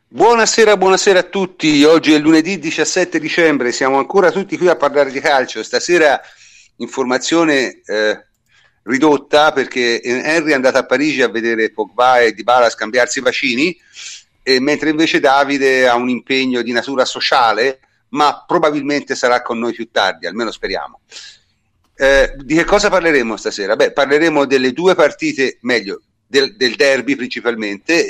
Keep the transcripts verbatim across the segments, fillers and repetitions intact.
Buonasera, buonasera a tutti. Oggi è lunedì diciassette dicembre, siamo ancora tutti qui a parlare di calcio. Stasera informazione eh, ridotta perché Henry è andato a Parigi a vedere Pogba e Dybala scambiarsi i bacini, e mentre invece Davide ha un impegno di natura sociale, ma probabilmente sarà con noi più tardi, almeno speriamo. Eh, di che cosa parleremo stasera? Beh, parleremo delle due partite, meglio, del, del derby principalmente,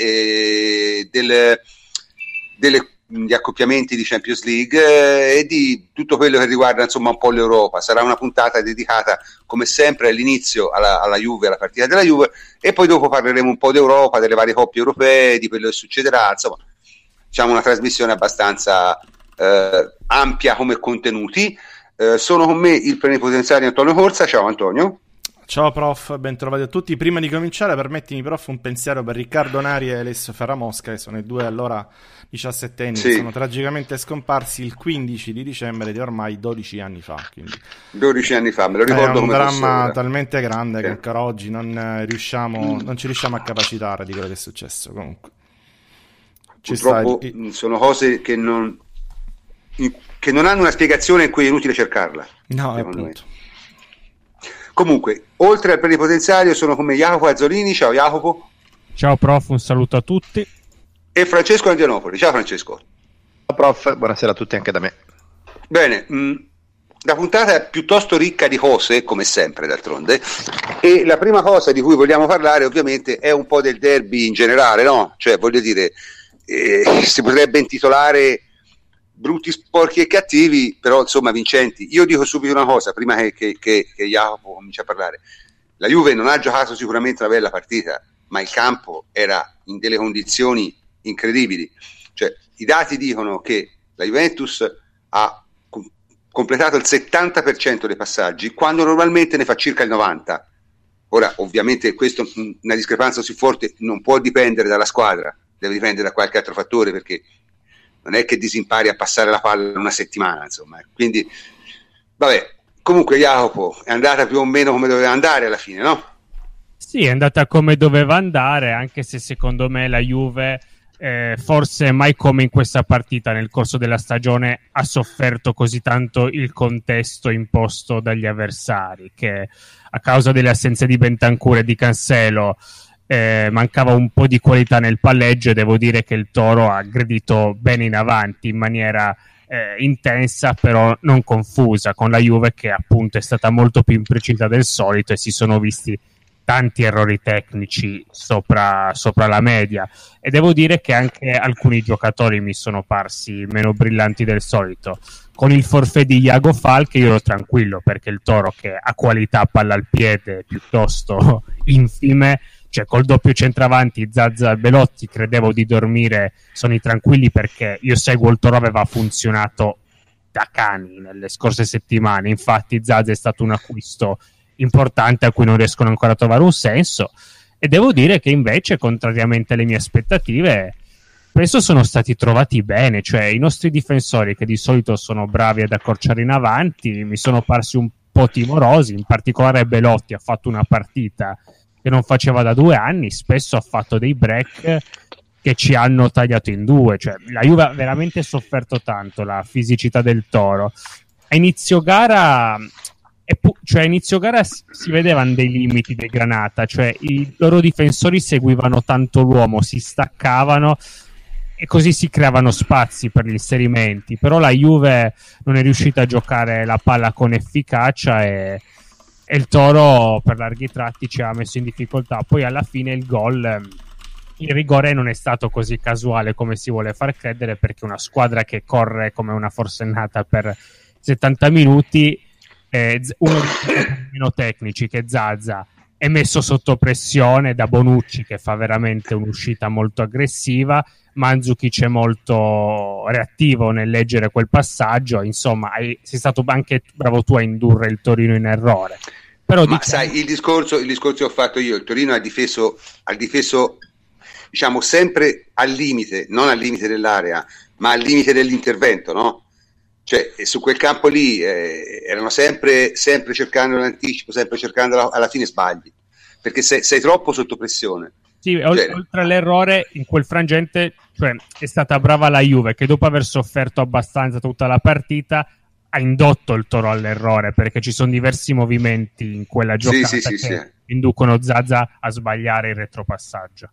e del delle, gli accoppiamenti di Champions League eh, e di tutto quello che riguarda insomma un po' l'Europa. Sarà una puntata dedicata come sempre all'inizio alla, alla Juve, alla partita della Juve, e poi dopo parleremo un po' d'Europa, delle varie coppie europee, di quello che succederà, insomma diciamo una trasmissione abbastanza eh, ampia come contenuti. Eh, sono con me il plenipotenziario Antonio Corsa. Ciao Antonio. Ciao prof, ben trovati a tutti. Prima di cominciare, permettimi prof un pensiero per Riccardo Nari e Alessio Ferramosca, che sono i due allora diciassettenni, sì, che sono tragicamente scomparsi il quindici di dicembre di ormai dodici anni fa. Quindi dodici anni fa, me lo ricordo. È un come dramma talmente grande, sì, che sì, ancora oggi non riusciamo, non ci riusciamo a capacitare di quello che è successo. Comunque ci purtroppo sta... sono cose che non che non hanno una spiegazione in cui è inutile cercarla. No, appunto. Me. Comunque, oltre al plenipotenziario sono come Jacopo Azzolini. Ciao Jacopo. Ciao prof, un saluto a tutti. E Francesco Angianopoli. Ciao Francesco. Ciao prof, buonasera a tutti anche da me. Bene, mh, la puntata è piuttosto ricca di cose, come sempre d'altronde, e la prima cosa di cui vogliamo parlare ovviamente è un po' del derby in generale, no? Cioè, voglio dire, eh, si potrebbe intitolare brutti, sporchi e cattivi, però insomma vincenti. Io dico subito una cosa prima che, che, che, che Jacopo cominci a parlare: la Juve non ha giocato sicuramente una bella partita, ma il campo era in delle condizioni incredibili. Cioè, i dati dicono che la Juventus ha com- completato il settanta per cento dei passaggi, quando normalmente ne fa circa il novanta per cento. Ora, ovviamente, questo, una discrepanza così forte non può dipendere dalla squadra, deve dipendere da qualche altro fattore, perché non è che disimpari a passare la palla in una settimana, insomma. Quindi, vabbè, comunque Jacopo, è andata più o meno come doveva andare alla fine, no? Sì, è andata come doveva andare, anche se secondo me la Juve, eh, forse mai come in questa partita nel corso della stagione, ha sofferto così tanto il contesto imposto dagli avversari, che a causa delle assenze di Bentancur e di Cancelo Eh, mancava un po' di qualità nel palleggio, e devo dire che il Toro ha aggredito bene in avanti in maniera eh, intensa, però non confusa, con la Juve che appunto è stata molto più imprecisa del solito e si sono visti tanti errori tecnici sopra, sopra la media, e devo dire che anche alcuni giocatori mi sono parsi meno brillanti del solito. Con il forfait di Iago Falque io ero tranquillo, perché il Toro, che ha qualità palla al piede piuttosto infime, cioè col doppio centravanti Zaza e Belotti, credevo di dormire sonni tranquilli, perché io seguo il Toro, aveva funzionato da cani nelle scorse settimane. Infatti Zaza è stato un acquisto importante a cui non riescono ancora a trovare un senso, e devo dire che invece, contrariamente alle mie aspettative, penso sono stati trovati bene. Cioè i nostri difensori, che di solito sono bravi ad accorciare in avanti, mi sono parsi un po' timorosi. In particolare Belotti ha fatto una partita che non faceva da due anni, spesso ha fatto dei break che ci hanno tagliato in due. Cioè la Juve ha veramente sofferto tanto la fisicità del Toro. A inizio gara, cioè a inizio gara si vedevano dei limiti del Granata, cioè i loro difensori seguivano tanto l'uomo, si staccavano e così si creavano spazi per gli inserimenti, però la Juve non è riuscita a giocare la palla con efficacia, e e il Toro per larghi tratti ci ha messo in difficoltà. Poi alla fine il gol, il rigore non è stato così casuale come si vuole far credere, perché una squadra che corre come una forsennata per settanta minuti, eh, uno dei meno tecnici, che Zaza, è messo sotto pressione da Bonucci, che fa veramente un'uscita molto aggressiva. Mandzukic è molto reattivo nel leggere quel passaggio. Insomma, hai, sei stato anche bravo tu a indurre il Torino in errore. Però ma diciamo... sai, il discorso, il discorso che ho fatto io: il Torino ha difeso, ha difeso diciamo sempre al limite, non al limite dell'area, ma al limite dell'intervento, no? Cioè su quel campo lì eh, erano sempre, sempre cercando l'anticipo, sempre cercando la, alla fine sbagli, perché sei, sei troppo sotto pressione. Sì, cioè, oltre all'errore, in quel frangente Cioè, è stata brava la Juve che dopo aver sofferto abbastanza tutta la partita ha indotto il Toro all'errore, perché ci sono diversi movimenti in quella giocata sì, sì, che sì, sì. inducono Zaza a sbagliare il retropassaggio.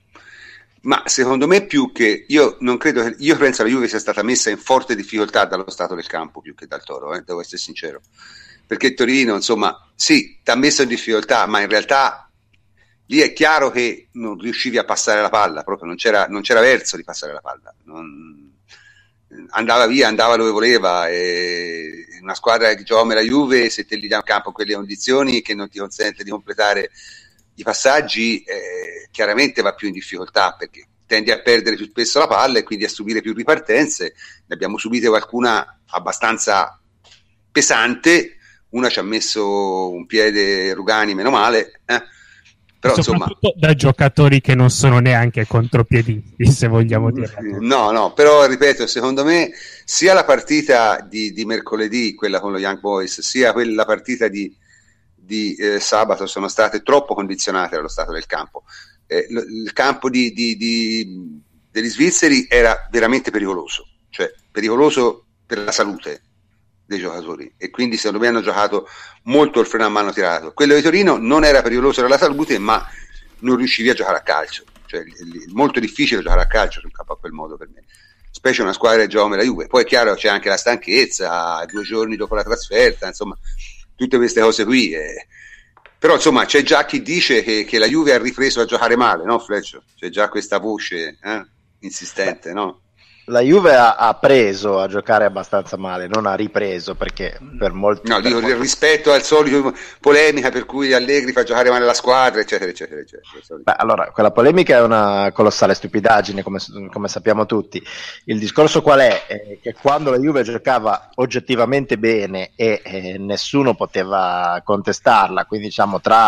Ma secondo me più che io non credo che io penso la Juve sia stata messa in forte difficoltà dallo stato del campo più che dal Toro, eh, devo essere sincero, perché Torino insomma sì ti ha messo in difficoltà, ma in realtà lì è chiaro che non riuscivi a passare la palla, proprio non c'era, non c'era verso di passare la palla, non, andava via, andava dove voleva, e una squadra che gioca come la Juve, se te li dà in campo in quelle condizioni che non ti consente di completare i passaggi, eh, chiaramente va più in difficoltà, perché tendi a perdere più spesso la palla e quindi a subire più ripartenze. Ne abbiamo subite qualcuna abbastanza pesante, una ci ha messo un piede Rugani, meno male, eh? Però soprattutto insomma, da giocatori che non sono neanche contropiedisti, se vogliamo dire. No, no, però ripeto, secondo me sia la partita di, di mercoledì, quella con lo Young Boys, sia quella partita di di eh, sabato sono state troppo condizionate dallo stato del campo. Eh, l- il campo di, di, di, degli svizzeri era veramente pericoloso, cioè pericoloso per la salute dei giocatori, e quindi secondo me hanno giocato molto il freno a mano tirato. Quello di Torino non era pericoloso per la salute, ma non riuscivi a giocare a calcio, cioè è molto difficile giocare a calcio su un campo a quel modo per me, specie una squadra che gioca come la Juve. Poi è chiaro c'è anche la stanchezza, due giorni dopo la trasferta, insomma tutte queste cose qui, eh. Però insomma c'è già chi dice che, che la Juve ha ripreso a giocare male, no Fleccio? C'è già questa voce eh, insistente, no? La Juve ha, ha preso a giocare abbastanza male, non ha ripreso, perché per molti... No, per dico molti... rispetto al solito polemica per cui Allegri fa giocare male la squadra, eccetera, eccetera, eccetera. Beh, allora, quella polemica è una colossale stupidaggine, come, come sappiamo tutti. Il discorso qual è? È che quando la Juve giocava oggettivamente bene e eh, nessuno poteva contestarla, quindi diciamo tra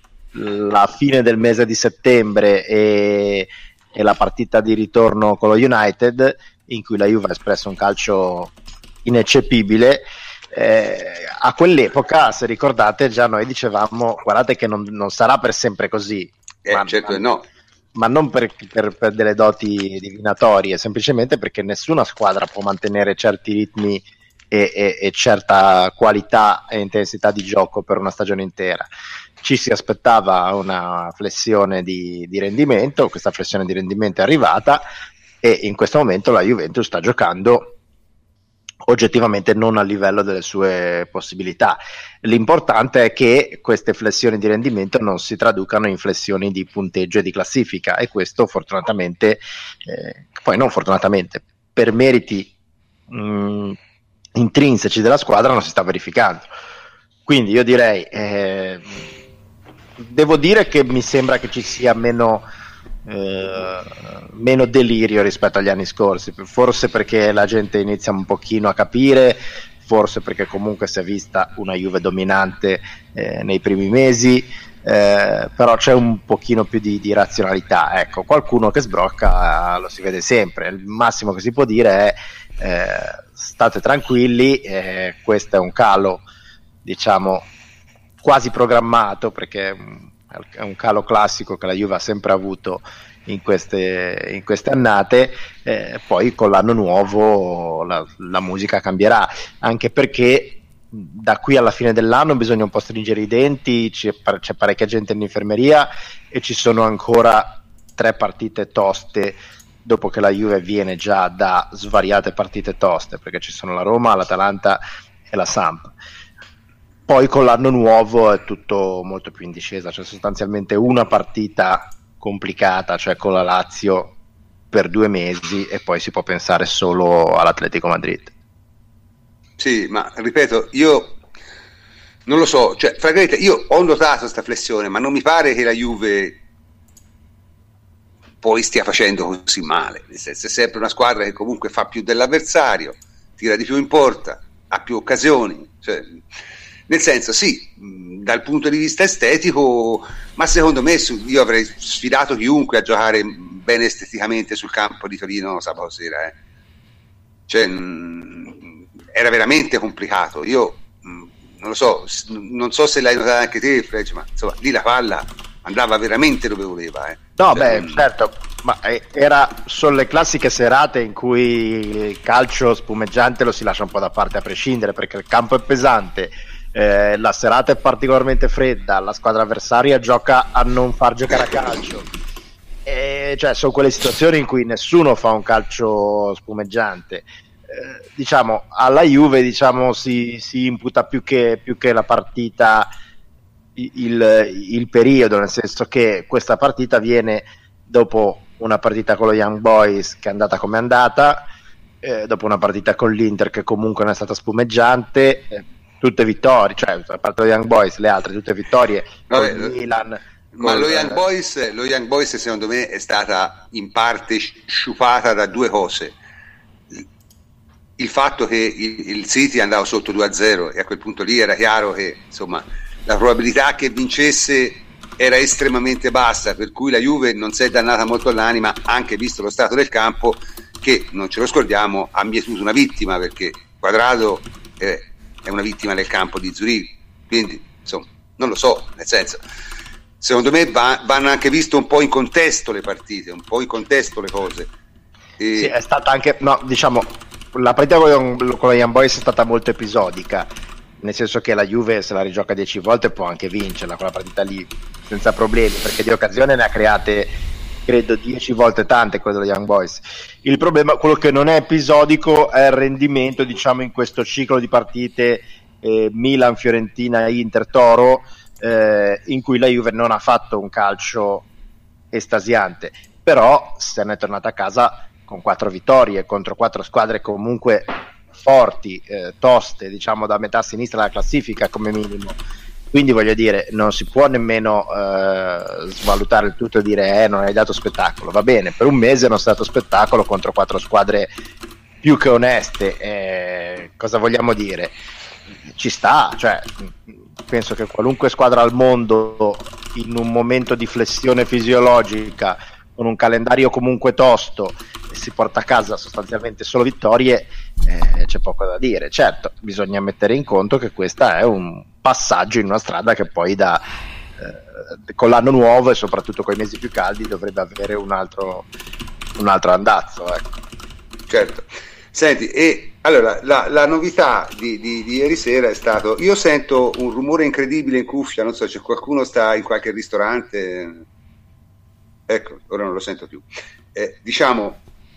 la fine del mese di settembre e... e la partita di ritorno con lo United, in cui la Juve ha espresso un calcio ineccepibile, eh, a quell'epoca, se ricordate, già noi dicevamo guardate che non, non sarà per sempre così, eh, ma, certo ma, no. ma non per, per, per delle doti divinatorie, semplicemente perché nessuna squadra può mantenere certi ritmi e, e, e certa qualità e intensità di gioco per una stagione intera. Ci si aspettava una flessione di, di rendimento, questa flessione di rendimento è arrivata e in questo momento la Juventus sta giocando oggettivamente non a livello delle sue possibilità. L'importante è che queste flessioni di rendimento non si traducano in flessioni di punteggio e di classifica, e questo fortunatamente, eh, poi non fortunatamente, per meriti mh, intrinseci della squadra non si sta verificando. Quindi io direi... Eh, devo dire che mi sembra che ci sia meno, eh, meno delirio rispetto agli anni scorsi, forse perché la gente inizia un pochino a capire, forse perché comunque si è vista una Juve dominante eh, nei primi mesi, eh, però c'è un pochino più di, di razionalità. Ecco, qualcuno che sbrocca lo si vede sempre. Il massimo che si può dire è eh, state tranquilli, eh, questo è un calo, diciamo, quasi programmato, perché è un calo classico che la Juve ha sempre avuto in queste, in queste annate, eh, poi con l'anno nuovo la, la musica cambierà, anche perché da qui alla fine dell'anno bisogna un po' stringere i denti, c'è, c'è parecchia gente in infermeria e ci sono ancora tre partite toste, dopo che la Juve viene già da svariate partite toste, perché ci sono la Roma, l'Atalanta e la Samp. Poi con l'anno nuovo è tutto molto più in discesa, c'è sostanzialmente una partita complicata, cioè con la Lazio per due mesi, e poi si può pensare solo all'Atletico Madrid. Sì, ma ripeto, io non lo so, cioè francamente io ho notato questa flessione, ma non mi pare che la Juve poi stia facendo così male, nel senso è sempre una squadra che comunque fa più dell'avversario, tira di più in porta, ha più occasioni, cioè... Nel senso, sì, dal punto di vista estetico, ma secondo me su, io avrei sfidato chiunque a giocare bene esteticamente sul campo di Torino sabato sera. Eh. Cioè, mh, era veramente complicato. Io mh, non lo so, non so se l'hai notato anche te, Fred, ma insomma, lì la palla andava veramente dove voleva. Eh. No, cioè, beh, non... certo, ma era sono le classiche serate in cui il calcio spumeggiante lo si lascia un po' da parte a prescindere, perché il campo è pesante, eh, la serata è particolarmente fredda, la squadra avversaria gioca a non far giocare a calcio. E, cioè, sono quelle situazioni in cui nessuno fa un calcio spumeggiante. Eh, diciamo, alla Juve diciamo, si, si imputa più che, più che la partita il, il periodo, nel senso che questa partita viene dopo una partita con lo Young Boys che è andata come è andata, eh, dopo una partita con l'Inter che comunque non è stata spumeggiante, eh, tutte vittorie, cioè a parte lo Young Boys, le altre tutte vittorie. Vabbè, con Milan. Ma lo Young Boys, lo Young Boys secondo me è stata in parte sciupata da due cose: il fatto che il, il City andava sotto due a zero e a quel punto lì era chiaro che insomma la probabilità che vincesse era estremamente bassa, per cui la Juve non si è dannata molto all'anima, anche visto lo stato del campo che, non ce lo scordiamo, ha mietuto una vittima, perché Quadrado è, è una vittima del campo di Zurigo, quindi insomma non lo so, nel senso, secondo me va, vanno anche visto un po' in contesto le partite, un po' in contesto le cose. E... Sì, è stata anche, no, diciamo, la partita con, con la Young Boys è stata molto episodica, nel senso che la Juve se la rigioca dieci volte può anche vincerla quella partita lì senza problemi, perché di occasione ne ha create credo dieci volte tante quelle dello Young Boys. Il problema, quello che non è episodico, è il rendimento, diciamo, in questo ciclo di partite eh, Milan, Fiorentina, Inter, Toro, eh, in cui la Juve non ha fatto un calcio estasiante, però se ne è tornata a casa con quattro vittorie contro quattro squadre comunque forti, eh, toste, diciamo da metà sinistra della classifica come minimo, quindi voglio dire, non si può nemmeno eh, svalutare il tutto e dire eh non hai dato spettacolo. Va bene, per un mese non è stato spettacolo contro quattro squadre più che oneste, eh, cosa vogliamo dire? Ci sta, cioè penso che qualunque squadra al mondo in un momento di flessione fisiologica, con un calendario comunque tosto, si porta a casa sostanzialmente solo vittorie, eh, c'è poco da dire. Certo, bisogna mettere in conto che questo è un passaggio in una strada che poi da eh, con l'anno nuovo e soprattutto con i mesi più caldi dovrebbe avere un altro un altro andazzo, ecco. Certo. Senti, e allora la, la novità di, di, di ieri sera è stato, io sento un rumore incredibile in cuffia, non so, c'è qualcuno sta in qualche ristorante, ecco, ora non lo sento più. Eh, diciamo,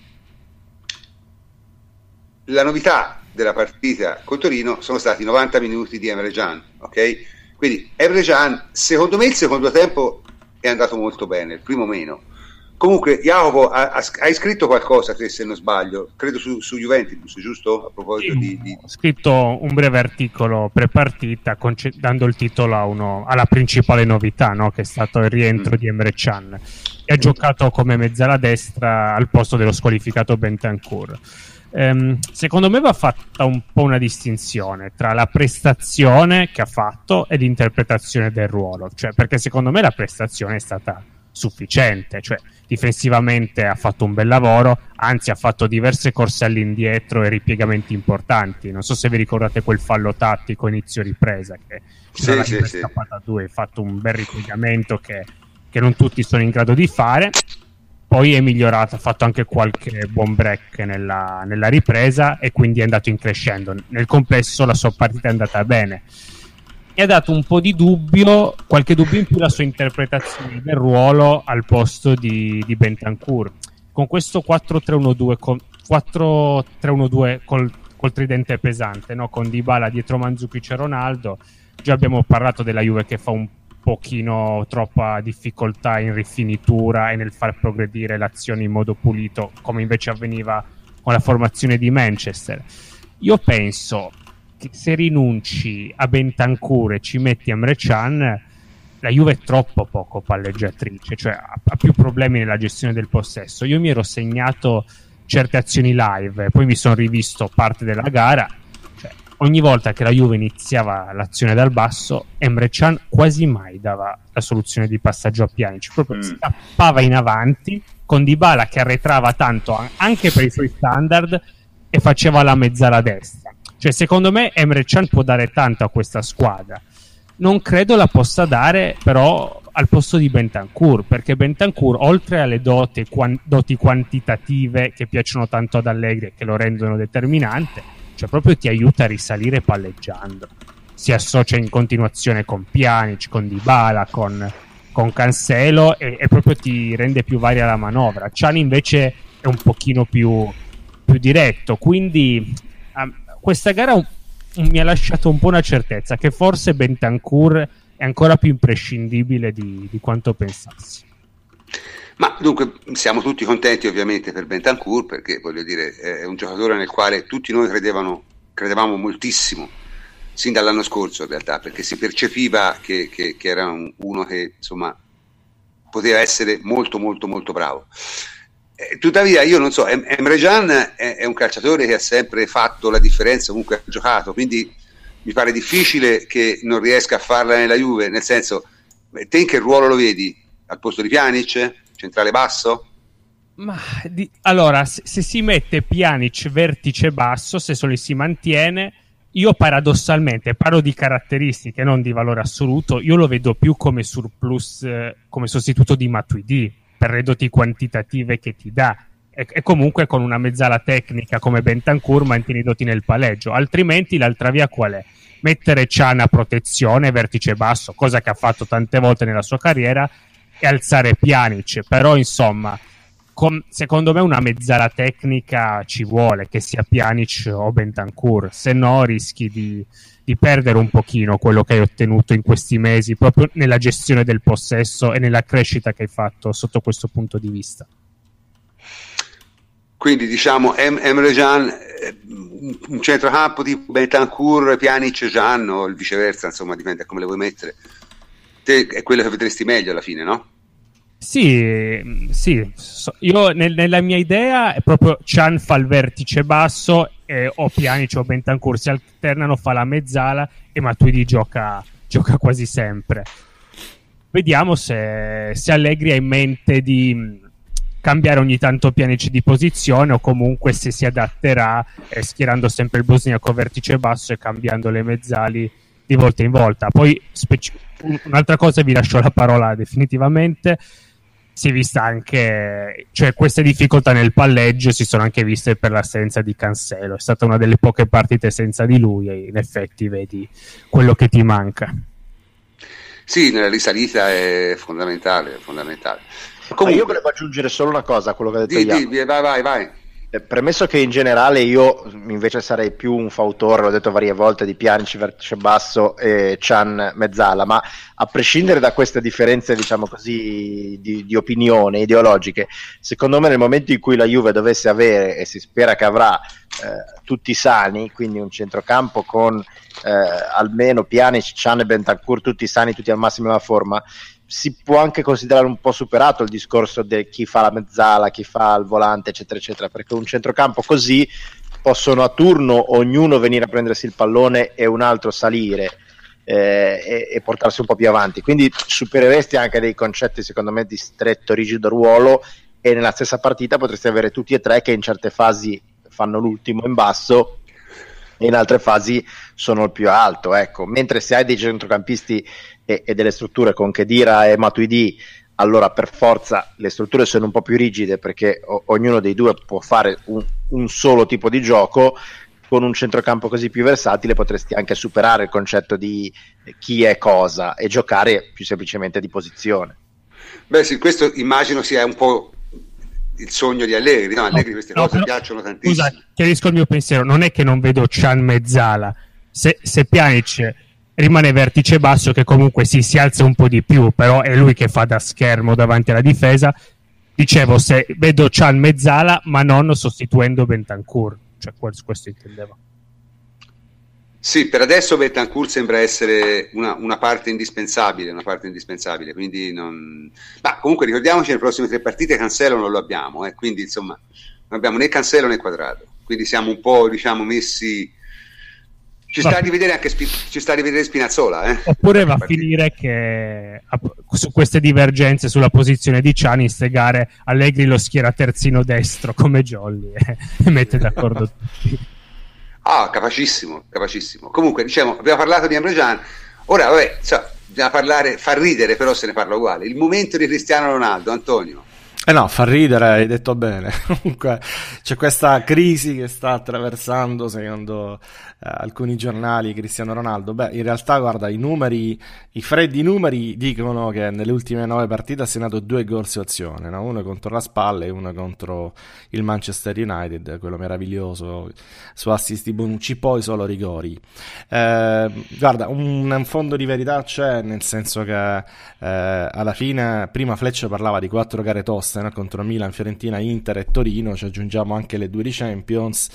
la novità della partita con Torino sono stati novanta minuti di Emre Can, ok? Quindi Emre Can, secondo me il secondo tempo è andato molto bene, il primo meno. Comunque Jacopo, ha, ha, hai scritto qualcosa, te, se non sbaglio, credo su, su Juventus, giusto? A proposito sì, di, di... Ho scritto un breve articolo pre-partita conce- dando il titolo a uno, alla principale novità, no? Che è stato il rientro mm. di Emre Can, che ha giocato come mezzala destra al posto dello squalificato Bentancur. Um, secondo me va fatta un po' una distinzione tra la prestazione che ha fatto e l'interpretazione del ruolo, cioè, perché secondo me la prestazione è stata sufficiente, cioè difensivamente ha fatto un bel lavoro, anzi ha fatto diverse corse all'indietro e ripiegamenti importanti. Non so se vi ricordate quel fallo tattico inizio ripresa che sì, era sì, sì. scappata a due, ha fatto un bel ripiegamento che, che non tutti sono in grado di fare. Poi è migliorato, ha fatto anche qualche buon break nella, nella ripresa e quindi è andato in crescendo. Nel complesso la sua partita è andata bene. E ha dato un po' di dubbio, qualche dubbio in più la sua interpretazione del ruolo al posto di, di Bentancur. Con questo quattro tre uno due con, quattro tre uno due col, col tridente pesante, no? Con Dybala dietro Mandzukic e Ronaldo. Già abbiamo parlato della Juve che fa un pochino troppa difficoltà in rifinitura e nel far progredire l'azione in modo pulito, come invece avveniva con la formazione di Manchester. Io penso che se rinunci a Bentancur e ci metti Emre Can, la Juve è troppo poco palleggiatrice, cioè ha più problemi nella gestione del possesso. Io mi ero segnato certe azioni live, poi mi sono rivisto parte della gara. Ogni volta che la Juve iniziava l'azione dal basso, Emre Can quasi mai dava la soluzione di passaggio a Pjanic, proprio mm. scappava in avanti con Dybala che arretrava tanto anche per i suoi standard e faceva la mezzala destra. Cioè, secondo me Emre Can può dare tanto a questa squadra. Non credo la possa dare però al posto di Bentancur, perché Bentancur, oltre alle doti, quan- doti quantitative che piacciono tanto ad Allegri e che lo rendono determinante, cioè proprio ti aiuta a risalire palleggiando. Si associa in continuazione con Pjanic, con Dybala, con, con Cancelo e, e proprio ti rende più varia la manovra. Can invece è un pochino più, più diretto, quindi um, questa gara un, un, mi ha lasciato un po' una certezza che forse Bentancur è ancora più imprescindibile di, di quanto pensassi. Ma dunque siamo tutti contenti ovviamente per Bentancur, perché voglio dire è un giocatore nel quale tutti noi credevano, credevamo moltissimo sin dall'anno scorso in realtà, perché si percepiva che, che, che era un, uno che insomma poteva essere molto molto molto bravo. Eh, tuttavia io non so, em- Emre Can è, è un calciatore che ha sempre fatto la differenza, comunque ha giocato, quindi mi pare difficile che non riesca a farla nella Juve, nel senso, te in che ruolo lo vedi? Al posto di Pjanic? Centrale basso? Ma di, allora, se, se si mette Pjanic vertice basso, se solo si mantiene, io paradossalmente parlo di caratteristiche, non di valore assoluto, io lo vedo più come surplus, eh, come sostituto di Matuidi, per le doti quantitative che ti dà. E, e comunque con una mezzala tecnica come Bentancur mantieni i doti nel palleggio, altrimenti l'altra via qual è? Mettere Can a protezione, vertice basso, cosa che ha fatto tante volte nella sua carriera, e alzare Pjanic. Però insomma, com- secondo me una mezzala tecnica ci vuole, che sia Pjanic o Bentancur, se no rischi di, di perdere un pochino quello che hai ottenuto in questi mesi proprio nella gestione del possesso e nella crescita che hai fatto sotto questo punto di vista. Quindi diciamo em- Emre Can, eh, un centrocampo tipo Bentancur, Pjanic, Can o il viceversa, insomma dipende da come le vuoi mettere. Te è quello che vedresti meglio alla fine, no? Sì, sì. So, io nel, nella mia idea è proprio Can fa il vertice basso e o Pjanic o Bentancur si alternano, fa la mezzala e Matuidi gioca, gioca quasi sempre. Vediamo se, se Allegri ha in mente di cambiare ogni tanto Pjanic di posizione o comunque se si adatterà eh, schierando sempre il bosniaco vertice basso e cambiando le mezzali di volta in volta. Poi speci- un'altra cosa, vi lascio la parola definitivamente, si è vista anche, cioè queste difficoltà nel palleggio si sono anche viste per l'assenza di Cancelo, è stata una delle poche partite senza di lui e in effetti vedi quello che ti manca. Sì, nella risalita è fondamentale, è fondamentale. Comunque, io volevo aggiungere solo una cosa a quello che ha detto di, Jacopo. di, vai, vai, vai. Eh, premesso che in generale io invece sarei più un fautore, l'ho detto varie volte, di Pjanic vertice basso e Can mezzala, ma a prescindere da queste differenze, diciamo così, di, di opinione ideologiche, secondo me nel momento in cui la Juve dovesse avere, e si spera che avrà, eh, tutti sani, quindi un centrocampo con eh, almeno Pjanic, Can e Bentancur tutti sani, tutti al massimo della forma, si può anche considerare un po' superato il discorso di chi fa la mezzala, chi fa il volante, eccetera, eccetera, perché un centrocampo così possono a turno ognuno venire a prendersi il pallone e un altro salire eh, e, e portarsi un po' più avanti, quindi supereresti anche dei concetti secondo me di stretto, rigido ruolo, e nella stessa partita potresti avere tutti e tre che in certe fasi fanno l'ultimo in basso e in altre fasi sono il più alto, ecco. Mentre se hai dei centrocampisti e, e delle strutture con Khedira e Matuidi, allora per forza le strutture sono un po' più rigide, perché o- ognuno dei due può fare un, un solo tipo di gioco. Con un centrocampo così più versatile potresti anche superare il concetto di chi è cosa e giocare più semplicemente di posizione. Beh sì, questo immagino sia un po' il sogno di Allegri, no? Allegri queste no, cose no, piacciono tantissimo. Scusa, chiarisco il mio pensiero, non è che non vedo Can mezzala, se, se Pjanic rimane vertice basso, che comunque sì, si alza un po' di più, però è lui che fa da schermo davanti alla difesa, dicevo, se vedo Can mezzala ma non sostituendo Bentancur, cioè questo intendevo. Sì, per adesso Bentancur sembra essere una, una parte indispensabile, una parte indispensabile, quindi non... Ma comunque ricordiamoci, nelle prossime tre partite Cancelo non lo abbiamo, eh, quindi insomma non abbiamo né Cancelo né Quadrato, quindi siamo un po', diciamo, messi... Ci sta a rivedere anche Spi... ci sta a rivedere Spinazzola, eh? Oppure va a finire che su queste divergenze sulla posizione di Can in ste gare Allegri lo schiera terzino destro come Jolly eh, e mette d'accordo tutti. Ah, capacissimo, capacissimo. Comunque, diciamo, abbiamo parlato di Emre Can. Ora, vabbè, so, bisogna parlare, fa ridere, però se ne parla uguale. Il momento di Cristiano Ronaldo, Antonio. Eh no, fa ridere, hai detto bene. Comunque c'è questa crisi che sta attraversando, secondo eh, alcuni giornali, Cristiano Ronaldo. Beh, in realtà, guarda, i numeri, i freddi numeri dicono che nelle ultime nove partite ha segnato due gol su azione, no? Uno contro la Spalla e uno contro il Manchester United, quello meraviglioso su assist di Bonucci, poi solo rigori. Eh, guarda, un, un fondo di verità c'è, nel senso che eh, alla fine prima Fletcher parlava di quattro gare toste, no? Contro Milan, Fiorentina, Inter e Torino, ci aggiungiamo anche le due di Champions.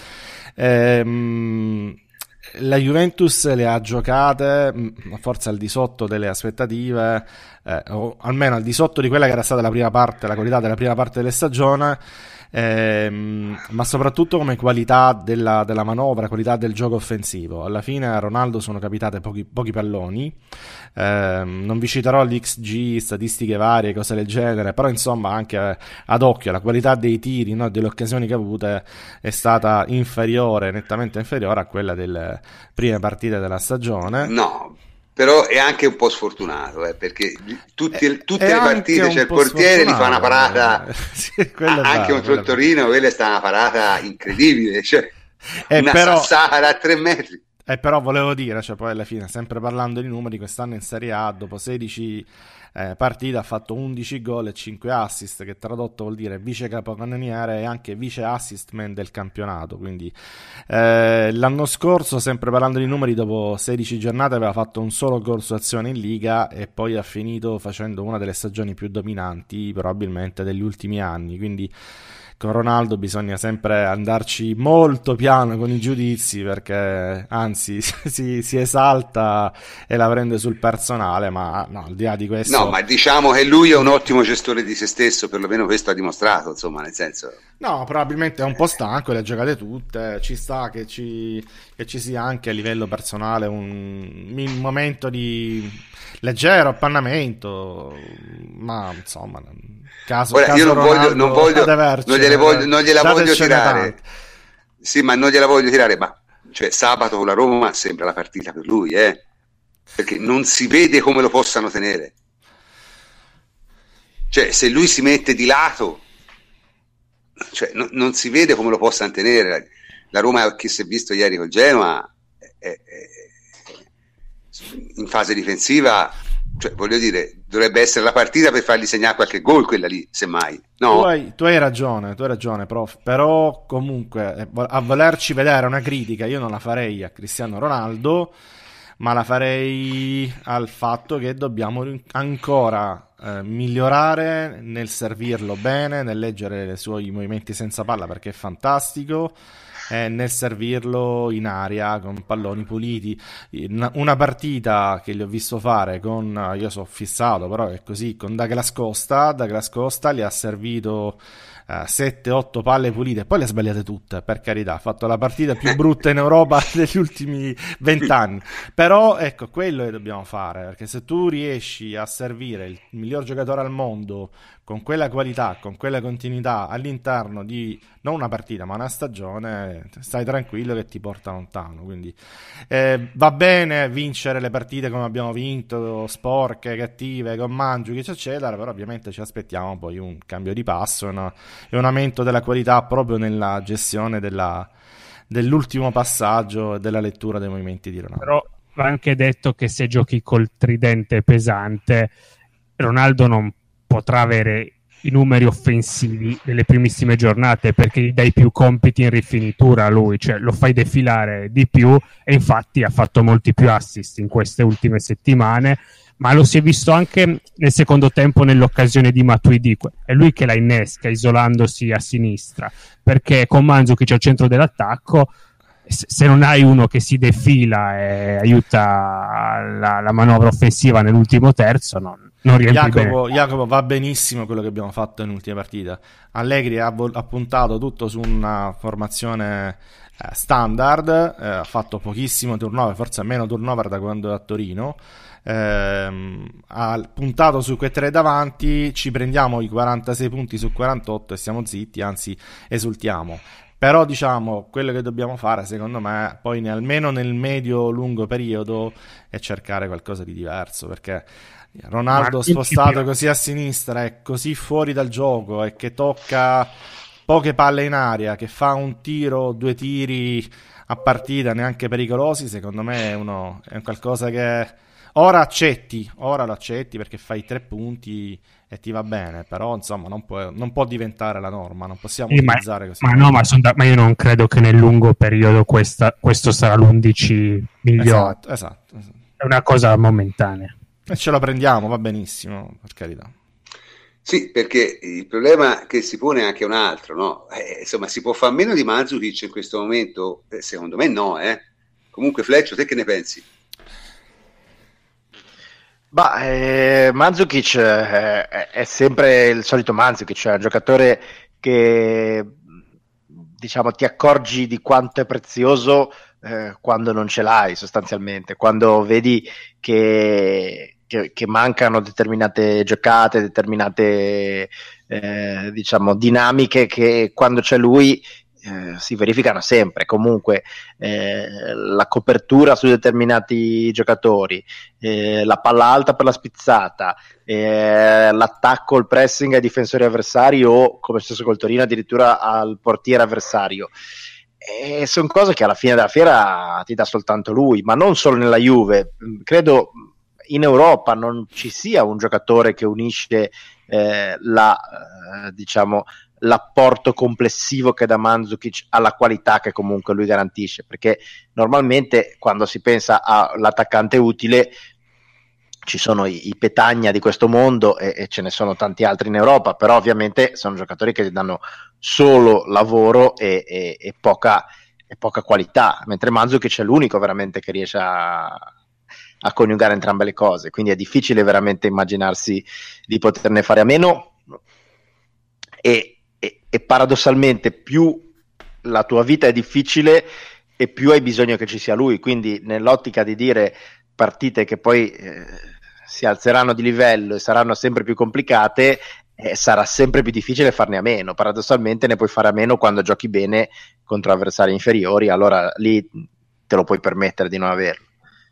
Ehm, la Juventus le ha giocate forse al di sotto delle aspettative, eh, o almeno al di sotto di quella che era stata la prima parte, la qualità della prima parte della stagione. Ehm, ma soprattutto come qualità della, della manovra, qualità del gioco offensivo. Alla fine a Ronaldo sono capitate pochi, pochi palloni. Ehm, non vi citerò l'X G, statistiche varie, cose del genere, però insomma anche ad occhio la qualità dei tiri, no, delle occasioni che ha avute è stata inferiore, nettamente inferiore a quella delle prime partite della stagione. No, però è anche un po' sfortunato, eh, perché tutti, tutte è le partite c'è il portiere, gli fa una parata, eh, sì, anche vero, contro il Torino, quella è stata una parata incredibile, cioè eh, una però, sassata a tre metri. Eh, però volevo dire, cioè poi alla fine, sempre parlando di numeri, quest'anno in Serie A, dopo sedici eh, partite, ha fatto undici gol e cinque assist, che tradotto vuol dire vice capocannoniere e anche vice assist man del campionato. Quindi eh, l'anno scorso, sempre parlando di numeri, dopo sedici giornate aveva fatto un solo gol su azione in Liga e poi ha finito facendo una delle stagioni più dominanti probabilmente degli ultimi anni. Quindi con Ronaldo bisogna sempre andarci molto piano con i giudizi, perché anzi si, si esalta e la prende sul personale, ma no, al di là di questo... No, ma diciamo che lui è un ottimo gestore di se stesso, perlomeno questo ha dimostrato, insomma, nel senso... No, probabilmente è un po' stanco, le ha giocate tutte, ci sta che ci, che ci sia anche a livello personale un, un momento di leggero appannamento, ma insomma... Caso, Ora, caso io non voglio, non voglio, avercene, non gliele voglio, non gliela voglio tirare. Tante. Sì, ma non gliela voglio tirare, ma cioè sabato con la Roma sembra la partita per lui, eh? Perché non si vede come lo possano tenere. Cioè, se lui si mette di lato, cioè, no, non si vede come lo possano tenere. La Roma, che si è visto ieri col Genoa, è, è, in fase difensiva, cioè, voglio dire, dovrebbe essere la partita per fargli segnare qualche gol, quella lì, semmai. No? Tu hai, tu hai ragione, tu hai ragione, prof. Però comunque a volerci vedere una critica, io non la farei a Cristiano Ronaldo, ma la farei al fatto che dobbiamo ancora eh, migliorare nel servirlo bene, nel leggere i suoi movimenti senza palla, perché è fantastico, e nel servirlo in aria con palloni puliti. Una partita che gli ho visto fare con, io sono fissato, però è così, con Douglas Costa, Douglas Costa gli ha servito sette otto palle pulite, poi le ha sbagliate tutte, per carità, ha fatto la partita più brutta in Europa degli ultimi vent'anni, però ecco, quello che dobbiamo fare, perché se tu riesci a servire il miglior giocatore al mondo con quella qualità, con quella continuità all'interno di non una partita ma una stagione, stai tranquillo che ti porta lontano. Quindi eh, va bene vincere le partite come abbiamo vinto, sporche, cattive, con Mandzukic eccetera, però ovviamente ci aspettiamo poi un cambio di passo, una, e un aumento della qualità proprio nella gestione della, dell'ultimo passaggio e della lettura dei movimenti di Ronaldo. Però va anche detto che se giochi col tridente pesante, Ronaldo non potrà avere i numeri offensivi delle primissime giornate, perché gli dai più compiti in rifinitura a lui, cioè lo fai defilare di più, e infatti ha fatto molti più assist in queste ultime settimane, ma lo si è visto anche nel secondo tempo nell'occasione di Matuidi, è lui che la innesca isolandosi a sinistra, perché con Mandzukic al centro dell'attacco, se non hai uno che si defila e aiuta la, la manovra offensiva nell'ultimo terzo, non, non riempie Jacopo, bene. Jacopo, va benissimo quello che abbiamo fatto in ultima partita. Allegri ha, vo- ha puntato tutto su una formazione eh, standard, eh, ha fatto pochissimo turnover, forse meno turnover da quando è a Torino, eh, ha puntato su quei tre davanti, ci prendiamo i quarantasei punti su quarantotto e siamo zitti, anzi esultiamo. Però diciamo, quello che dobbiamo fare secondo me poi ne, almeno nel medio-lungo periodo è cercare qualcosa di diverso, perché Ronaldo spostato così a sinistra è così fuori dal gioco e che tocca poche palle in aria, che fa un tiro, due tiri a partita neanche pericolosi, secondo me è, uno, è un qualcosa che ora accetti, ora lo accetti perché fai tre punti e ti va bene, però insomma non può, non può diventare la norma, non possiamo sì, utilizzare ma, così. Ma no, ma, da, ma io non credo che nel lungo periodo questa, questo sarà l'undici migliore. Esatto, esatto, esatto. È una cosa momentanea. E ce la prendiamo, va benissimo, per carità. Sì, perché il problema che si pone è anche un altro, no? Eh, insomma, si può fare meno di Mandzukic in questo momento? Eh, secondo me no, eh. Comunque Fleccio, te che ne pensi? Bah, eh, Mandzukic eh, è sempre il solito Mandzukic, cioè un giocatore che diciamo ti accorgi di quanto è prezioso eh, quando non ce l'hai, sostanzialmente, quando vedi che, che, che mancano determinate giocate, determinate eh, diciamo dinamiche che quando c'è lui Eh, si verificano sempre. Comunque eh, la copertura su determinati giocatori, eh, la palla alta per la spizzata, eh, l'attacco, il pressing ai difensori avversari o, come stesso col Torino, addirittura al portiere avversario. E sono cose che alla fine della fiera ti dà soltanto lui, ma non solo nella Juve. Credo in Europa non ci sia un giocatore che unisce eh, la eh, diciamo l'apporto complessivo che dà Mandzukic alla qualità che comunque lui garantisce, perché normalmente quando si pensa all'attaccante utile ci sono i, i Petagna di questo mondo e, e ce ne sono tanti altri in Europa, però ovviamente sono giocatori che danno solo lavoro e, e, e, poca, e poca qualità, mentre Mandzukic è l'unico veramente che riesce a, a coniugare entrambe le cose, quindi è difficile veramente immaginarsi di poterne fare a meno. E E, e paradossalmente più la tua vita è difficile e più hai bisogno che ci sia lui, quindi nell'ottica di dire partite che poi eh, si alzeranno di livello e saranno sempre più complicate, eh, sarà sempre più difficile farne a meno. Paradossalmente ne puoi fare a meno quando giochi bene contro avversari inferiori, allora lì te lo puoi permettere di non averlo.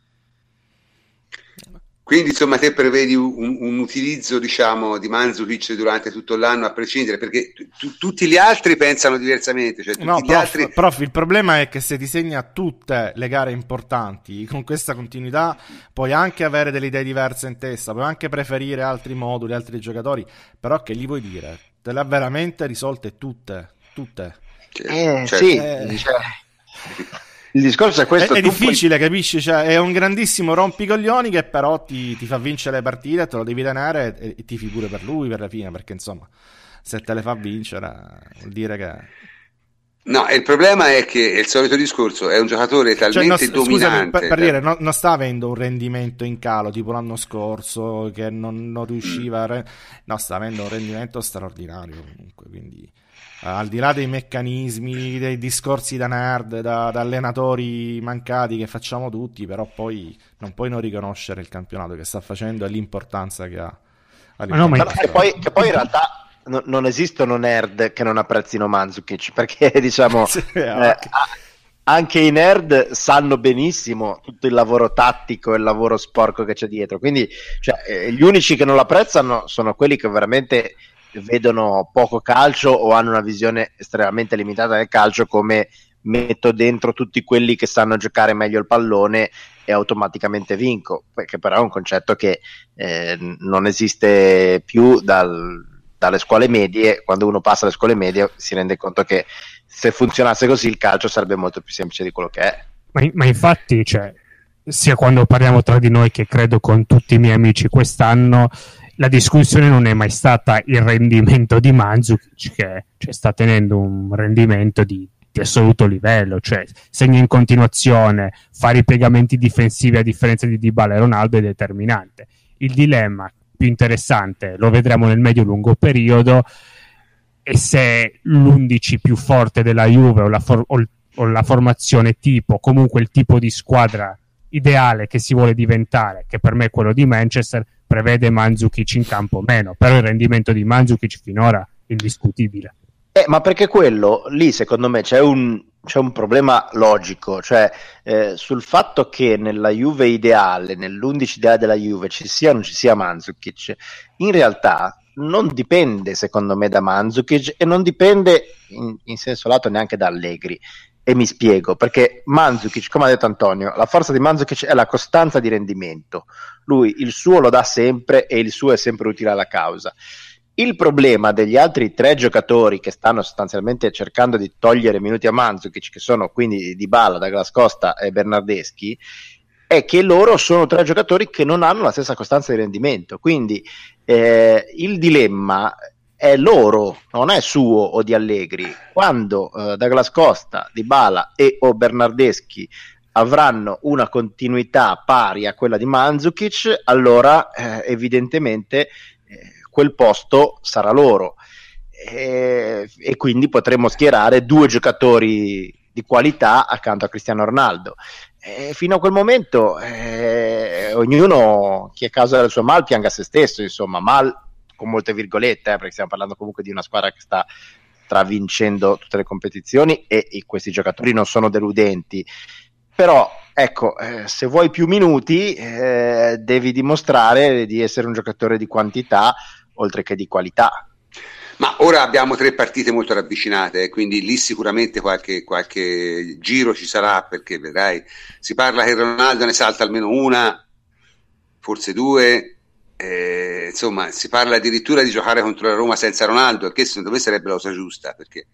Quindi insomma te prevedi un, un utilizzo diciamo di Mandzukic durante tutto l'anno a prescindere, perché t- tutti gli altri pensano diversamente, cioè tutti no, gli prof, altri... prof, il problema è che se ti segna tutte le gare importanti con questa continuità puoi anche avere delle idee diverse in testa, puoi anche preferire altri moduli, altri giocatori, però che gli vuoi dire? Te le ha veramente risolte tutte, tutte. Eh, cioè, sì, eh... cioè... Il discorso è questo. È, è tu difficile, puoi... capisci? Cioè, è un grandissimo rompicoglioni che però ti, ti fa vincere le partite, te lo devi tenere e, e ti figure per lui per la fine, perché insomma, se te le fa vincere vuol dire che... No, il problema è che è il solito discorso, è un giocatore talmente cioè, no, dominante. Scusami, per, per dire, no, non sta avendo un rendimento in calo tipo l'anno scorso, che non, non riusciva a... Re... No, sta avendo un rendimento straordinario comunque, quindi... Uh, al di là dei meccanismi, dei discorsi da nerd, da, da allenatori mancati che facciamo tutti, però poi non puoi non riconoscere il campionato che sta facendo e l'importanza che ha. No, ma che, poi, che poi in realtà no, non esistono nerd che non apprezzino Mandzukic, perché diciamo sì, eh, anche i nerd sanno benissimo tutto il lavoro tattico e il lavoro sporco che c'è dietro, quindi cioè, eh, gli unici che non lo apprezzano sono quelli che veramente vedono poco calcio o hanno una visione estremamente limitata del calcio, come metto dentro tutti quelli che sanno giocare meglio il pallone e automaticamente vinco, perché però è un concetto che eh, non esiste più dal, dalle scuole medie. Quando uno passa alle scuole medie si rende conto che se funzionasse così il calcio sarebbe molto più semplice di quello che è. Ma, ma infatti, cioè, sia quando parliamo tra di noi che credo con tutti i miei amici quest'anno, la discussione non è mai stata il rendimento di Mandzukic, che cioè, sta tenendo un rendimento di, di assoluto livello, cioè segna in continuazione, fare i piegamenti difensivi a differenza di Dybala e Ronaldo è determinante. Il dilemma più interessante, lo vedremo nel medio-lungo periodo, e se l'undici più forte della Juve o la, for- o l- o la formazione tipo, comunque il tipo di squadra ideale che si vuole diventare, che per me è quello di Manchester, prevede Mandzukic in campo meno, però il rendimento di Mandzukic finora è indiscutibile. Eh, ma perché quello lì secondo me c'è un, c'è un problema logico, cioè eh, sul fatto che nella Juve ideale, nell'undici ideale della Juve ci sia o non ci sia Mandzukic, in realtà non dipende secondo me da Mandzukic e non dipende in, in senso lato neanche da Allegri. E mi spiego, perché Mandzukic, come ha detto Antonio, la forza di Mandzukic è la costanza di rendimento. Lui il suo lo dà sempre e il suo è sempre utile alla causa. Il problema degli altri tre giocatori che stanno sostanzialmente cercando di togliere minuti a Mandzukic, che sono quindi Dybala, Douglas Costa e Bernardeschi, è che loro sono tre giocatori che non hanno la stessa costanza di rendimento. Quindi eh, il dilemma è loro, non è suo o di Allegri. Quando eh, Douglas Costa, Dybala e o Bernardeschi avranno una continuità pari a quella di Mandzukic, allora eh, evidentemente eh, quel posto sarà loro e, e quindi potremo schierare due giocatori di qualità accanto a Cristiano Ronaldo. E fino a quel momento eh, ognuno, chi è causa del suo mal, pianga se stesso, insomma, mal con molte virgolette, eh, perché stiamo parlando comunque di una squadra che sta stravincendo tutte le competizioni e, e questi giocatori non sono deludenti. Però ecco, eh, se vuoi più minuti eh, devi dimostrare di essere un giocatore di quantità oltre che di qualità. Ma ora abbiamo tre partite molto ravvicinate, eh, quindi lì sicuramente qualche, qualche giro ci sarà, perché vedrai, si parla che Ronaldo ne salta almeno una, forse due. Eh, insomma, si parla addirittura di giocare contro la Roma senza Ronaldo, che secondo me sarebbe la cosa giusta, perché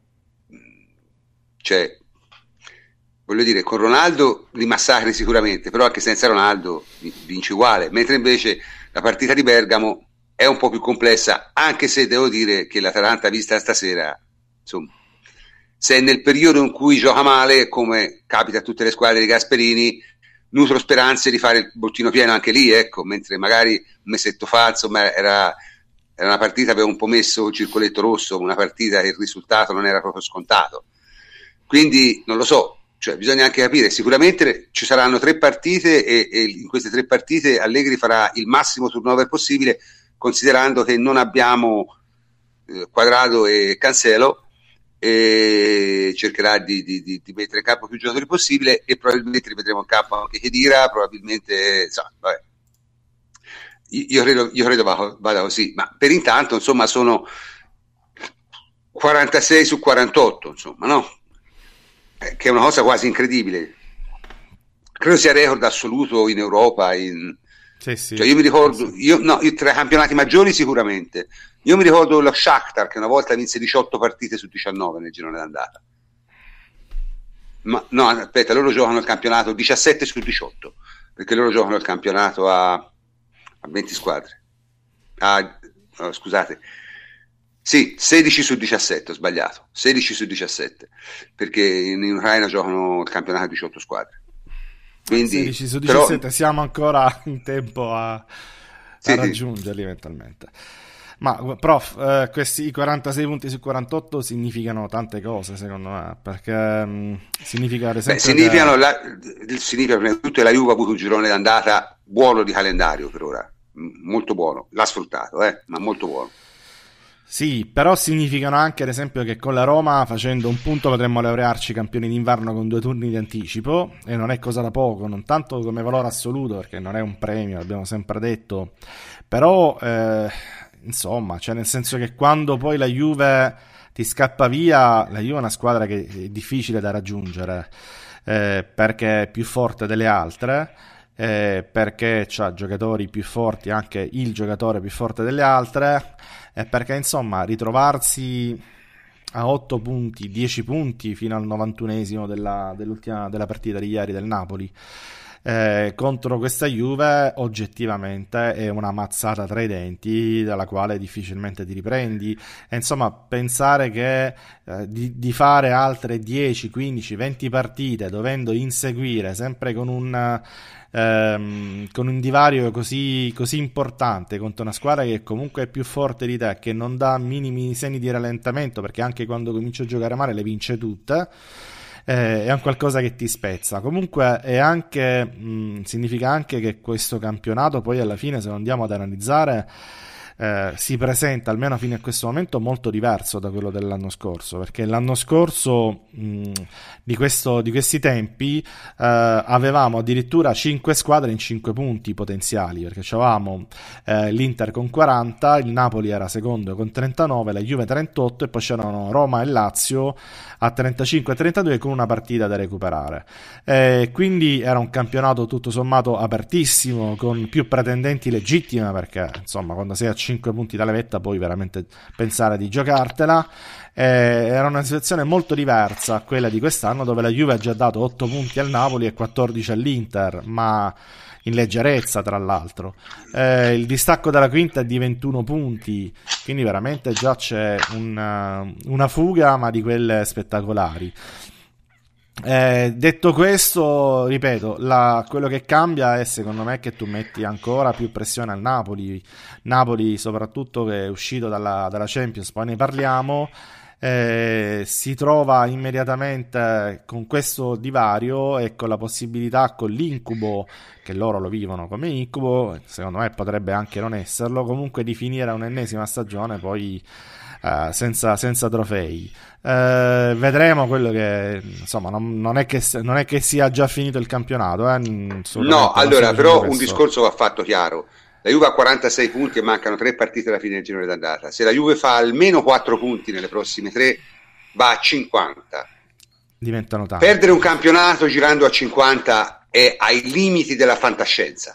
cioè, voglio dire, con Ronaldo li massacri sicuramente, però anche senza Ronaldo vinci uguale, mentre invece la partita di Bergamo è un po' più complessa, anche se devo dire che l'Atalanta vista stasera, insomma, se è nel periodo in cui gioca male, come capita a tutte le squadre di Gasperini, nutro speranze di fare il bottino pieno anche lì, ecco, mentre magari un mesetto fa, insomma, era, era una partita, aveva un po' messo il circoletto rosso, una partita che il risultato non era proprio scontato. Quindi, non lo so, cioè bisogna anche capire, sicuramente ci saranno tre partite e, e in queste tre partite Allegri farà il massimo turnover possibile, considerando che non abbiamo eh, Quadrado e Cancelo, e cercherà di, di, di, di mettere in campo più giocatori possibile e probabilmente rivedremo in campo anche Khedira, probabilmente insomma, vabbè. Io credo, io credo vada, vada così, ma per intanto insomma sono quarantasei su quarantotto, insomma, no? Eh, che è una cosa quasi incredibile, credo sia record assoluto in Europa, in... Sì, sì. Cioè io mi ricordo, io, no, io tra i campionati maggiori sicuramente, io mi ricordo lo Shakhtar che una volta vinse diciotto partite su diciannove nel girone d'andata, ma no, aspetta, loro giocano il campionato diciassette su diciotto, perché loro giocano il campionato a, a venti squadre, a, oh, scusate, sì, sedici su diciassette, ho sbagliato, sedici su diciassette, perché in, in Ucraina giocano il campionato a diciotto squadre. Quindi, sedici su diciassette, però, siamo ancora in tempo a, a sì, raggiungerli eventualmente. Ma prof, eh, questi quarantasei punti su quarantotto significano tante cose secondo me, perché mh, significa ad esempio beh, significano, che... la, significa prima di tutto che la Juve ha avuto un girone d'andata buono di calendario per ora, molto buono, l'ha sfruttato, eh, ma molto buono. Sì, però significano anche ad esempio che con la Roma facendo un punto potremmo laurearci campioni d'inverno con due turni di anticipo, e non è cosa da poco, non tanto come valore assoluto perché non è un premio, l'abbiamo sempre detto, però eh, insomma, cioè nel senso che quando poi la Juve ti scappa via, la Juve è una squadra che è difficile da raggiungere eh, perché è più forte delle altre, eh, perché ha giocatori più forti, anche il giocatore più forte delle altre, e perché insomma ritrovarsi a otto punti, dieci punti fino al novantunesimo della, dell'ultima della partita di ieri del Napoli, eh, contro questa Juve oggettivamente è una mazzata tra i denti dalla quale difficilmente ti riprendi, e insomma pensare che eh, di, di fare altre dieci, quindici, venti partite dovendo inseguire sempre con un ehm, con un divario così, così importante contro una squadra che comunque è più forte di te, che non dà minimi segni di rallentamento, perché anche quando comincia a giocare male le vince tutte, eh, è un qualcosa che ti spezza. Comunque è anche mh, significa anche che questo campionato poi alla fine, se lo andiamo ad analizzare, eh, si presenta almeno fino a questo momento molto diverso da quello dell'anno scorso, perché l'anno scorso mh, di, questo, di questi tempi eh, avevamo addirittura cinque squadre in cinque punti potenziali, perché avevamo eh, l'Inter con quaranta, il Napoli era secondo con trentanove, la Juve trentotto, e poi c'erano Roma e Lazio a trentacinque e trentadue con una partita da recuperare. Eh, quindi era un campionato tutto sommato apertissimo, con più pretendenti legittime, perché insomma quando sei a cinque punti dalla vetta puoi veramente pensare di giocartela. Eh, era una situazione molto diversa a quella di quest'anno, dove la Juve ha già dato otto punti al Napoli e quattordici all'Inter, ma in leggerezza tra l'altro. Eh, il distacco dalla quinta è di ventuno punti, quindi veramente già c'è una, una fuga, ma di quelle spettacolari. Eh, detto questo, ripeto, la, quello che cambia è secondo me che tu metti ancora più pressione al Napoli, Napoli soprattutto che è uscito dalla, dalla Champions, poi ne parliamo. Eh, si trova immediatamente con questo divario e con la possibilità, con l'incubo, che loro lo vivono come incubo, secondo me potrebbe anche non esserlo, comunque di finire un'ennesima stagione poi Uh, senza, senza trofei. Uh, vedremo quello che insomma non, non, è che non è che sia già finito il campionato, eh? No, allora però un discorso va fatto chiaro. La Juve ha quarantasei punti e mancano tre partite alla fine del girone d'andata. Se la Juve fa almeno quattro punti nelle prossime tre, va a cinquanta. Diventano tanti. Perdere un campionato girando a cinquanta è ai limiti della fantascienza.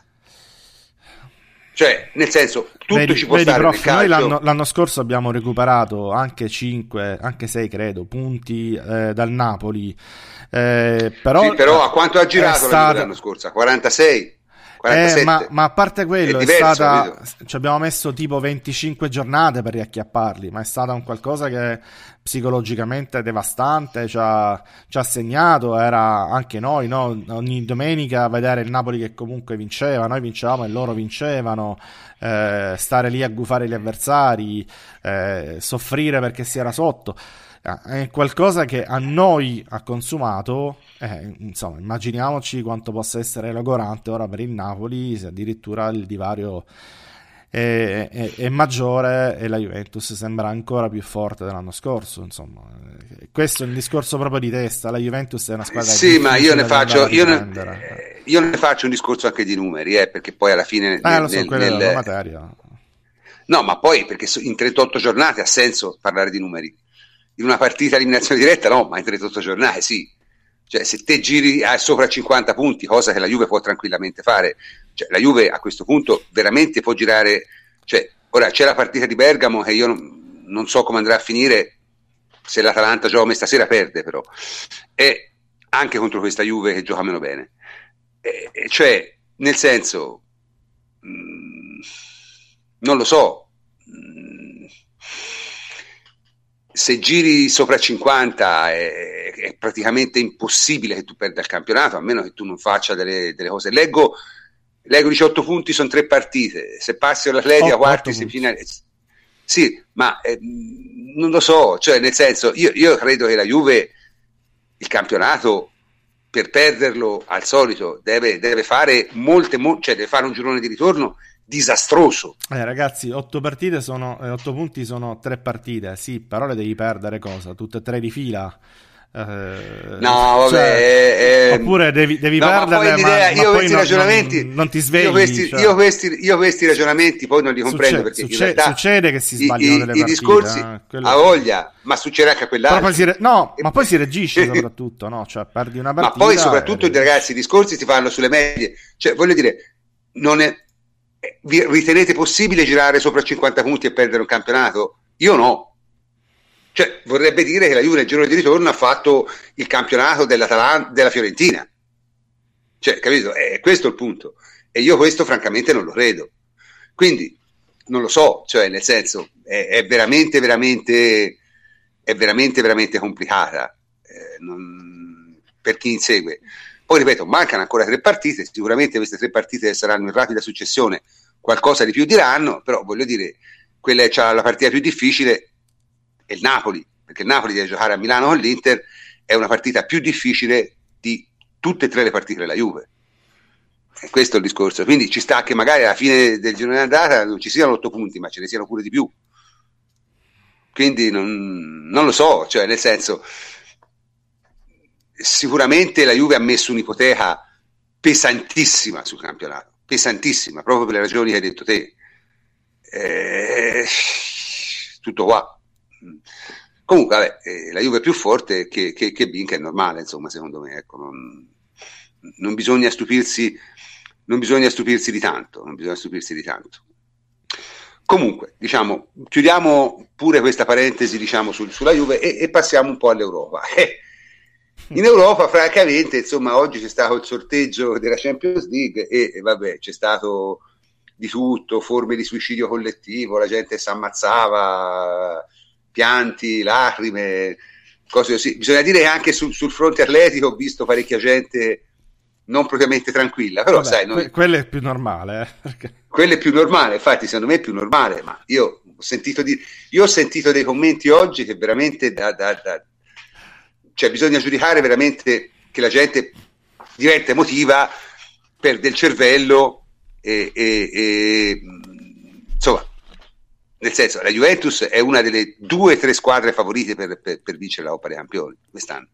Cioè, nel senso, tutto vedi, ci può vedi, stare prof, nel calcio. Noi l'anno, l'anno scorso abbiamo recuperato anche cinque, anche sei credo, punti eh, dal Napoli. Eh, però, sì, però a quanto ha girato stata... l'anno scorso? quarantasei? quarantasette? Eh, ma, ma a parte quello, è, diverso, è stata, ci abbiamo messo tipo venticinque giornate per riacchiapparli, ma è stata un qualcosa che psicologicamente devastante, ci ha, ci ha segnato, era anche noi, no? Ogni domenica vedere il Napoli che comunque vinceva, noi vincevamo e loro vincevano, eh, stare lì a gufare gli avversari, eh, soffrire perché si era sotto. È qualcosa che a noi ha consumato, eh, insomma, immaginiamoci quanto possa essere logorante ora per il Napoli, se addirittura il divario è, è, è maggiore e la Juventus sembra ancora più forte dell'anno scorso. Insomma, questo è un discorso proprio di testa. La Juventus è una squadra sì, ma io ne faccio io ne, io ne faccio un discorso anche di numeri, eh, perché poi alla fine eh, nel, lo so, nel, quella nel, è la materia. No, ma poi perché in trentotto giornate ha senso parlare di numeri. In una partita eliminazione diretta no, ma in trentotto giornate sì. Cioè, se te giri a sopra cinquanta punti, cosa che la Juve può tranquillamente fare, cioè la Juve a questo punto veramente può girare, cioè ora c'è la partita di Bergamo che io non, non so come andrà a finire, se l'Atalanta gioca come stasera perde, però e anche contro questa Juve che gioca meno bene, e, e cioè nel senso mh, non lo so, mh, se giri sopra cinquanta è, è praticamente impossibile che tu perda il campionato, a meno che tu non faccia delle, delle cose. Leggo, leggo diciotto punti, sono tre partite, se passi all'Atletica quarti semifinali, sì, ma eh, non lo so, cioè nel senso io, io credo che la Juve il campionato per perderlo al solito deve, deve fare molte, mo- cioè deve fare un girone di ritorno disastroso. Eh, ragazzi, otto partite sono eh, otto punti sono tre partite, sì, però le devi perdere cosa? Tutte e tre di fila. Eh, no, vabbè, cioè, eh, oppure devi, devi no, perderle, ma, poi ma, io ma questi non, ragionamenti non, non ti svegli. Io questi, cioè. io, questi, io questi ragionamenti poi non li comprendo, Succe- perché succe- in realtà succede che si sbagliano i, delle i, partite, i discorsi eh, quello... a voglia, ma succederà anche a quell'altro. Però poi si re- no, ma poi si reagisce soprattutto, no? Cioè perdi una partita. Ma poi soprattutto, e... ragazzi, i discorsi si fanno sulle medie, cioè voglio dire, non è vi ritenete possibile girare sopra cinquanta punti e perdere un campionato? Io no. Cioè, vorrebbe dire che la Juve nel giro di ritorno ha fatto il campionato dell'Atalanta, della Fiorentina. Cioè, capito? È questo il punto. E io questo francamente non lo credo. Quindi, non lo so, cioè, nel senso, è, è veramente, veramente, è veramente, veramente complicata eh, non, per chi insegue. Poi, ripeto, mancano ancora tre partite, sicuramente queste tre partite saranno in rapida successione, qualcosa di più diranno, però voglio dire, quella che ha la partita più difficile è il Napoli, perché il Napoli deve giocare a Milano con l'Inter, è una partita più difficile di tutte e tre le partite della Juve. E questo è il discorso. Quindi ci sta che magari alla fine del girone d'andata non ci siano otto punti, ma ce ne siano pure di più. Quindi non, non lo so, cioè nel senso, sicuramente la Juve ha messo un'ipoteca pesantissima sul campionato, pesantissima, proprio per le ragioni che hai detto te. Eh, tutto qua. Comunque, vabbè, eh, la Juve è più forte che, che, che vinca, è normale, insomma, secondo me. Ecco, non, non bisogna stupirsi, non bisogna stupirsi di tanto, non bisogna stupirsi di tanto. Comunque, diciamo, chiudiamo pure questa parentesi, diciamo, sul, sulla Juve e, e passiamo un po' all'Europa. Eh, in Europa, francamente, insomma, oggi c'è stato il sorteggio della Champions League e, e vabbè, c'è stato di tutto, forme di suicidio collettivo, la gente si ammazzava, pianti, lacrime, cose così. Bisogna dire che anche sul, sul fronte atletico ho visto parecchia gente non propriamente tranquilla, però vabbè, sai, noi... que- quello è più normale, eh? Perché... quello è più normale, infatti secondo me è più normale, ma io ho sentito, di... io ho sentito dei commenti oggi che veramente da, da, da... cioè bisogna giudicare veramente che la gente diventa emotiva per del cervello e, e, e insomma, nel senso, la Juventus è una delle due o tre squadre favorite per, per, per vincere la Coppa dei Campioni quest'anno.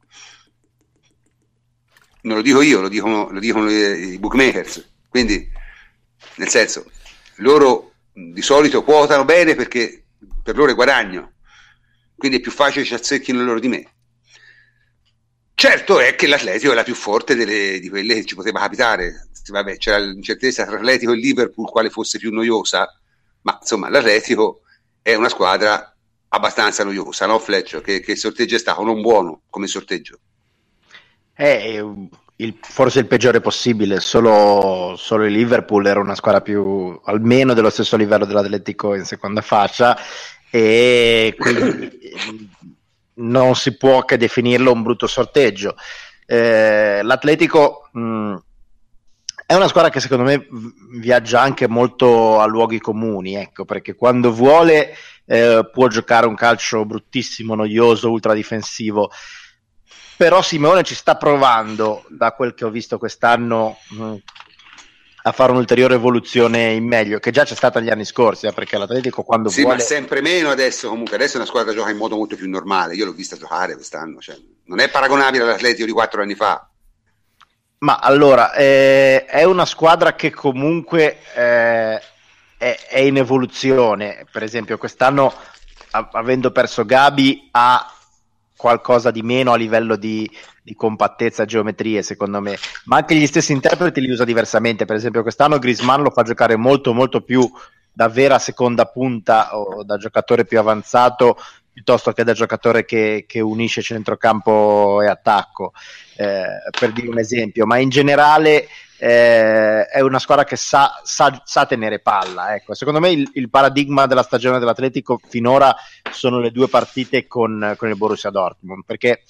Non lo dico io, lo dicono, lo dicono i bookmakers. Quindi, nel senso, loro di solito quotano bene perché per loro è guadagno. Quindi è più facile che ci azzecchino loro di me. Certo è che l'Atletico è la più forte delle, di quelle che ci poteva capitare. Vabbè, c'era l'incertezza tra Atletico e Liverpool quale fosse più noiosa, ma insomma l'Atletico è una squadra abbastanza noiosa, no Fletcher? Che, che il sorteggio è stato non buono come sorteggio. È il, forse il peggiore possibile, solo, solo il Liverpool era una squadra più almeno dello stesso livello dell'Atletico in seconda fascia e quindi non si può che definirlo un brutto sorteggio. Eh, L'Atletico mh, è una squadra che secondo me viaggia anche molto a luoghi comuni, ecco, perché quando vuole eh, può giocare un calcio bruttissimo, noioso, ultradifensivo. Però Simeone ci sta provando, da quel che ho visto quest'anno, mh, a fare un'ulteriore evoluzione in meglio, che già c'è stata negli anni scorsi, eh, perché l'Atletico quando sì, vuole... ma sempre meno adesso, comunque adesso è una squadra che gioca in modo molto più normale, io l'ho vista giocare quest'anno, cioè, non è paragonabile all'Atletico di quattro anni fa. Ma allora, eh, è una squadra che comunque eh, è, è in evoluzione, per esempio quest'anno, a- avendo perso Gabi, ha qualcosa di meno a livello di, di compattezza, geometrie secondo me, ma anche gli stessi interpreti li usa diversamente. Per esempio quest'anno Griezmann lo fa giocare molto molto più da vera seconda punta o da giocatore più avanzato piuttosto che da giocatore che, che unisce centrocampo e attacco, eh, per dire un esempio, ma in generale eh, è una squadra che sa, sa, sa tenere palla, ecco. Secondo me il, il paradigma della stagione dell'Atletico finora sono le due partite con, con il Borussia Dortmund, perché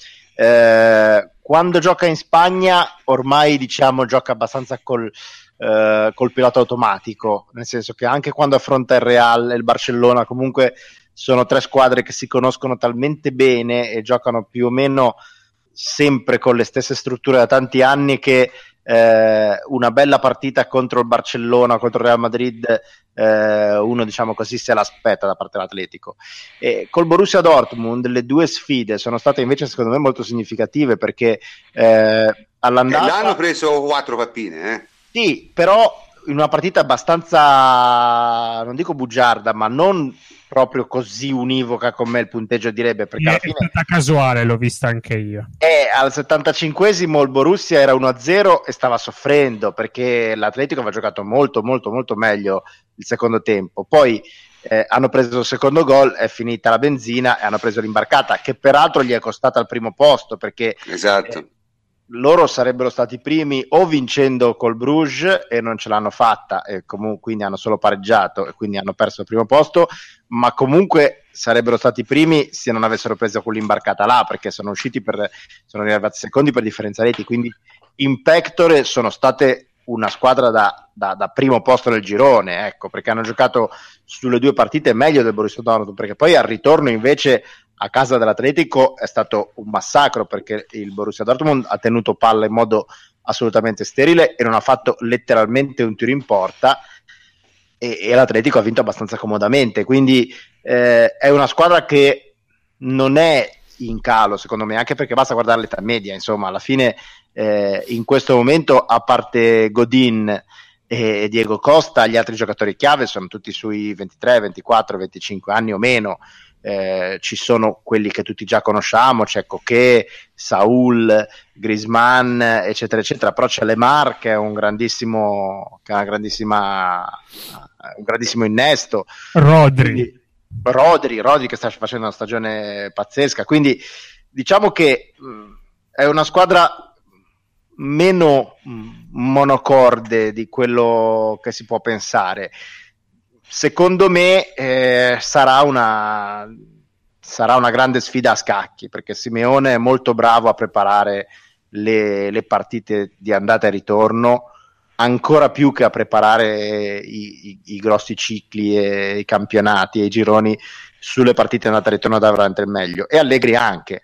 eh, quando gioca in Spagna ormai diciamo gioca abbastanza col, eh, col pilota automatico, nel senso che anche quando affronta il Real e il Barcellona comunque sono tre squadre che si conoscono talmente bene e giocano più o meno sempre con le stesse strutture da tanti anni che eh, una bella partita contro il Barcellona, contro il Real Madrid, eh, uno diciamo così se l'aspetta da parte dell'Atletico. E col Borussia Dortmund le due sfide sono state invece secondo me molto significative, perché eh, all'andata... E l'hanno preso quattro pappine, eh? Sì, però in una partita abbastanza, non dico bugiarda, ma non proprio così univoca come il punteggio direbbe, perché alla fine è stata casuale, l'ho vista anche io. E al settantacinquesimo il Borussia era uno a zero e stava soffrendo perché l'Atletico aveva giocato molto molto molto meglio il secondo tempo. Poi eh, hanno preso il secondo gol, è finita la benzina e hanno preso l'imbarcata, che peraltro gli è costata al primo posto, perché esatto. eh, loro sarebbero stati primi o vincendo col Bruges e non ce l'hanno fatta e comunque quindi hanno solo pareggiato e quindi hanno perso il primo posto, ma comunque sarebbero stati primi se non avessero preso quell'imbarcata là, perché sono usciti per sono arrivati secondi per differenza reti, quindi in pectore sono state una squadra da, da, da primo posto nel girone, ecco, perché hanno giocato sulle due partite meglio del Borussia Dortmund, perché poi al ritorno invece a casa dell'Atletico è stato un massacro, perché il Borussia Dortmund ha tenuto palla in modo assolutamente sterile e non ha fatto letteralmente un tiro in porta, e, e l'Atletico ha vinto abbastanza comodamente, quindi eh, è una squadra che non è in calo secondo me, anche perché basta guardare l'età media, insomma alla fine eh, in questo momento, a parte Godin e Diego Costa, gli altri giocatori chiave sono tutti sui ventitré, ventiquattro, venticinque anni o meno. Eh, ci sono quelli che tutti già conosciamo, c'è Coquet, Saul, Griezmann, eccetera eccetera, però c'è Lemar che è un grandissimo che ha una grandissima un grandissimo innesto, Rodri quindi, Rodri, Rodri che sta facendo una stagione pazzesca, quindi diciamo che mh, è una squadra meno mh, monocorde di quello che si può pensare. Secondo me eh, sarà una sarà una grande sfida a scacchi, perché Simeone è molto bravo a preparare le, le partite di andata e ritorno, ancora più che a preparare i, i, i grossi cicli e i campionati e i gironi. Sulle partite di andata e ritorno da veramente il meglio, e Allegri anche,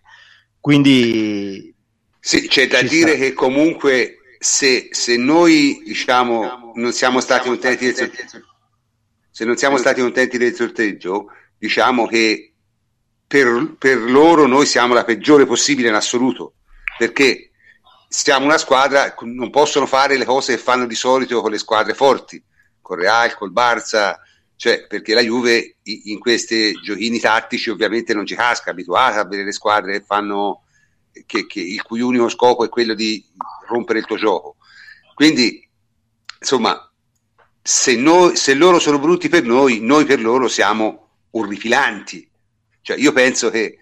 quindi sì, c'è da dire sta. Che comunque se, se noi diciamo non siamo stati contenti del sorteggio, se non siamo stati contenti del sorteggio, diciamo che per, per loro noi siamo la peggiore possibile in assoluto, perché siamo una squadra, non possono fare le cose che fanno di solito con le squadre forti, con Real, col Barça, cioè perché la Juve in questi giochini tattici ovviamente non ci casca, abituata a vedere le squadre che fanno che, che il cui unico scopo è quello di rompere il tuo gioco. Quindi insomma, se, noi, se loro sono brutti per noi, noi per loro siamo orripilanti. Cioè io penso che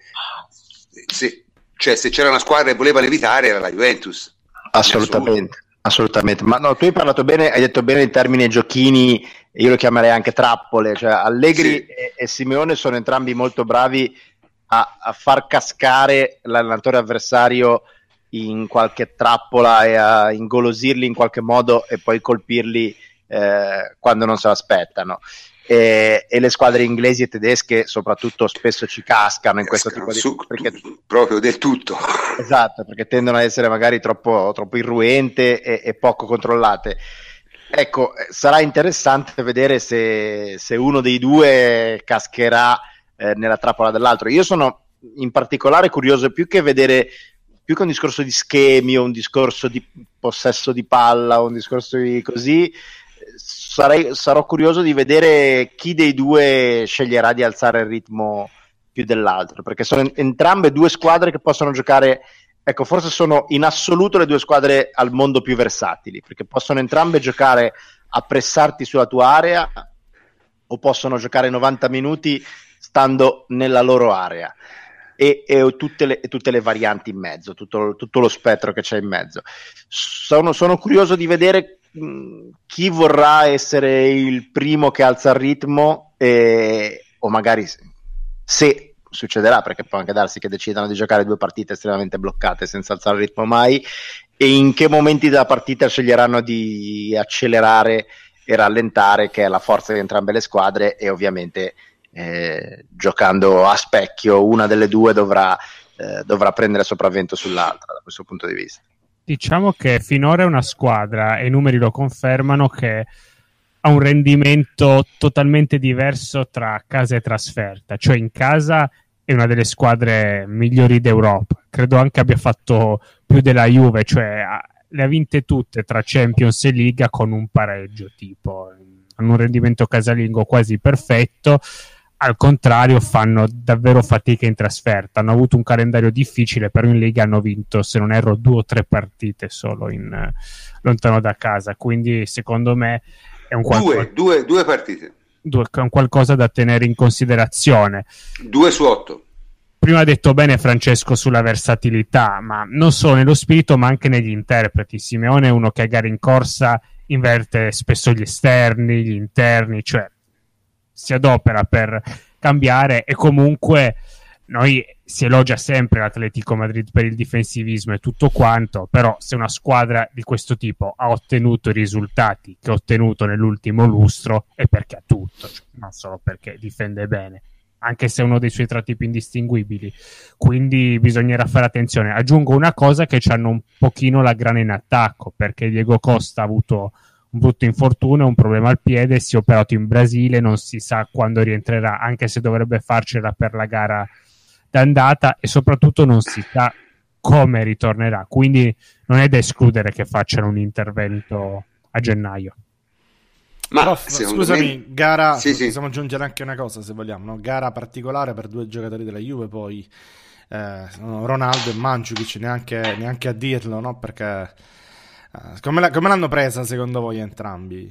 se, cioè, se c'era una squadra che voleva levitare era la Juventus. Assolutamente, assolutamente. Ma no, tu hai parlato bene, hai detto bene in termini giochini, io lo chiamerei anche trappole, cioè Allegri sì. e, e Simeone sono entrambi molto bravi a, a far cascare l'allenatore avversario in qualche trappola e a ingolosirli in qualche modo e poi colpirli eh, quando non se l'aspettano. E, e le squadre inglesi e tedesche soprattutto spesso ci cascano in questo tipo di su, perché, proprio del tutto, esatto, perché tendono ad essere magari troppo, troppo irruente e, e poco controllate. Ecco, sarà interessante vedere se, se uno dei due cascherà eh, nella trappola dell'altro. Io sono in particolare curioso, più che vedere più che un discorso di schemi o un discorso di possesso di palla o un discorso di così, sarei, sarò curioso di vedere chi dei due sceglierà di alzare il ritmo più dell'altro, perché sono entrambe due squadre che possono giocare, ecco, forse sono in assoluto le due squadre al mondo più versatili, perché possono entrambe giocare a pressarti sulla tua area o possono giocare novanta minuti stando nella loro area. E, e, tutte le, e tutte le varianti in mezzo, tutto, tutto lo spettro che c'è in mezzo. Sono, sono curioso di vedere mh, chi vorrà essere il primo che alza il ritmo, e, o magari se, se succederà, perché può anche darsi che decidano di giocare due partite estremamente bloccate senza alzare il ritmo mai, e in che momenti della partita sceglieranno di accelerare e rallentare, che è la forza di entrambe le squadre, e ovviamente Eh, giocando a specchio una delle due dovrà, eh, dovrà prendere sopravvento sull'altra da questo punto di vista. Diciamo che finora è una squadra, e i numeri lo confermano, che ha un rendimento totalmente diverso tra casa e trasferta, cioè in casa è una delle squadre migliori d'Europa, credo anche abbia fatto più della Juve, cioè le ha vinte tutte tra Champions e Liga con un pareggio, tipo hanno un rendimento casalingo quasi perfetto. Al contrario, fanno davvero fatica in trasferta, hanno avuto un calendario difficile, però in Liga hanno vinto, se non erro, due o tre partite solo in, eh, lontano da casa, quindi secondo me è un qualcosa, due, due, due partite due, è un qualcosa da tenere in considerazione. Due su otto. prima ha detto bene Francesco sulla versatilità, ma non solo nello spirito ma anche negli interpreti. Simeone è uno che a gare in corsa inverte spesso gli esterni, gli interni, cioè si adopera per cambiare, e comunque noi si elogia sempre l'Atletico Madrid per il difensivismo e tutto quanto, però se una squadra di questo tipo ha ottenuto i risultati che ha ottenuto nell'ultimo lustro è perché ha tutto, cioè non solo perché difende bene, anche se è uno dei suoi tratti più indistinguibili, quindi bisognerà fare attenzione. Aggiungo una cosa, che c'hanno un pochino la grana in attacco, perché Diego Costa ha avuto un brutto infortunio, un problema al piede, si è operato in Brasile, non si sa quando rientrerà, anche se dovrebbe farcela per la gara d'andata, e soprattutto non si sa come ritornerà, quindi non è da escludere che facciano un intervento a gennaio. Ma Prof, scusami, me... gara, sì, sì. possiamo aggiungere anche una cosa se vogliamo, no? Gara particolare per due giocatori della Juve, poi eh, Ronaldo e Mandzukic, neanche, neanche a dirlo, no? Perché eh, come, la, come l'hanno presa secondo voi entrambi?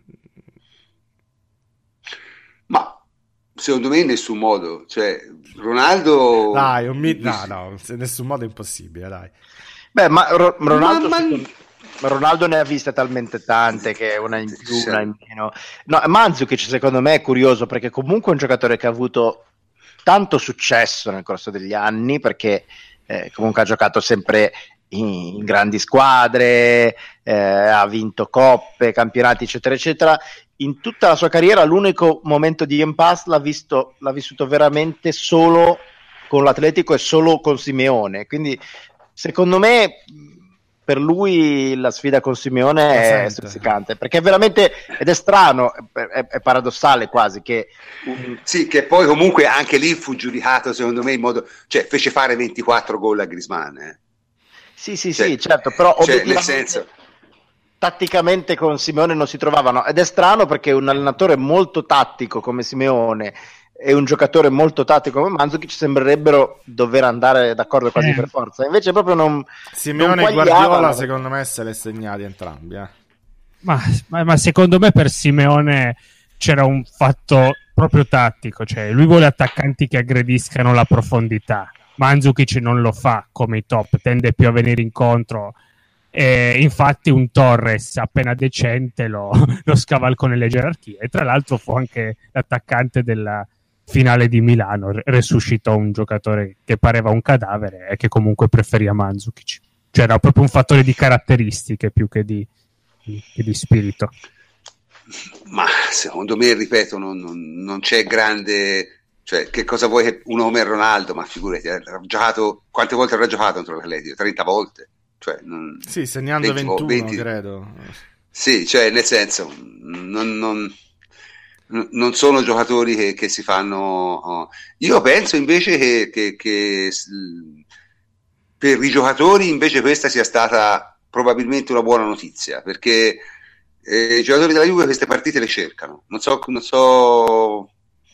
Ma secondo me in nessun modo, cioè Ronaldo... Dai, un mi... no, no, in nessun modo è impossibile, dai. Beh, ma Ro- Ronaldo... Ma, ma... Ronaldo ne ha viste talmente tante che una in più, sì. una in meno. No, Mandzukic secondo me è curioso perché comunque è un giocatore che ha avuto tanto successo nel corso degli anni, perché eh, comunque ha giocato sempre in, in grandi squadre, eh, ha vinto coppe, campionati eccetera eccetera. In tutta la sua carriera l'unico momento di impasse l'ha visto, l'ha vissuto veramente solo con l'Atletico e solo con Simeone, quindi secondo me per lui la sfida con Simeone è stuzzicante, perché è veramente, ed è strano, è, è paradossale quasi che un... sì, che poi comunque anche lì fu giudicato secondo me in modo, cioè fece fare ventiquattro gol a Griezmann, eh. sì sì cioè, sì certo, però cioè, obiettivamente nel senso... tatticamente con Simeone non si trovavano, ed è strano perché un allenatore molto tattico come Simeone e un giocatore molto tattico come Mandzukic sembrerebbero dover andare d'accordo quasi eh. per forza, invece proprio non Simeone non e Guardiola secondo me se le segnati entrambi eh. ma, ma, ma secondo me per Simeone c'era un fatto proprio tattico, cioè lui vuole attaccanti che aggrediscano la profondità. Mandzukic non lo fa come i top, tende più a venire incontro, e infatti un Torres appena decente lo, lo scavalco nelle gerarchie, e tra l'altro fu anche l'attaccante della finale di Milano, resuscitò un giocatore che pareva un cadavere e che comunque preferia Mandzukic, cioè era proprio un fattore di caratteristiche più che di, che di spirito. Ma secondo me, ripeto, non, non, non c'è grande, cioè che cosa vuoi che uno come Ronaldo, ma figurati, ha giocato, quante volte avrà giocato contro l'Atletico? trenta volte, cioè non, sì, segnando venti, ventuno venti, credo, sì, cioè nel senso non, non non sono giocatori che, che si fanno oh. Io penso invece che, che, che per i giocatori invece questa sia stata probabilmente una buona notizia, perché eh, i giocatori della Juve queste partite le cercano, non so, non so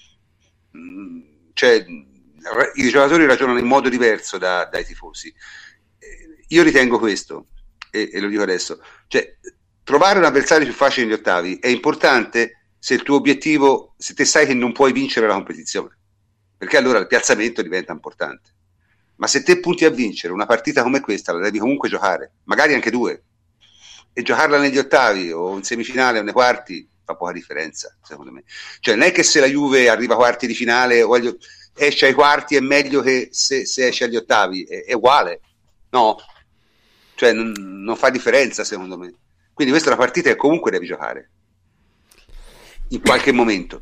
cioè i giocatori ragionano in modo diverso da, dai tifosi. Io ritengo questo e, e lo dico adesso, cioè trovare un avversario più facile negli ottavi è importante se il tuo obiettivo, se te sai che non puoi vincere la competizione, perché allora il piazzamento diventa importante. Ma se te punti a vincere una partita come questa, la devi comunque giocare, magari anche due, e giocarla negli ottavi o in semifinale o nei quarti fa poca differenza, secondo me. Cioè non è che se la Juve arriva ai quarti di finale o agli, esce ai quarti è meglio che se, se esce agli ottavi, è, è uguale, no? Cioè non, non fa differenza, secondo me. Quindi questa è una partita che comunque devi giocare in qualche momento,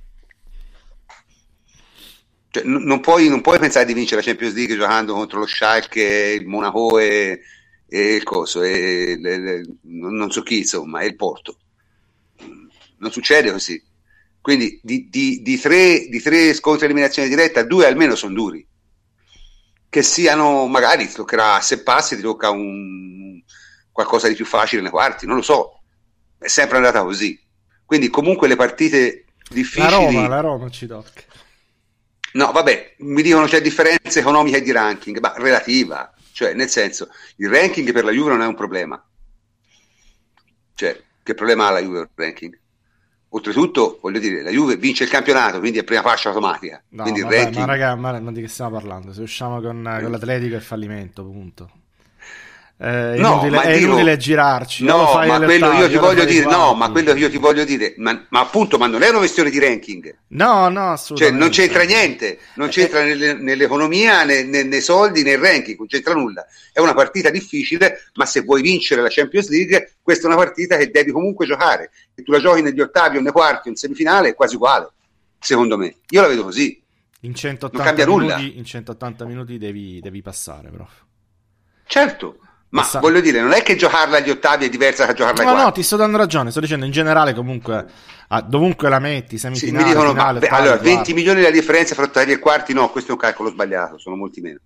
cioè, n- non, puoi, non puoi pensare di vincere la Champions League giocando contro lo Schalke, il Monaco e, e il coso e le, le, non so chi, insomma, e il Porto. Non succede così. Quindi di, di, di, tre, di tre scontri eliminazione diretta, due almeno sono duri, che siano, magari ti toccherà, se passi ti tocca un qualcosa di più facile nei quarti, non lo so, è sempre andata così. Quindi comunque le partite difficili... La Roma, la Roma ci tocca. No, vabbè, mi dicono c'è differenza economica e di ranking, ma relativa. Cioè, nel senso, il ranking per la Juve non è un problema. Cioè, che problema ha la Juve il ranking? oltretutto, voglio dire, la Juve vince il campionato, quindi è prima fascia automatica. No, quindi vabbè, il ranking... ma raga, ma, ma di che stiamo parlando? Se usciamo con, eh. con l'Atletico è fallimento, punto. Eh, è no, inutile, ma è dico, inutile girarci. No, fai ma quello io ti voglio dire, no, ma quarti. quello io ti voglio dire, ma, ma appunto, ma non è una questione di ranking. No, no, assolutamente. Cioè, non c'entra niente, non c'entra eh, nelle, nell'economia, né, né, nei soldi, nei ranking, non c'entra nulla. È una partita difficile, ma se vuoi vincere la Champions League, questa è una partita che devi comunque giocare. Se tu la giochi negli ottavi o nei quarti o in semifinale è quasi uguale, secondo me. Io la vedo così. In centottanta non cambia minuti, nulla. In centottanta minuti devi, devi passare, prof. Certo. Ma Passa... voglio dire, non è che giocarla agli ottavi è diversa da giocarla ai no, quarti. No, ti sto dando ragione, sto dicendo in generale comunque ah, dovunque la metti, semifinale, sì, mi dicono, finale, ma, beh, ottavi, allora, venti quarti. milioni la differenza fra ottavi e quarti, no, questo è un calcolo sbagliato, sono molti meno.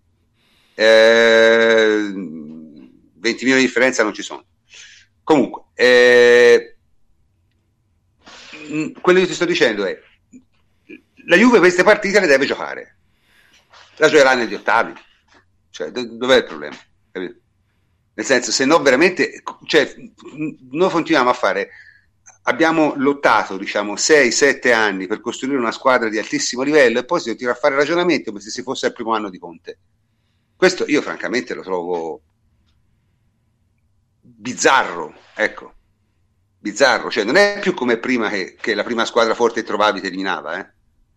Eh, venti milioni di differenza non ci sono. Comunque, eh, quello che ti sto dicendo è la Juve queste partite le deve giocare. La giocherà negli ottavi. Cioè, do- dov'è il problema? Capito? Nel senso, se no veramente, cioè, noi continuiamo a fare, abbiamo lottato, diciamo, sei sette anni per costruire una squadra di altissimo livello e poi si continua a fare ragionamento come se si fosse il primo anno di Conte. Questo io francamente lo trovo bizzarro, ecco, bizzarro, cioè non è più come prima che, che la prima squadra forte trovavi ti eliminava, eh.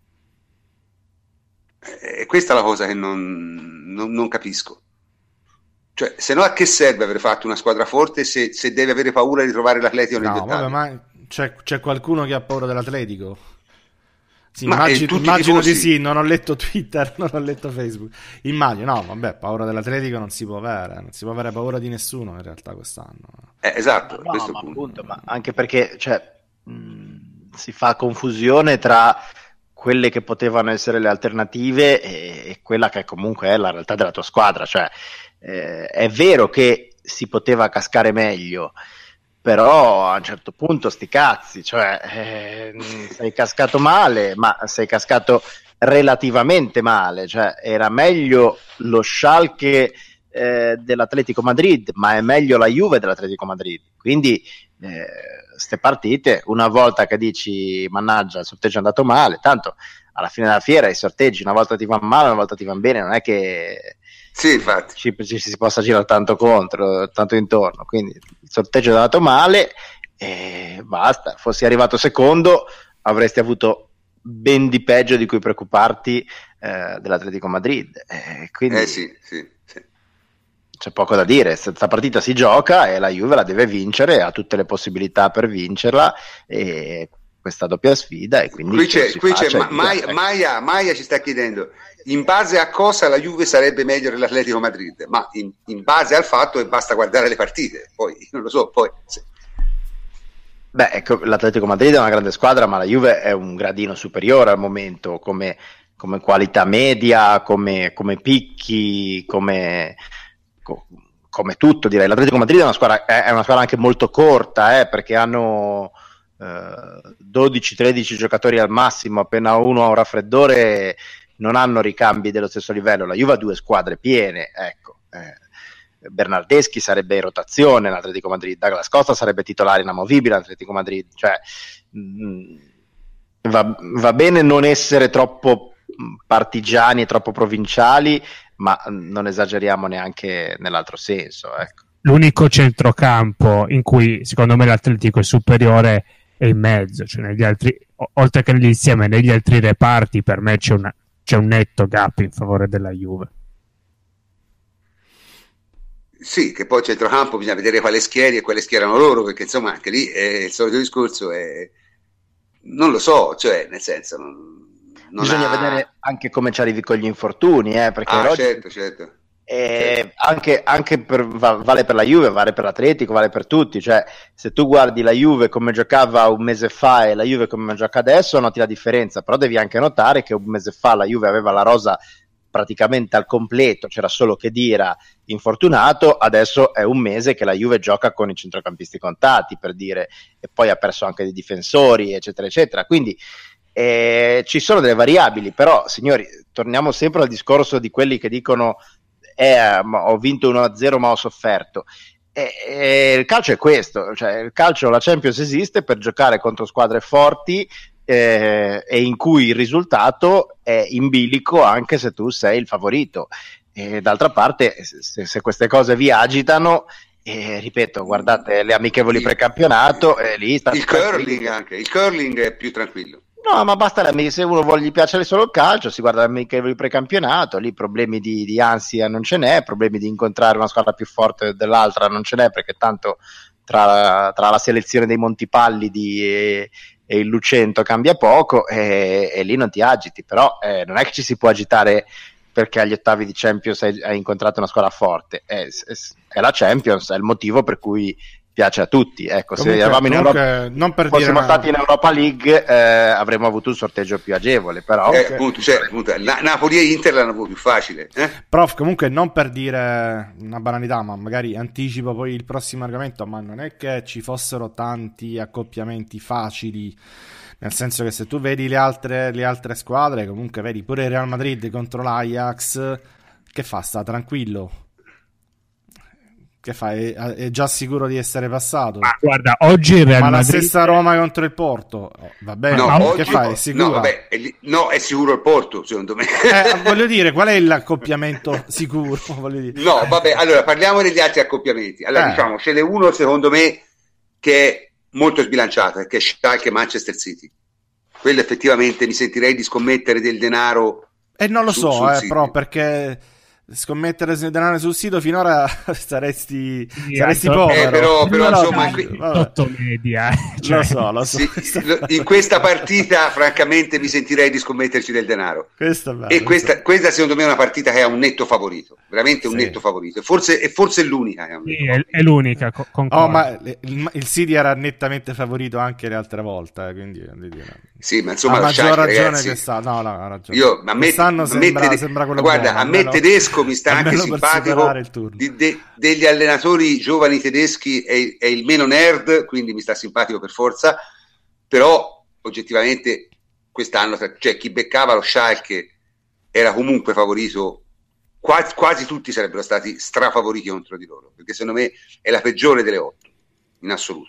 E questa è la cosa che non, non, non capisco. Cioè, se no a che serve aver fatto una squadra forte se, se deve avere paura di trovare l'Atletico negli no, ottavi? Vabbè, ma c'è, c'è qualcuno che ha paura dell'Atletico? Sì, ma immagino, immagino di sì, non ho letto Twitter, non ho letto Facebook. Immagino, no, vabbè, paura dell'Atletico non si può avere, non si può avere paura di nessuno in realtà quest'anno. Eh, esatto, no, questo ma punto. appunto, ma anche perché cioè, mh, si fa confusione tra quelle che potevano essere le alternative e, e quella che comunque è la realtà della tua squadra, cioè eh, è vero che si poteva cascare meglio, però a un certo punto sti cazzi, cioè eh, sei cascato male, ma sei cascato relativamente male, cioè era meglio lo Schalke eh, dell'Atletico Madrid, ma è meglio la Juve dell'Atletico Madrid, quindi eh, ste partite, una volta che dici mannaggia il sorteggio è andato male, tanto alla fine della fiera i sorteggi una volta ti vanno male, una volta ti vanno bene, non è che sì, infatti. Ci, ci si possa girare tanto contro, tanto intorno, quindi il sorteggio è andato male e basta, fossi arrivato secondo avresti avuto ben di peggio di cui preoccuparti eh, dell'Atletico Madrid, eh, quindi eh sì, sì, sì. C'è poco da dire, questa partita si gioca e la Juve la deve vincere, ha tutte le possibilità per vincerla e questa doppia sfida e quindi qui c'è, qui c'è faccia, Ma, Maia, Maia, Maia ci sta chiedendo in base a cosa la Juve sarebbe meglio dell'Atletico Madrid, ma in, in base al fatto che basta guardare le partite, poi non lo so, poi sì. Beh, ecco, l'Atletico Madrid è una grande squadra, ma la Juve è un gradino superiore al momento come, come qualità media, come, come picchi, come come tutto, direi. L'Atletico Madrid è una squadra, è una squadra anche molto corta, eh, perché hanno eh, dodici tredici giocatori al massimo, appena uno ha un raffreddore non hanno ricambi dello stesso livello. La Juve ha due squadre piene, ecco. Eh, Bernardeschi sarebbe in rotazione l'Atletico Madrid, Douglas Costa sarebbe titolare inamovibile l'Atletico Madrid, cioè mh, va, va bene non essere troppo partigiani e troppo provinciali, ma non esageriamo neanche nell'altro senso, ecco. L'unico centrocampo in cui secondo me l'Atletico è superiore è in mezzo, cioè negli altri, oltre che nell'insieme, negli altri reparti per me c'è, una, c'è un netto gap in favore della Juve. Sì, che poi centrocampo bisogna vedere quale schieri e quale schierano loro, perché insomma anche lì è il solito discorso, è... non lo so, cioè nel senso non... Non bisogna ha... vedere anche come ci arrivi con gli infortuni, eh, perché ah, oggi, certo, certo. eh, certo. anche, anche per, vale per la Juve, vale per l'Atletico, vale per tutti, cioè se tu guardi la Juve come giocava un mese fa e la Juve come gioca adesso noti la differenza, però devi anche notare che un mese fa la Juve aveva la rosa praticamente al completo, c'era solo Khedira infortunato, adesso è un mese che la Juve gioca con i centrocampisti contati, per dire, e poi ha perso anche dei difensori, eccetera eccetera, quindi Eh, ci sono delle variabili, però signori, torniamo sempre al discorso di quelli che dicono eh, ho vinto uno a zero ma ho sofferto. E, e il calcio è questo, cioè il calcio, la Champions esiste per giocare contro squadre forti eh, e in cui il risultato è in bilico anche se tu sei il favorito. E d'altra parte, se, se queste cose vi agitano, eh, ripeto, guardate le amichevoli il, precampionato, eh, lì sta il curling anche, il curling è più tranquillo. No, ma basta, se uno vuole, gli piace solo il calcio, si guarda l'amichevoli precampionato, lì problemi di, di ansia non ce n'è, problemi di incontrare una squadra più forte dell'altra non ce n'è, perché tanto tra, tra la selezione dei Montipallidi e, e il Lucento cambia poco, e, e lì non ti agiti, però eh, non è che ci si può agitare perché agli ottavi di Champions hai, hai incontrato una squadra forte, è, è, è la Champions, è il motivo per cui piace a tutti. Ecco, comunque, se eravamo in Europa, non per fossimo dire stati in Europa League, eh, avremmo avuto un sorteggio più agevole, però eh, appunto, cioè, appunto, la, Napoli e Inter l'hanno avuto più facile, eh? Prof, comunque non per dire una banalità, ma magari anticipo poi il prossimo argomento, ma non è che ci fossero tanti accoppiamenti facili, nel senso che se tu vedi le altre, le altre squadre, comunque vedi pure il Real Madrid contro l'Ajax, che fa? Sta tranquillo. Che fa? È, è già sicuro di essere passato? Ma guarda, oggi il Real Ma Madrid... la stessa Roma contro il Porto, oh, va bene, no, ma oggi, che fa? È sicuro? No, vabbè, è, no, è sicuro il Porto, secondo me. Eh, voglio dire, qual è l'accoppiamento sicuro? Voglio dire. No, vabbè, allora parliamo degli altri accoppiamenti. Allora, eh. diciamo, ce n'è uno, secondo me, che è molto sbilanciato, che è Schalke Manchester City. Quello effettivamente mi sentirei di scommettere del denaro. E eh, non lo su, so, eh, sito. però, perché scommettere denaro sul sito finora saresti, sì, saresti altro... povero. Eh, però, però no, insomma, no, qui... sotto media, cioè... lo so, lo so. Sì, in questa partita, francamente, mi sentirei di scommetterci del denaro. Questa è bello, e questa, questa, secondo me, è una partita che ha un netto favorito, veramente un sì. netto favorito. Forse, e forse è l'unica. Che ha un sì, è, è l'unica. Con oh, ma il, il City era nettamente favorito anche le altre volte, quindi sì, ma insomma, ha maggior Schalke, ragione ragazzi, che sta. No, no, ha ragione. Io, a me, Quest'anno a sembra, me tede... sembra quello guarda, buono, a me almeno, tedesco mi sta anche simpatico di, de, degli allenatori giovani tedeschi, è, è il meno nerd, quindi mi sta simpatico per forza, però oggettivamente quest'anno, cioè, chi beccava lo Schalke era comunque favorito, quasi, quasi tutti sarebbero stati strafavoriti contro di loro, perché secondo me è la peggiore delle otto in assoluto.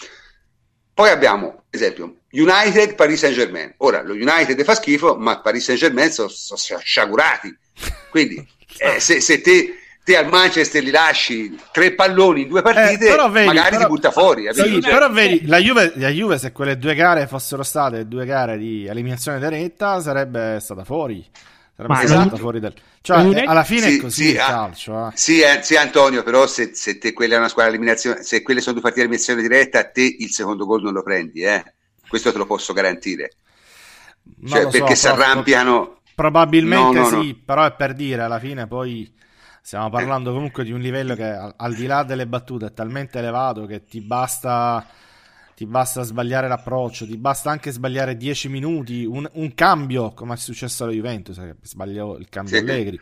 Poi abbiamo, ad esempio, United Paris Saint-Germain. Ora, lo United fa schifo, ma Paris Saint-Germain sono so, so sciagurati. Quindi, eh, se, se te, te al Manchester li lasci tre palloni in due partite, eh, vedi, magari però, ti butta fuori. Sì, cioè, però vedi, la Juve, la Juve, se quelle due gare fossero state due gare di eliminazione diretta, sarebbe stata fuori. Sarebbe ma stata esatto. fuori del... Cioè, eh, alla fine sì, è così sì, il calcio. Eh. Sì, eh, sì, Antonio, però se, se te quella è una squadra eliminazione, se quelle sono due partite di eliminazione diretta, te il secondo gol non lo prendi, eh. Questo te lo posso garantire. Cioè, so, perché si arrampiano. Probabilmente no, no, sì, no. però è per dire, alla fine poi stiamo parlando comunque di un livello che al, al di là delle battute è talmente elevato che ti basta ti basta sbagliare l'approccio, ti basta anche sbagliare dieci minuti, un, un cambio, come è successo alla Juventus, che sbagliò il cambio sì. Allegri,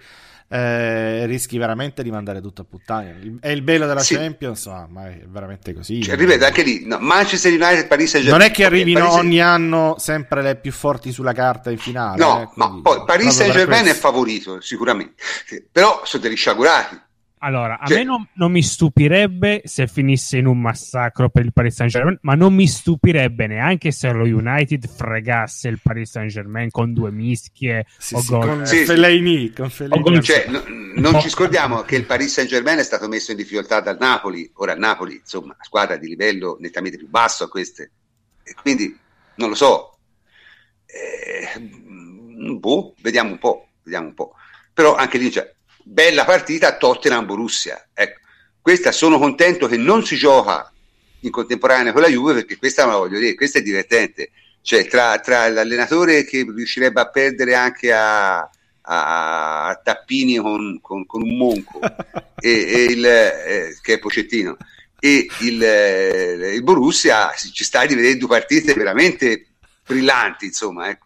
eh, rischi veramente di mandare tutto a puttana. È il bello della sì. Champions, ah, ma è veramente così. Cioè, ripeto, anche lì, no, Manchester United, Paris Saint-Germain. Non è che arrivino Paris... ogni anno sempre le più forti sulla carta in finale. No, eh, ma poi Paris Saint-Germain è favorito, sicuramente. Però sono degli sciagurati. Allora, a cioè, me non, non mi stupirebbe se finisse in un massacro per il Paris Saint-Germain, ma non mi stupirebbe neanche se lo United fregasse il Paris Saint-Germain con due mischie sì, o sì, gol. con sì, Fellaini, con Fellaini. Cioè, no, non ci scordiamo che il Paris Saint-Germain è stato messo in difficoltà dal Napoli. Ora il Napoli, insomma, una squadra di livello nettamente più basso a queste, e quindi non lo so. Eh, boh, vediamo un po', vediamo un po'. Però anche lì, cioè, bella partita Tottenham-Borussia, ecco, questa sono contento che non si gioca in contemporanea con la Juve, perché questa me la voglio dire, questa è divertente, cioè tra, tra l'allenatore che riuscirebbe a perdere anche a, a, a tappini con, con, con un monco e, e il, eh, che è Pochettino, e il, eh, il Borussia, ci sta di vedere due partite veramente brillanti, insomma, ecco.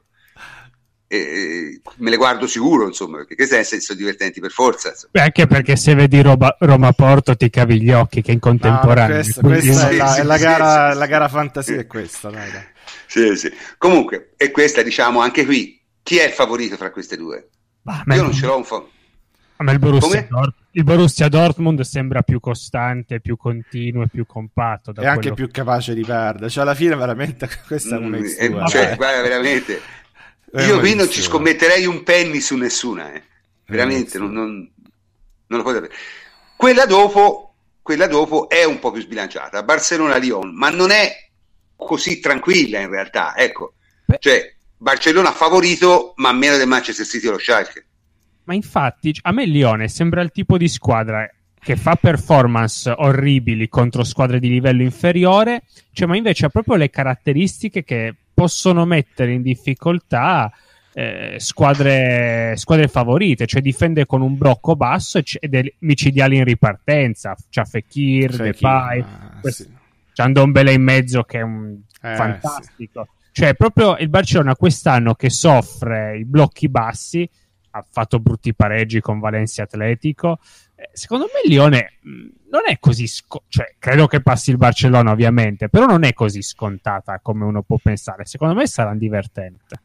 E me le guardo sicuro, insomma, perché queste sono divertenti per forza. Beh, anche perché se vedi Roma-Porto ti cavi gli occhi che in contemporanea. No, questa, questa sì, è, la, sì, è la, sì, gara, sì, la gara fantasia, sì. È questa, dai, dai. Sì, sì. Comunque, e questa, diciamo, anche qui, chi è il favorito fra queste due? Bah, Io non ce l'ho un favorito. A me il Borussia, Dort- il Borussia Dortmund sembra più costante, più continuo e più compatto. E anche più capace di perdere. Cioè, alla fine, veramente, questa è una mm, cioè, guarda, veramente. Io qui non ci scommetterei un penny su nessuna, eh. Veramente, non, non, non lo potete. Quella dopo, quella dopo è un po' più sbilanciata. Barcellona-Lyon, ma non è così tranquilla in realtà. Ecco, Beh. cioè, Barcellona favorito, ma meno del Manchester City o lo Schalke. Ma infatti, a me Lione sembra il tipo di squadra che fa performance orribili contro squadre di livello inferiore, cioè, ma invece ha proprio le caratteristiche che possono mettere in difficoltà eh, squadre, squadre favorite, cioè difende con un blocco basso ed è micidiale in ripartenza. C'ha Fekir, Fekir Depay, ah, sì. c'ha Ndombele in mezzo che è un eh, fantastico. Sì. Cioè proprio il Barcellona quest'anno che soffre i blocchi bassi, ha fatto brutti pareggi con Valencia Atletico. Secondo me il Lione non è così sco- cioè credo che passi il Barcellona ovviamente, però non è così scontata come uno può pensare. Secondo me sarà divertente.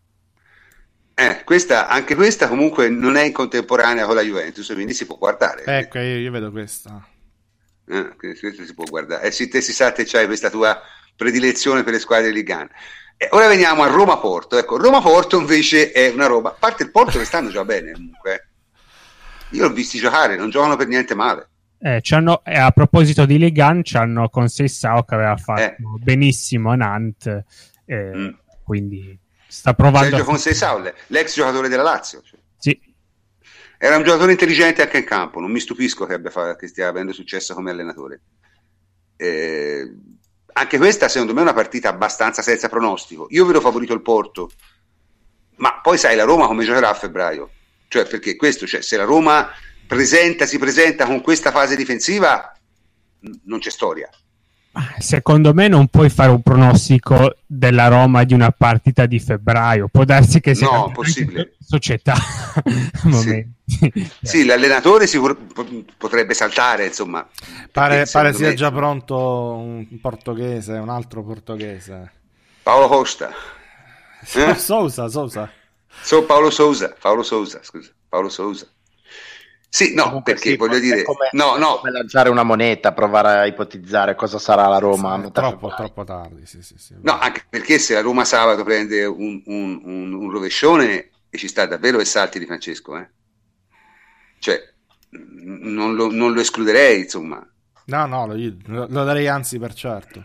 Eh, questa, anche questa comunque non è in contemporanea con la Juventus, quindi si può guardare. Ecco, io, io vedo questa. Eh, questo si può guardare. Eh sì, te si sa che c'hai questa tua predilezione per le squadre ligane. E ora veniamo a Roma-Porto. Ecco, Roma-Porto invece è una roba. A parte il Porto che stanno già bene comunque. Io l'ho visti giocare, non giocano per niente male. Eh, c'hanno, eh, a proposito di Ligan, c'hanno con Seissao che aveva fatto eh. benissimo a Nantes, eh, mm. quindi sta provando. Sergio Conceição, l'ex giocatore della Lazio. Cioè. Sì. Era un giocatore intelligente anche in campo, non mi stupisco che, abbia fa- che stia avendo successo come allenatore. Eh, anche questa secondo me è una partita abbastanza senza pronostico. Io vedo favorito il Porto, ma poi sai la Roma come giocherà a febbraio, cioè perché questo, cioè se la Roma presenta, si presenta con questa fase difensiva non c'è storia. Secondo me non puoi fare un pronostico della Roma di una partita di febbraio, può darsi che sia no, possibile. Società. Sì. Sì, l'allenatore sicur- potrebbe saltare, insomma. Pare, pare sia me... già pronto un portoghese, un altro portoghese. Paolo Costa. Eh? Sousa, Sousa. So, Paolo Sousa, Paolo Sousa, scusa, Paolo Sousa. Sì, no, comunque perché sì, voglio dire, come, no, no. come lanciare una moneta, provare a ipotizzare cosa sarà la Roma. Sì, troppo, troppo tardi, sì, sì, sì. No, anche perché se la Roma sabato prende un, un, un, un rovescione e ci sta davvero e salti di Francesco, eh? Cioè, non lo, non lo escluderei, insomma. No, no, lo, lo darei anzi per certo.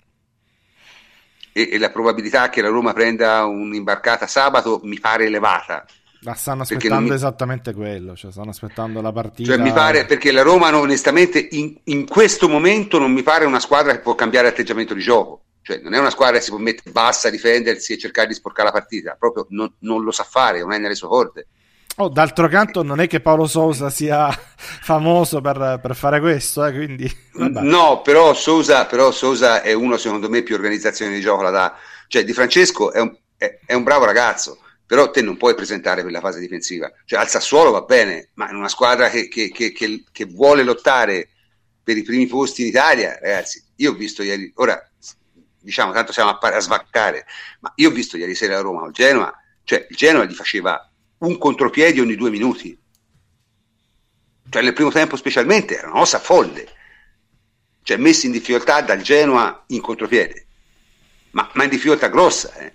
E, e la probabilità che la Roma prenda un'imbarcata sabato mi pare elevata. Ma stanno aspettando mi... esattamente quello, cioè stanno aspettando la partita. Cioè mi pare, perché la Roma no, onestamente in, in questo momento non mi pare una squadra che può cambiare atteggiamento di gioco, cioè non è una squadra che si può mettere bassa, difendersi e cercare di sporcare la partita, proprio non, non lo sa fare, non è nelle sue corde. Oh, d'altro canto non è che Paolo Sousa sia famoso per, per fare questo, eh, quindi vabbè. No, però Sousa, però Sousa è uno secondo me più organizzazione di gioco la dà, cioè Di Francesco è un, è, è un bravo ragazzo, però te non puoi presentare quella fase difensiva, cioè al Sassuolo va bene, ma in una squadra che, che, che, che, che vuole lottare per i primi posti in Italia, ragazzi, io ho visto ieri, ora diciamo tanto siamo a, a svaccare, ma io ho visto ieri sera a Roma o Genoa, cioè il Genoa gli faceva un contropiede ogni due minuti, cioè nel primo tempo specialmente era una mossa folle, cioè messi in difficoltà dal Genoa in contropiede, ma, ma in difficoltà grossa, eh.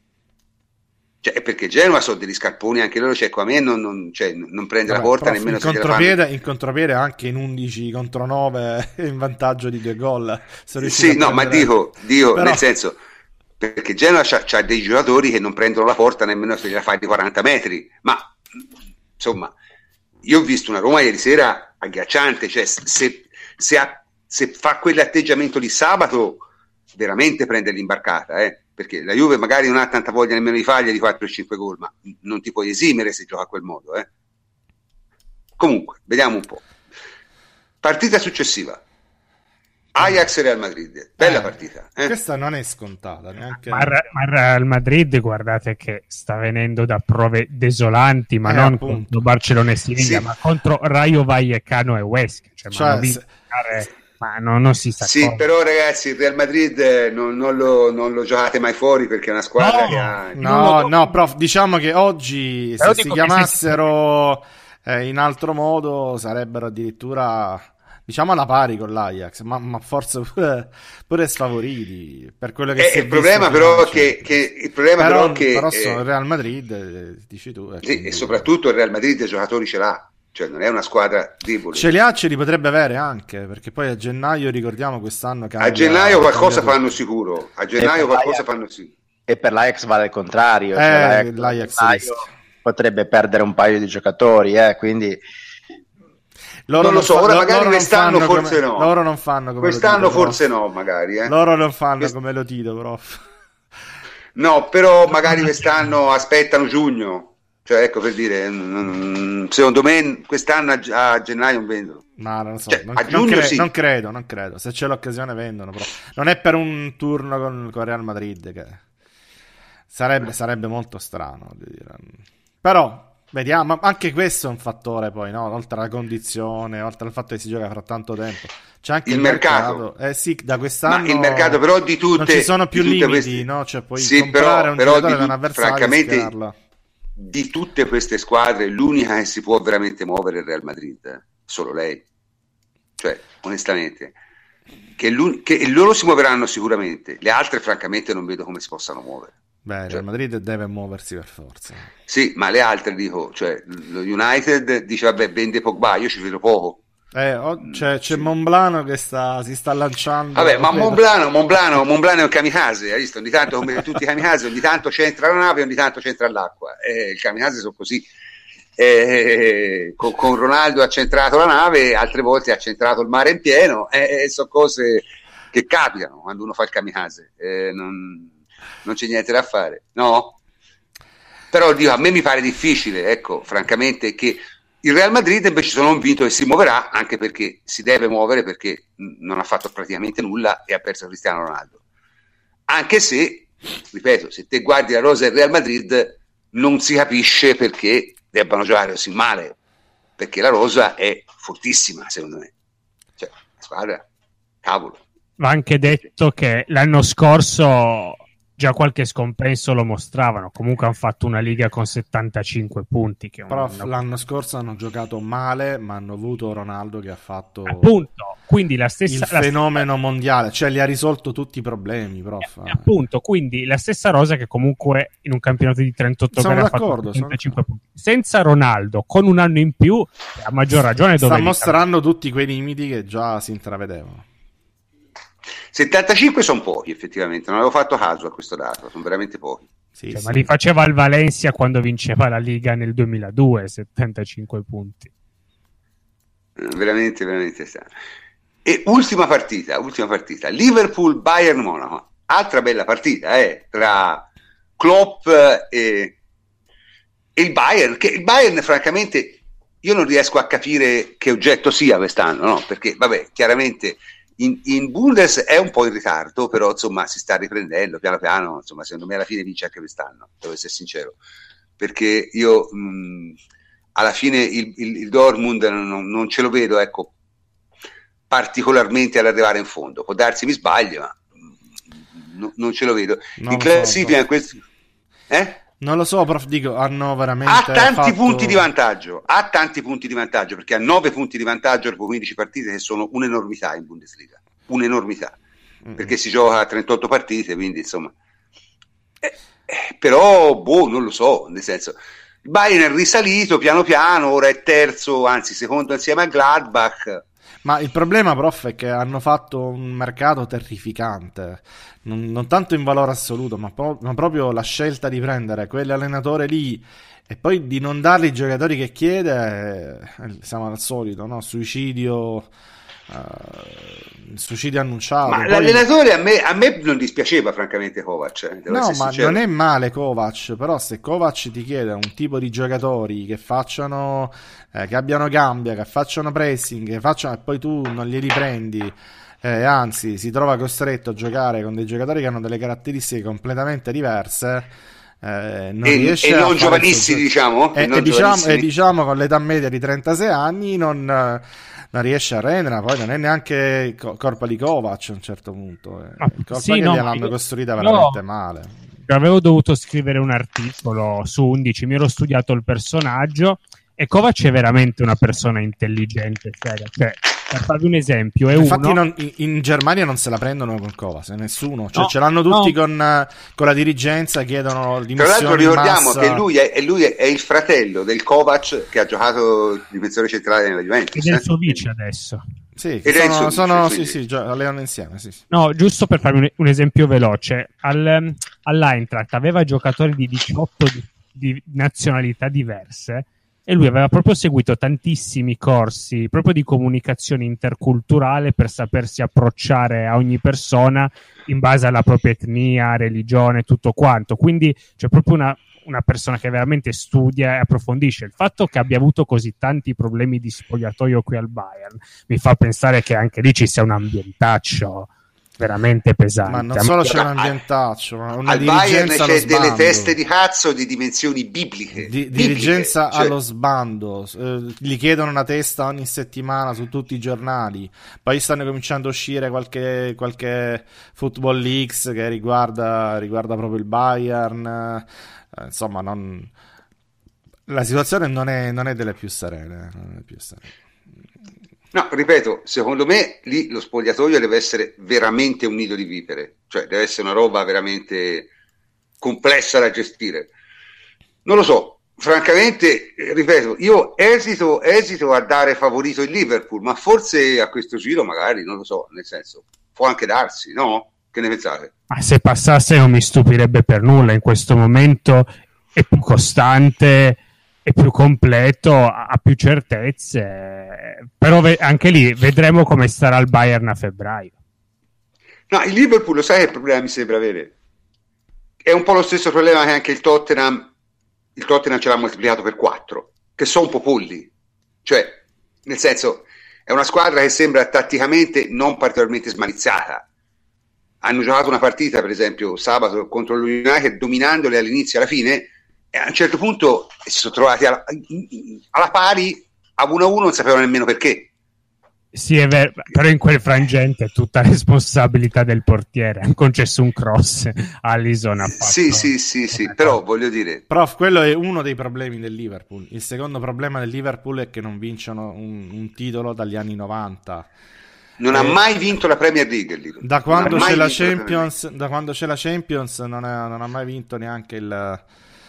Cioè, perché Genoa sono degli scarponi anche loro, cioè, a me non, non, cioè, non prende Vabbè, la porta nemmeno in contropiede, in contropiede anche in undici contro nove in vantaggio di due gol. Sì, no, ma dico, dico Però... nel senso, perché Genoa c'ha, c'ha dei giocatori che non prendono la porta nemmeno se gliela fai di quaranta metri, ma insomma io ho visto una Roma ieri sera agghiacciante, cioè se, se, ha, se fa quell'atteggiamento di sabato veramente prende l'imbarcata, eh. Perché la Juve magari non ha tanta voglia nemmeno di fargli di quattro o cinque gol, ma non ti puoi esimere se gioca a quel modo, eh. Comunque, vediamo un po'. Partita successiva. Ajax Real Madrid, bella eh, partita. Eh? Questa non è scontata. Neanche... Ma, ma Real Madrid, guardate che sta venendo da prove desolanti, ma eh, non appunto. Contro Barcellona e Siviglia, sì. Ma contro Rayo Vallecano e Huesca. Cioè, cioè, ma, se... ma no, non si sa. Sì, come. Però ragazzi, il Real Madrid non, non, lo, non lo giocate mai fuori perché è una squadra no, che ha... No, no, prof, diciamo che oggi però se si chiamassero... eh, in altro modo sarebbero addirittura, diciamo, alla pari con l'Ajax, ma, ma forse pure, pure sfavoriti per quello che eh, si è il problema però che, che il problema però, però che però sono eh, il Real Madrid, eh, dici tu, eh, sì, quindi... e soprattutto il Real Madrid i giocatori ce l'ha, cioè non è una squadra debole. Ce li ha, ce li potrebbe avere anche, perché poi a gennaio, ricordiamo, quest'anno cambia, a gennaio qualcosa cambia fanno sicuro, a gennaio qualcosa fanno sicuro. E per l'Ajax vale il contrario, eh, cioè l'Ajax, l'Ajax potrebbe perdere un paio di giocatori, eh, quindi loro non lo so, fa- ora lo- magari loro non quest'anno fanno forse come, no. Loro non fanno come quest'anno lo Tito, forse prof. no, magari. Eh. Loro non fanno Quest... come lo Tito, prof. No, però magari quest'anno aspettano giugno. Cioè, ecco, per dire, mm, secondo me quest'anno a, a gennaio non vendono. Ma non so, Cioè, non, a non, giugno cre- sì. non credo, non credo. Se c'è l'occasione vendono, però non è per un turno con, con Real Madrid che sarebbe, sarebbe molto strano, voglio dire. Però vediamo, anche questo è un fattore poi, no? Oltre alla condizione, oltre al fatto che si gioca fra tanto tempo, c'è anche il, il mercato. mercato. Eh sì, da quest'anno Ma il mercato però di tutte non ci sono più di tutte limiti, queste... no? Cioè puoi sì, comprare però, un però giocatore di da un tu... avversario francamente e schierarlo. Di tutte queste squadre l'unica che si può veramente muovere è il Real Madrid, eh? Solo lei. Cioè, onestamente, che, che loro si muoveranno sicuramente, le altre francamente non vedo come si possano muovere. Beh, il cioè, Real Madrid deve muoversi per forza. Sì, ma le altre dico, cioè lo United dice vabbè, vende Pogba, io ci vedo poco. Eh, oh, c'è, c'è Monblano che sta, si sta lanciando. Vabbè, ma Monblano, Monblano, Monblano è un kamikaze, hai visto? Ogni tanto, come tutti i kamikaze, ogni tanto c'entra la nave, ogni tanto c'entra l'acqua. Eh, il kamikaze sono così. Eh, con, con Ronaldo ha centrato la nave, altre volte ha centrato il mare in pieno. Eh, sono cose che capitano quando uno fa il kamikaze. Eh, non, non c'è niente da fare, no? Però dico, a me mi pare difficile, ecco, francamente, che il Real Madrid invece sono convinto che si muoverà, anche perché si deve muovere, perché non ha fatto praticamente nulla e ha perso Cristiano Ronaldo. Anche se, ripeto, se te guardi la rosa del Real Madrid non si capisce perché debbano giocare così male, perché la rosa è fortissima, secondo me. Cioè, la squadra, cavolo. Va anche detto che l'anno scorso già qualche scompenso lo mostravano, comunque hanno fatto una liga con settantacinque punti che però una... l'anno scorso hanno giocato male, ma hanno avuto Ronaldo che ha fatto appunto, quindi la stessa, il la fenomeno stessa... mondiale, cioè li ha risolto tutti i problemi, prof. Eh, appunto, quindi la stessa rosa che comunque in un campionato di trentotto sono gare ha d'accordo, fatto settantacinque sono... punti. Senza Ronaldo, con un anno in più, a maggior ragione dove sta mostrando tutti quei limiti che già si intravedevano. settantacinque sono pochi, effettivamente, non avevo fatto caso a questo dato, sono veramente pochi. Sì, cioè, sì. Ma li faceva il Valencia quando vinceva la Liga nel duemiladue, settantacinque punti. Veramente, veramente strano. E ultima partita, ultima partita, Liverpool-Bayern Monaco, altra bella partita, eh, tra Klopp e, e il Bayern, che il Bayern francamente io non riesco a capire che oggetto sia quest'anno, no? Perché vabbè, chiaramente In, in Bundes è un po' in ritardo, però insomma si sta riprendendo piano piano, insomma secondo me alla fine vince anche quest'anno, devo essere sincero, perché io mh, alla fine il, il, il Dortmund non, non ce lo vedo, ecco, particolarmente ad arrivare in fondo, può darsi mi sbaglio, ma mh, non ce lo vedo. Non in classifica so, questo... eh? Non lo so, prof, dico, hanno veramente ha tanti fatto... punti di vantaggio, ha tanti punti di vantaggio, perché ha nove punti di vantaggio dopo quindici partite, che sono un'enormità in Bundesliga, un'enormità, mm-hmm. perché si gioca a trentotto partite, quindi insomma, eh, eh, però, boh, non lo so, nel senso, il Bayern è risalito piano piano, ora è terzo, anzi secondo insieme a Gladbach. Ma il problema, prof, è che hanno fatto un mercato terrificante, non, non tanto in valore assoluto, ma, pro- ma proprio la scelta di prendere quell'allenatore lì e poi di non dargli i giocatori che chiede, eh, siamo al solito, no? Suicidio, uh, suicidio annunciato. Ma poi... l'allenatore a me, a me non dispiaceva francamente Kovac. Eh, no, ma sincero. non è male Kovac, però se Kovac ti chiede un tipo di giocatori che facciano, eh, che abbiano gambia, che facciano pressing, che facciano, e poi tu non glieli prendi, eh, anzi si trova costretto a giocare con dei giocatori che hanno delle caratteristiche completamente diverse. Eh, non e, riesce e a non fare giovanissimi, diciamo, e, e, non e, diciamo, giovanissimi. e diciamo con l'età media di trentasei anni non, non riesce a rendere, poi non è neanche co- colpa di Kovac a un certo punto, è Ma, colpa sì, che no, gliel'hanno io, costruita veramente no, male. Avevo dovuto scrivere un articolo su undici, mi ero studiato il personaggio E Kovac è veramente una persona intelligente, seria. Cioè, per farvi un esempio, è infatti uno... non, in, in Germania non se la prendono con Kovac, nessuno, cioè no, ce l'hanno tutti no. con, con la dirigenza, chiedono dimissioni. Tra l'altro ricordiamo massa. che lui è, lui è il fratello del Kovac che ha giocato difensore centrale nella Juventus. Ed è il eh? suo vice adesso. Sì, Ed è il sono, suo sono vice, sì, quindi. sì, gio- allenano insieme. Sì, sì. No, giusto per farvi un, un esempio veloce, Al, all'Eintracht aveva giocatori di diciotto di, di nazionalità diverse e lui aveva proprio seguito tantissimi corsi proprio di comunicazione interculturale per sapersi approcciare a ogni persona in base alla propria etnia, religione, tutto quanto. Quindi c'è proprio una, una persona che veramente studia e approfondisce. Il fatto che abbia avuto così tanti problemi di spogliatoio qui al Bayern mi fa pensare che anche lì ci sia un ambientaccio veramente pesante. Ma non solo c'è un ambientaccio, ma una al Bayern dirigenza c'è allo delle sbando. teste di cazzo di dimensioni bibliche. Di, bibliche. dirigenza Cioè, allo sbando, eh, gli chiedono una testa ogni settimana su tutti i giornali, poi stanno cominciando a uscire qualche, qualche Football Leaks che riguarda, riguarda proprio il Bayern, eh, insomma non... la situazione non è, non è delle più serene, non è più serene. No, ripeto, secondo me lì lo spogliatoio deve essere veramente un nido di vipere, cioè deve essere una roba veramente complessa da gestire. Non lo so, francamente, ripeto, io esito, esito a dare favorito il Liverpool, ma forse a questo giro magari, non lo so, nel senso, può anche darsi, no? Che ne pensate? Ma se passasse non mi stupirebbe per nulla, in questo momento è più costante, è più completo, ha più certezze, però ve- anche lì vedremo come starà il Bayern a febbraio. No, il Liverpool, lo sai che problema mi sembra avere? È un po' lo stesso problema che anche il Tottenham, il Tottenham ce l'ha moltiplicato per quattro, che sono un po' polli, cioè, nel senso, è una squadra che sembra tatticamente non particolarmente smaliziata. Hanno giocato una partita, per esempio, sabato contro l'United, dominandole all'inizio e alla fine, e a un certo punto si sono trovati alla, alla pari a uno a uno, non sapevano nemmeno perché. Sì, è vero, però in quel frangente è tutta responsabilità del portiere. Hanno concesso un cross, Alisson ha fatto. Sì, sì, sì, sì, però voglio dire... Prof, quello è uno dei problemi del Liverpool. Il secondo problema del Liverpool è che non vincono un, un titolo dagli anni novanta. Non eh, ha mai vinto la Premier League il Liverpool. Da quando c'è la vinto Champions, da quando c'è la Champions non, è, non ha mai vinto neanche il...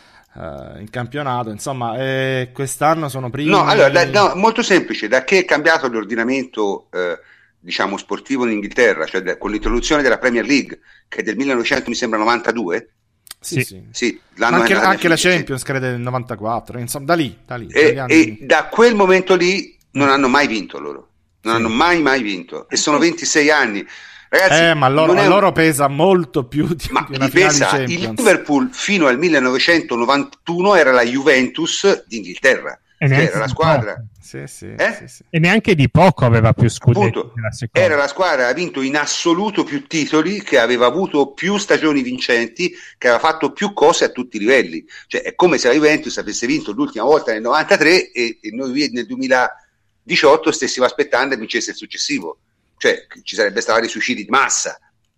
Uh, in campionato, insomma, eh, quest'anno sono primi. No, allora, da, no, molto semplice, da che è cambiato l'ordinamento eh, diciamo sportivo in Inghilterra, cioè da, con l'introduzione della Premier League, che è del millenovecento mi sembra novantaduè. Sì, sì. sì anche, anche la figlia, Champions sì. Credo del novantaquattro, insomma, da lì, da lì e, e da quel momento lì non hanno mai vinto loro, non sì. hanno mai mai vinto, e sono ventisei anni. Ragazzi, eh, ma loro, a un... loro pesa molto più di, ma di una finale pensa, di Champions. Il Liverpool fino al millenovecentonovantuno era la Juventus d'Inghilterra, che era la squadra sì, sì, eh? sì, sì. E neanche di poco aveva più scudetti. Appunto, era la squadra che ha vinto in assoluto più titoli, che aveva avuto più stagioni vincenti, che aveva fatto più cose a tutti i livelli. Cioè è come se la Juventus avesse vinto l'ultima volta nel novantatré e, e noi nel duemiladiciotto stessimo aspettando e vincesse il successivo. Cioè ci sarebbe stato dei suicidi di massa.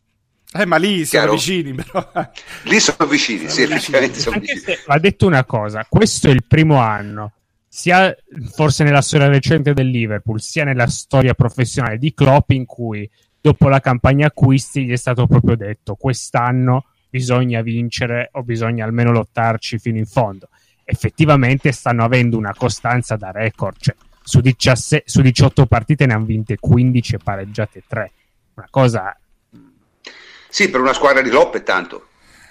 Eh, ma lì sono Chiaro? vicini, però. Lì sono vicini, sono sì, vicini. effettivamente sono Anche vicini. se va detto una cosa, questo è il primo anno, sia forse nella storia recente del Liverpool, sia nella storia professionale di Klopp, in cui dopo la campagna acquisti gli è stato proprio detto: quest'anno bisogna vincere o bisogna almeno lottarci fino in fondo. Effettivamente stanno avendo una costanza da record, cioè su, diciassette, su diciotto partite ne hanno vinte quindici e pareggiate tre, una cosa... Sì, per una squadra di Klopp è tanto.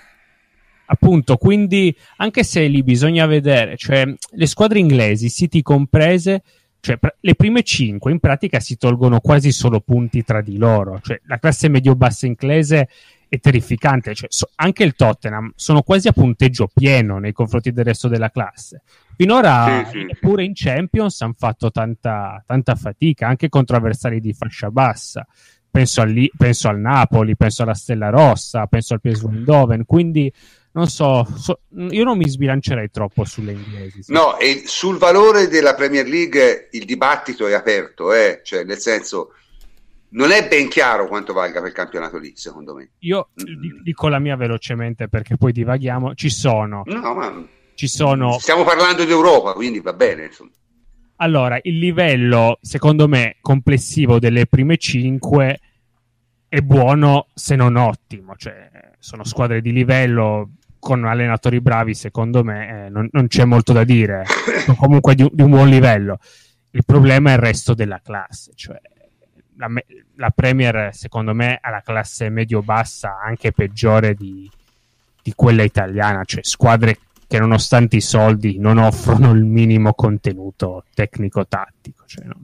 Appunto, quindi anche se lì bisogna vedere, cioè le squadre inglesi, City comprese, cioè le prime cinque in pratica si tolgono quasi solo punti tra di loro, cioè la classe medio-bassa inglese è terrificante, cioè, so, anche il Tottenham sono quasi a punteggio pieno nei confronti del resto della classe. Finora sì, sì. pure in Champions hanno fatto tanta, tanta fatica, anche contro avversari di fascia bassa. Penso al, penso al Napoli, penso alla Stella Rossa, penso al P S V Eindhoven, quindi non so, so, io non mi sbilancerei troppo sulle inglesi. Sì. No, e sul valore della Premier League il dibattito è aperto, eh? Cioè nel senso non è ben chiaro quanto valga quel campionato lì, secondo me. Io dico la mia velocemente perché poi divaghiamo. Ci sono no, ma... ci sono... Stiamo parlando di Europa, quindi va bene, insomma. Allora, il livello, secondo me, complessivo delle prime cinque è buono, se non ottimo. Cioè, sono squadre di livello con allenatori bravi, secondo me, eh, non, non c'è molto da dire. Sono comunque di, di un buon livello. Il problema è il resto della classe. Cioè, la, la Premier, secondo me, ha la classe medio-bassa anche peggiore di, di quella italiana. Cioè, squadre che nonostante i soldi non offrono il minimo contenuto tecnico-tattico. Cioè, non...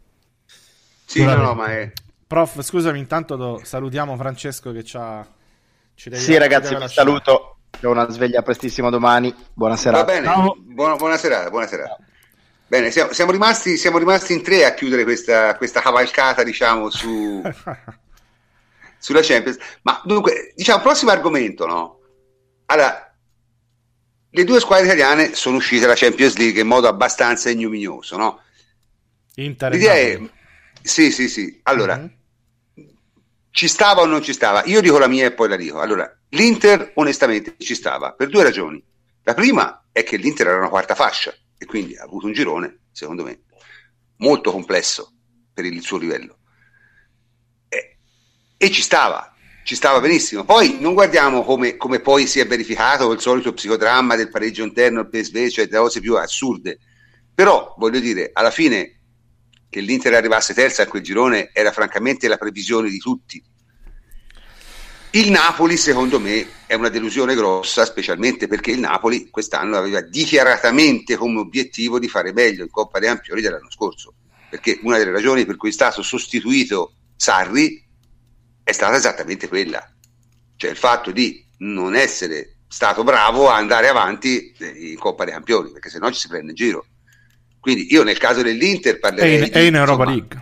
Sì, no, no, ma è... Prof, scusami, intanto do... salutiamo Francesco che c'ha... ci deve Sì, ragazzi, vi lasciare. saluto. Ho una sveglia prestissimo domani. Buonasera. Va bene, buona, buona serata, buona serata. Bene, siamo, siamo, rimasti, siamo rimasti in tre a chiudere questa, questa cavalcata, diciamo, su sulla Champions. Ma dunque, diciamo, prossimo argomento, no? Allora, le due squadre italiane sono uscite dalla Champions League in modo abbastanza ignominioso, no? Inter L'idea è... Sì, sì, sì. Allora, mm-hmm. ci stava o non ci stava? Io dico la mia e poi la dico. Allora, l'Inter onestamente ci stava per due ragioni. La prima è che l'Inter era una quarta fascia e quindi ha avuto un girone, secondo me, molto complesso per il suo livello. E, e ci stava, ci stava benissimo. Poi non guardiamo come, come poi si è verificato il solito psicodramma del pareggio interno, il P S V, cioè delle cose più assurde. Però, voglio dire, alla fine che l'Inter arrivasse terza a quel girone era francamente la previsione di tutti. Il Napoli, secondo me, è una delusione grossa, specialmente perché il Napoli quest'anno aveva dichiaratamente come obiettivo di fare meglio in Coppa dei Campioni dell'anno scorso, perché una delle ragioni per cui è stato sostituito Sarri è stata esattamente quella, cioè il fatto di non essere stato bravo a andare avanti in Coppa dei Campioni, perché sennò ci si prende in giro. Quindi io nel caso dell'Inter parlerei è in, di, è in Europa insomma, League.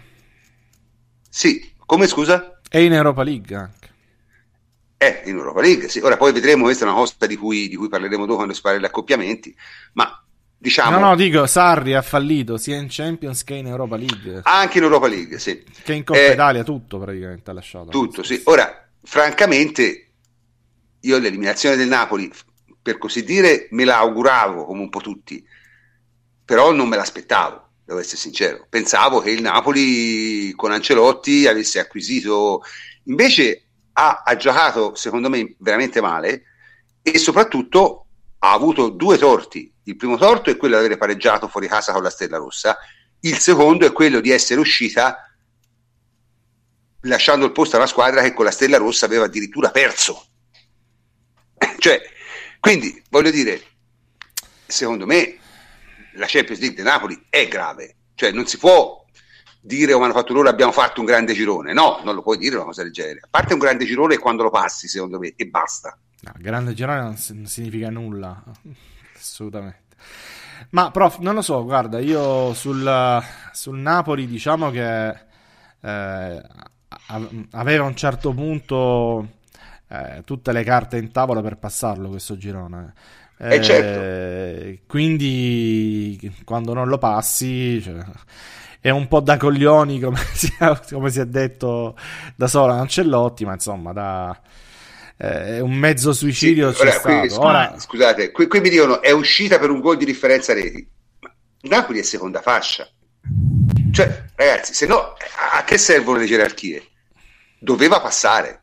Sì, come scusa? È in Europa League anche. È in Europa League, sì. Ora poi vedremo, questa è una cosa di cui, di cui parleremo dopo quando si parla degli accoppiamenti, ma diciamo... No, no, dico, Sarri ha fallito sia in Champions che in Europa League. Anche in Europa League, sì. Che in Coppa eh, Italia tutto praticamente ha lasciato. Tutto, sì. Ora, francamente, io l'eliminazione del Napoli, per così dire, me la auguravo come un po' tutti, però non me l'aspettavo, devo essere sincero. Pensavo che il Napoli con Ancelotti avesse acquisito... Invece ha, ha giocato, secondo me, veramente male e soprattutto ha avuto due torti. Il primo torto è quello di aver pareggiato fuori casa con la Stella Rossa, il secondo è quello di essere uscita lasciando il posto a una squadra che con la Stella Rossa aveva addirittura perso. Cioè, quindi, voglio dire, secondo me la Champions League di Napoli è grave, cioè non si può dire come hanno fatto loro abbiamo fatto un grande girone, no, non lo puoi dire una cosa del genere, a parte un grande girone quando lo passi, secondo me, e basta. No, grande girone non, non significa nulla, assolutamente. Ma prof, non lo so, guarda, io sul, sul Napoli diciamo che eh, aveva a un certo punto eh, tutte le carte in tavola per passarlo questo girone. Eh, eh, certo. Quindi quando non lo passi, cioè, è un po' da coglioni, come si, come si è detto da solo Ancelotti, ma insomma da eh, un mezzo suicidio sì, c'è ora, stato. qui, Ora... Scusate, qui, qui mi dicono è uscita per un gol di differenza reti. Ma Napoli è seconda fascia. Cioè, ragazzi, se no a che servono le gerarchie? Doveva passare.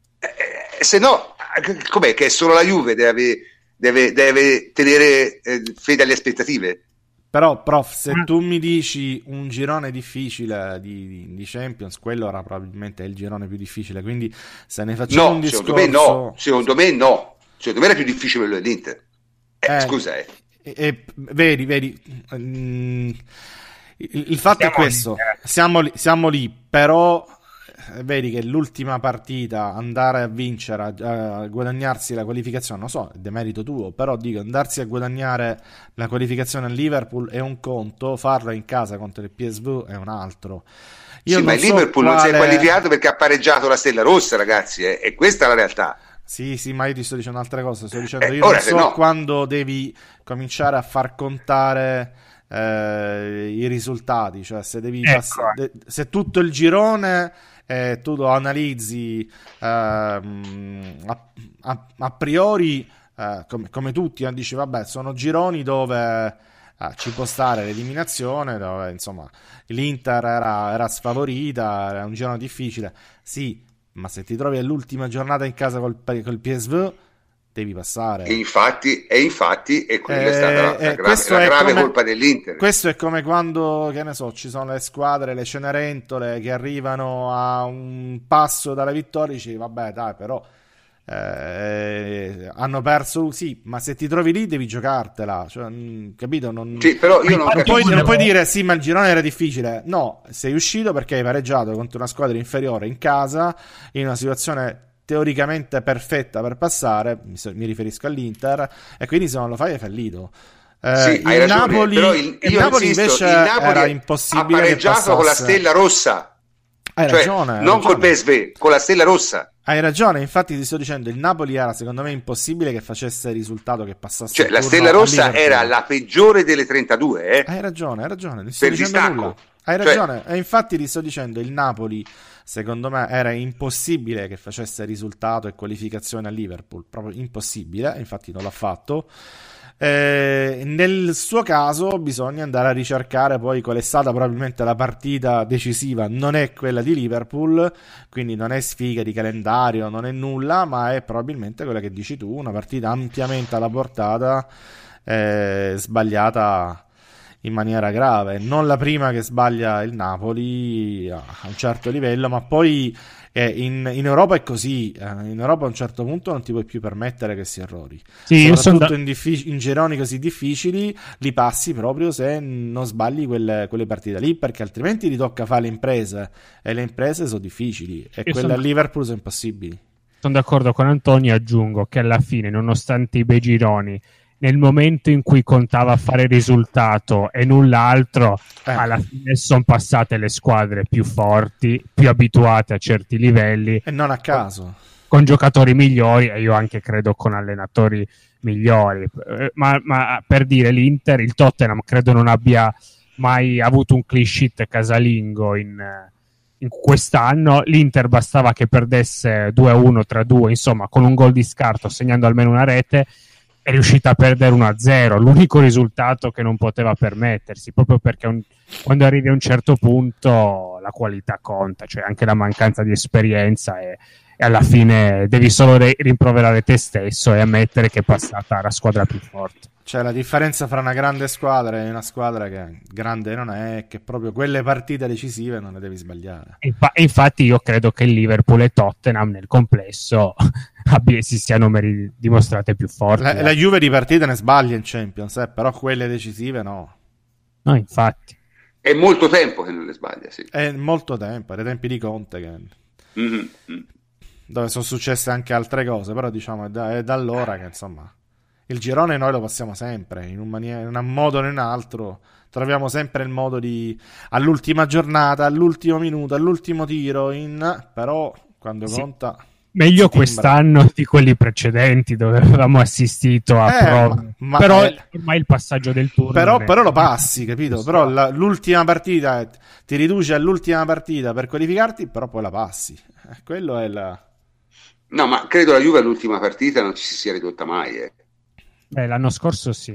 Eh, se no, com'è che solo la Juve deve, deve, deve tenere eh, fede alle aspettative? Però, prof, se tu mi dici un girone difficile di, di, di Champions, quello era probabilmente il girone più difficile, quindi se ne facciamo no, un discorso... secondo me no, secondo me no, secondo me era più difficile quello dell'Inter. Eh, eh, scusa, eh. E, e, vedi, vedi, mm, il, il fatto siamo è questo, lì, eh. siamo, lì, siamo lì, però vedi che l'ultima partita andare a vincere, a, a guadagnarsi la qualificazione, non so, è demerito tuo, però dico, andarsi a guadagnare la qualificazione a Liverpool è un conto, farlo in casa contro il P S V è un altro. Io sì, ma il so Liverpool quale... non si è qualificato perché ha pareggiato la Stella Rossa, ragazzi, eh? E questa è la realtà. Sì, sì, ma io ti sto dicendo un'altra cosa, sto dicendo eh, io ora, non so no... quando devi cominciare a far contare eh, i risultati, cioè se devi ecco. pass- de- se tutto il girone eh, tu lo analizzi eh, a, a, a priori eh, eh, come, come tutti, eh, dici vabbè, sono gironi dove eh, ci può stare l'eliminazione, dove insomma l'Inter era, era sfavorita, era un girone difficile, sì, ma se ti trovi all'ultima giornata in casa col, col P S V devi passare. E infatti, e infatti e quella è stata la, Eh, la eh, grave, questo la è grave come- colpa dell'Inter. Questo è come quando, che ne so, ci sono le squadre, le Cenerentole che arrivano a un passo dalla vittoria e dici, vabbè, dai, però eh, hanno perso, sì, ma se ti trovi lì devi giocartela, cioè, mh, capito? Non, Sì, però io non non puoi, capisco. non puoi dire, sì, ma il girone era difficile. No, sei uscito perché hai pareggiato contro una squadra inferiore in casa, in una situazione teoricamente perfetta per passare, mi, so- mi riferisco all'Inter, e quindi se non lo fai hai fallito. Eh, Sì, il hai ragione, Napoli, però il, il io Napoli insisto, invece il Napoli era ha impossibile che pareggiato con la passasse. stella rossa, Hai cioè ragione, hai non col ragione. P S V, con la stella rossa. Hai ragione, infatti ti sto dicendo, il Napoli era secondo me impossibile che facesse il risultato, che passasse Cioè il la turno stella a rossa Liverpool. era la peggiore delle trentadue, eh? Hai ragione, hai ragione, non ti sto Per dicendo distacco. nulla. Hai Cioè- ragione, e infatti ti sto dicendo, il Napoli secondo me era impossibile che facesse risultato e qualificazione a Liverpool, proprio impossibile, infatti non l'ha fatto. Eh, nel suo caso bisogna andare a ricercare poi qual è stata probabilmente la partita decisiva, non è quella di Liverpool, quindi non è sfiga di calendario, non è nulla, ma è probabilmente quella che dici tu, una partita ampiamente alla portata, eh, sbagliata in maniera grave, non la prima che sbaglia il Napoli a a un certo livello, ma poi eh, in, in Europa è così, eh, in Europa a un certo punto non ti puoi più permettere questi errori, Sì, io sono soprattutto da- in, diffic- in gironi così difficili li passi proprio se non sbagli quelle, quelle partite lì, perché altrimenti ti tocca fare le imprese e le imprese sono difficili e Io quelle sono- a Liverpool sono impossibili. sono d'accordo con Antonio, aggiungo che alla fine, nonostante i bei gironi, nel momento in cui contava fare risultato e nulla altro, Eh. alla fine sono passate le squadre più forti, più abituate a certi livelli, E non a caso. con giocatori migliori e io anche credo con allenatori migliori. Eh, Ma, ma per dire, l'Inter, il Tottenham credo non abbia mai avuto un clean sheet casalingo in, eh, in quest'anno. L'Inter bastava che perdesse due a uno, tre a due, insomma, con un gol di scarto, segnando almeno una rete, è riuscita a perdere uno a zero, l'unico risultato che non poteva permettersi, proprio perché un- quando arrivi a un certo punto la qualità conta, cioè anche la mancanza di esperienza, e, e alla fine devi solo re- rimproverare te stesso e ammettere che è passata la squadra più forte. Cioè la differenza fra una grande squadra e una squadra che grande non è, è che proprio quelle partite decisive non le devi sbagliare. E infa- e infatti io credo che il Liverpool e Tottenham nel complesso abbia- si siano meri- dimostrate più forti. La, la Juve di partite ne sbaglia in Champions, eh, però quelle decisive no. No, infatti. È molto tempo che non le sbaglia, sì. È molto tempo, ai tempi di Conte, che- Mhm, mm. dove sono successe anche altre cose, però diciamo è da, è da allora che insomma il girone noi lo passiamo sempre, in un, maniera, in un modo o in un altro, troviamo sempre il modo di, all'ultima giornata, all'ultimo minuto, all'ultimo tiro, in, però quando Sì. conta... Meglio si timbra. quest'anno di quelli precedenti dove avevamo assistito a Eh, prove. ma- ma- però eh, ormai il passaggio del turno Però, non è- però lo passi, capito? Però la- l'ultima partita ti riduce all'ultima partita per qualificarti, però poi la passi. Eh, quello è la... No, ma credo la Juve all'ultima partita non ci si sia ridotta mai, eh. Beh, l'anno scorso sì.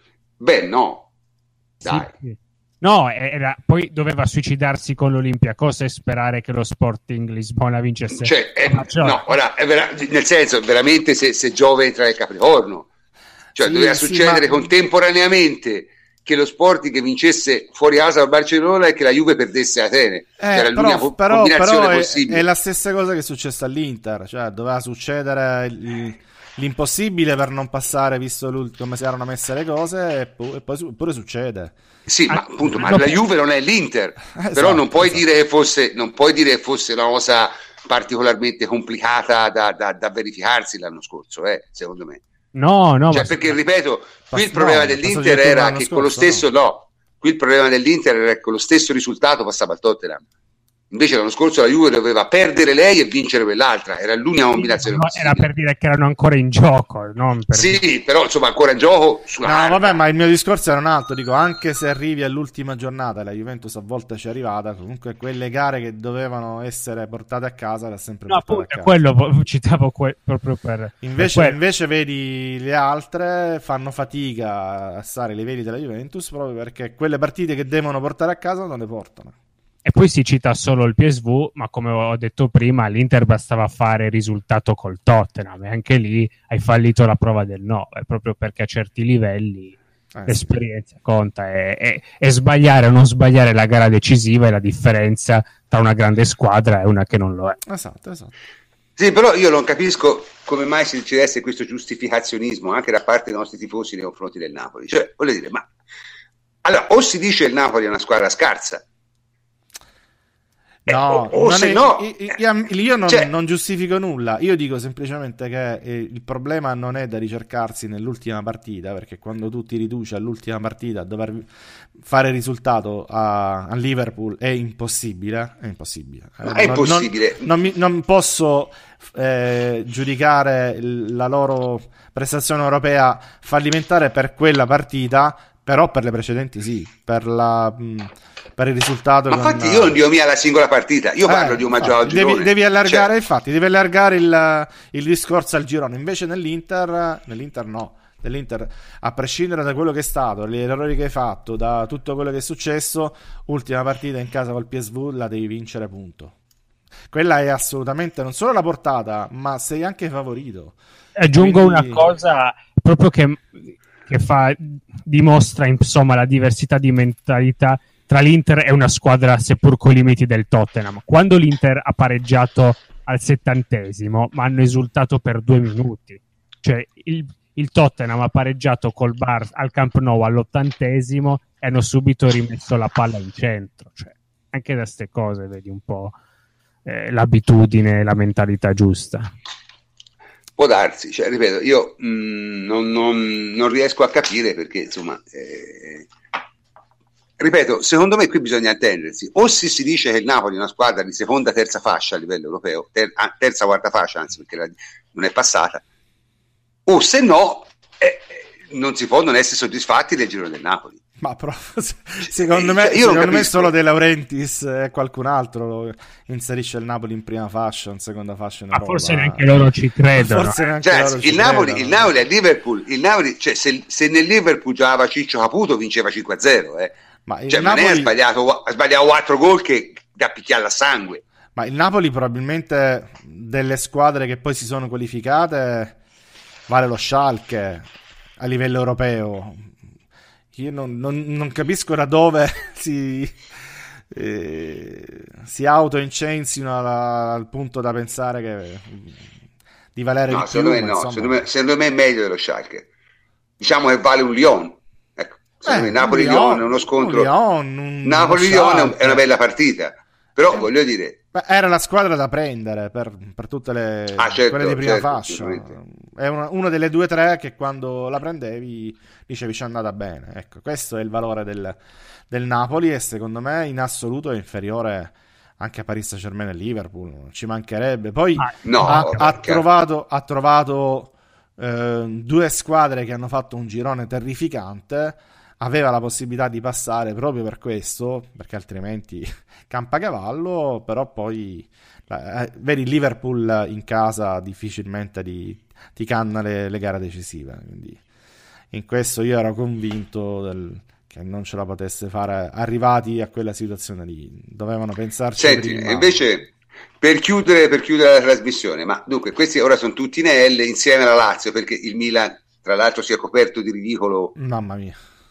Beh, no. Sì, Dai. sì. No, era, poi doveva suicidarsi con l'Olympiacos e sperare che lo Sporting Lisbona vincesse. Cioè, è- Ma cioè- no, ora, è vera- nel senso, veramente se, se Giove entra nel Capricorno, cioè Sì, doveva sì, succedere ma- contemporaneamente che lo Sporting che vincesse fuori casa al Barcellona e che la Juve perdesse a Atene. Eh, Era l'unica però, po- però, combinazione però è, possibile. è la stessa cosa che è successa all'Inter, cioè doveva succedere il- l'impossibile per non passare, visto l'ult- come si erano messe le cose, e, pu- e poi su- pure succede. Sì, ma Ah, appunto, ma dopo- la Juve non è l'Inter, Esatto, però non puoi esatto. dire che fosse, non puoi dire che fosse una cosa particolarmente complicata da, da- da verificarsi l'anno scorso, eh, secondo me. No, no, Cioè, ma perché ripeto, qui il no, problema passato dell'Inter il turno era l'anno che con lo scorso, stesso no. qui il problema dell'Inter era che con lo stesso risultato passava al Tottenham. Invece l'anno scorso la Juve doveva perdere lei e vincere quell'altra, era l'unica combinazione no, possibile. Era per dire che erano ancora in gioco, non per sì, dire. però insomma ancora in gioco sulla no, carta. vabbè, ma il mio discorso era un altro, dico, anche se arrivi all'ultima giornata, la Juventus a volte ci è arrivata, comunque quelle gare che dovevano essere portate a casa le ha sempre No, portate appunto, a casa. quello proprio que- proprio per Invece, per invece vedi le altre fanno fatica a stare ai livelli della Juventus proprio perché quelle partite che devono portare a casa non le portano. E poi si cita solo il P S V, ma come ho detto prima, l'Inter bastava fare risultato col Tottenham e anche lì hai fallito la prova del no, è proprio perché a certi livelli Eh, l'esperienza sì. conta e, e, e sbagliare o non sbagliare la gara decisiva è la differenza tra una grande squadra e una che non lo è. Esatto, esatto. Sì, però io non capisco come mai si dicesse questo giustificazionismo anche da parte dei nostri tifosi nei confronti del Napoli. Cioè, voglio dire, ma allora o si dice il Napoli è una squadra scarsa, No, eh, o, o se è, no, io, io non, cioè, non giustifico nulla, io dico semplicemente che eh, il problema non è da ricercarsi nell'ultima partita, perché quando tu ti riduci all'ultima partita a dover fare risultato a, a Liverpool è impossibile, è impossibile. Ma è non, impossibile. Non, non, mi, non posso eh, giudicare la loro prestazione europea fallimentare per quella partita, però per le precedenti sì, per la... Mh, per il risultato. Ma con... infatti io non dico mia la singola partita, io eh, parlo di omaggio al girone. Devi, devi allargare, cioè... infatti, devi allargare il, il discorso al girone. Invece nell'Inter, nell'Inter no. Nell'Inter, a prescindere da quello che è stato, gli errori che hai fatto, da tutto quello che è successo, ultima partita in casa col P S V la devi vincere, punto. Quella è assolutamente non solo la portata, ma sei anche favorito. Aggiungo Quindi... una cosa proprio che, che fa, dimostra insomma la diversità di mentalità tra l'Inter e una squadra seppur con i limiti del Tottenham. Quando l'Inter ha pareggiato al settantesimo, ma hanno esultato per due minuti. Cioè il, il Tottenham ha pareggiato col Bar al Camp Nou all'ottantesimo e hanno subito rimesso la palla in centro. Cioè, anche da ste cose vedi un po' eh, l'abitudine, la mentalità giusta. Può darsi, cioè, ripeto, io mh, non, non, non riesco a capire perché, insomma... Eh... Ripeto, secondo me qui bisogna attendersi, o se si dice che il Napoli è una squadra di seconda, terza fascia a livello europeo, ter- terza, quarta fascia, anzi perché la, non è passata, o se no eh, non si può non essere soddisfatti del giro del Napoli. Ma però, secondo me, cioè, io secondo me solo De De Laurentiis e qualcun altro inserisce il Napoli in prima fascia, in seconda fascia in Ma Europa. forse neanche loro ci credono. Forse neanche cioè, loro il, ci Napoli, credono. il Napoli al Liverpool, il Napoli, cioè, se, se nel Liverpool giocava Ciccio Caputo vinceva cinque a zero, eh. Ma il Cioè, Napoli... Mané ha sbagliato, ha sbagliato quattro gol che da picchiare a sangue. Ma il Napoli probabilmente delle squadre che poi si sono qualificate vale lo Schalke a livello europeo. Io non, non, non capisco da dove si, eh, si auto-incensino alla, al punto da pensare che di valere no, di secondo più. Me no, insomma... secondo me, secondo me è meglio dello Schalke. Diciamo che vale un Lyon. Ecco, secondo eh, me Napoli-Lyon è uno scontro. Napoli-Lyon è una bella partita. Però eh, voglio dire... Era la squadra da prendere per, per tutte le ah, certo, quelle di prima certo, fascia. È una, una delle due o tre che quando la prendevi dicevi ci è andata bene. Ecco, questo è il valore del, del Napoli e secondo me in assoluto è inferiore anche a Paris Saint-Germain e Liverpool. Ci mancherebbe. Poi ah, no, ha, ha trovato, ha trovato eh, due squadre che hanno fatto un girone terrificante. Aveva la possibilità di passare proprio per questo, perché altrimenti campacavallo, però poi eh, vedi il Liverpool in casa difficilmente di, ti canna le, le gare decisive, quindi in questo io ero convinto del, che non ce la potesse fare arrivati a quella situazione lì, dovevano pensarci. Senti, prima. Invece per chiudere, per chiudere la trasmissione, ma dunque questi ora sono tutti in L insieme alla Lazio, perché il Milan tra l'altro si è coperto di ridicolo, mamma mia,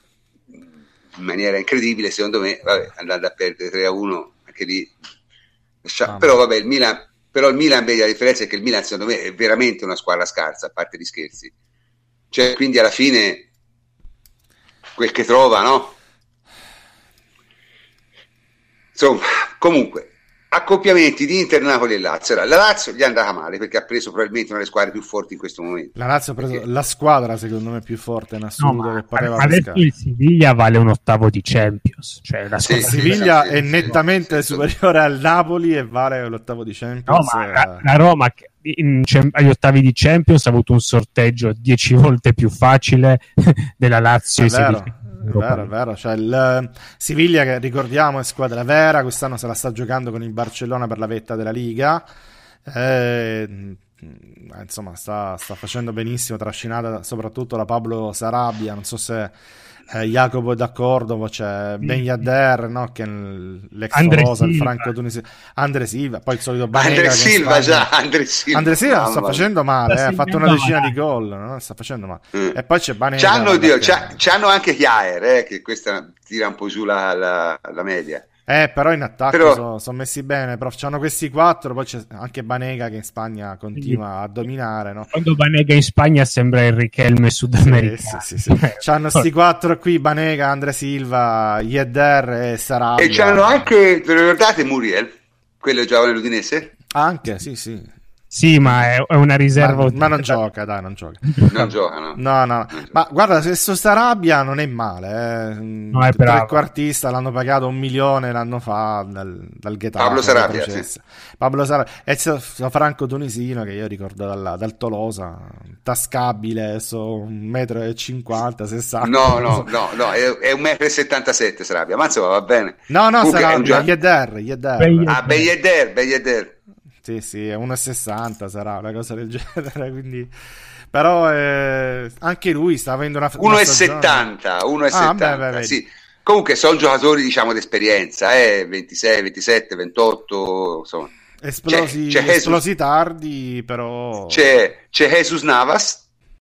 in maniera incredibile secondo me, vabbè, andando a perdere tre a uno anche lì, ah, però vabbè, il Milan, però il Milan, vedi, la differenza è che il Milan secondo me è veramente una squadra scarsa, a parte gli scherzi, cioè quindi alla fine quel che trova, no? Insomma, comunque accoppiamenti di Inter, Napoli e Lazio. La Lazio gli è andata male perché ha preso probabilmente una delle squadre più forti in questo momento. La Lazio ha preso perché... la squadra secondo me più forte in assoluto, no, che poteva adesso il Siviglia vale un ottavo di Champions, cioè la sì, Siviglia sì, è sì, nettamente sì, superiore al Napoli e vale l'ottavo di Champions. No, ma la, la Roma in, in, agli ottavi di Champions ha avuto un sorteggio dieci volte più facile della Lazio e Siviglia. È vero, è vero, cioè il Siviglia, che ricordiamo è squadra vera, quest'anno se la sta giocando con il Barcellona per la vetta della Liga, e, insomma sta, sta facendo benissimo, trascinata soprattutto da Pablo Sarabia. Non so se eh, Jacopo è d'accordo, poi c'è Ben Yedder, no? Che è l'ex Tolosa, il franco tunisino, Andre Silva, poi il solito Banega, Andre Silva già Andre Silva, Andre Silva sta facendo male, eh, ha fatto una decina di gol, no? Sta facendo male. Mm. E poi c'è Banega, c'hanno, Dio, c'ha, c'hanno anche Chiaer, eh, che questa tira un po' giù la, la, la media. Eh, però in attacco però... sono son messi bene, però c'hanno questi quattro, poi c'è anche Banega che in Spagna continua a dominare, no? Quando Banega in Spagna sembra il Richelme sudamericano. Sì, sì, sì, sì. C'hanno sti quattro qui, Banega, Andre Silva, Yedder e Sarabia. E c'hanno anche, ve lo ricordate, Muriel? Quello giocava nell'Udinese? Anche, sì, sì. Sì, ma è, è una riserva. Ma, ma non gioca, dai, non gioca. Non gioca, no. No, no. Non ma guarda, se sto Sarabia non è male. Eh. No, è trequartista, l'hanno pagato un milione l'anno fa dal, dal Getafe. Pablo Sarabia, sì. Pablo Sarabia. E c'è franco tunisino che io ricordo dalla, dal Tolosa, tascabile, so un metro e cinquanta, sessanta. No, no, no, no, è, è un metro e settantasette Sarabia, ma insomma va bene. No, no, Comunque Sarabia, Yedder, Yedder. Ah, Ben Yedder, Ben Yedder. Sì, sì, è uno e sessanta sarà, una cosa del genere, quindi... Però eh, anche lui sta avendo una... uno e settanta, uno e settanta, sì. Comunque sono giocatori, diciamo, d'esperienza, eh, ventisei, ventisette, ventotto, insomma. Esplosi, c'è, c'è esplosi Jesus, tardi, però... C'è, c'è Jesus Navas.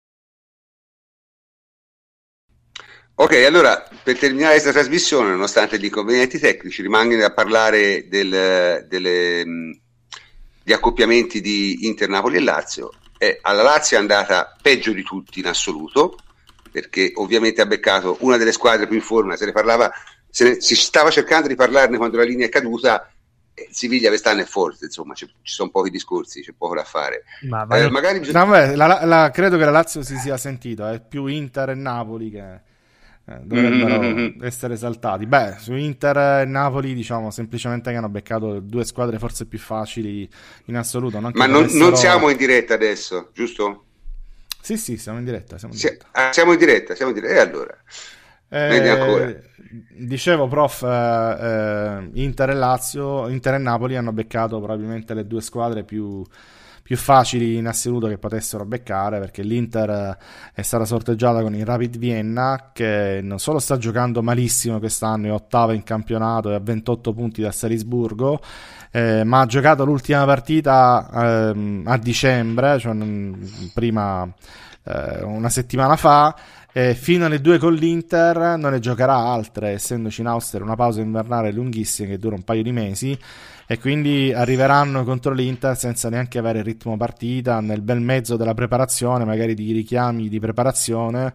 Ok, allora, per terminare questa trasmissione, nonostante gli inconvenienti tecnici, rimangono a parlare del, delle... gli accoppiamenti di Inter, Napoli e Lazio. Eh, alla Lazio è andata peggio di tutti in assoluto, perché ovviamente ha beccato una delle squadre più in forma, se ne parlava, se ne, si stava cercando di parlarne quando la linea è caduta. eh, Siviglia quest'anno è forte, insomma ci sono pochi discorsi, c'è poco da fare. Ma eh, magari bisogna... no, beh, la, la, credo che la Lazio si sia sentito, è più Inter e Napoli che Eh, dovrebbero mm-hmm. essere esaltati. Beh, su Inter e Napoli diciamo semplicemente che hanno beccato due squadre forse più facili in assoluto. Non Ma non, avessero... non siamo in diretta adesso, giusto? Sì, sì, siamo in diretta. Siamo in diretta, si... ah, siamo in diretta, siamo in diretta. E allora? Eh, ancora. Dicevo, prof, eh, eh, Inter e Lazio, Inter e Napoli hanno beccato probabilmente le due squadre più più facili in assoluto che potessero beccare, perché l'Inter è stata sorteggiata con il Rapid Vienna, che non solo sta giocando malissimo quest'anno, è ottava in campionato e ha ventotto punti da Salisburgo, eh, ma ha giocato l'ultima partita eh, a dicembre, cioè prima eh, una settimana fa, e fino alle due con l'Inter non ne giocherà altre, essendoci in Austria una pausa invernale lunghissima che dura un paio di mesi, e quindi arriveranno contro l'Inter senza neanche avere il ritmo partita, nel bel mezzo della preparazione, magari di richiami di preparazione.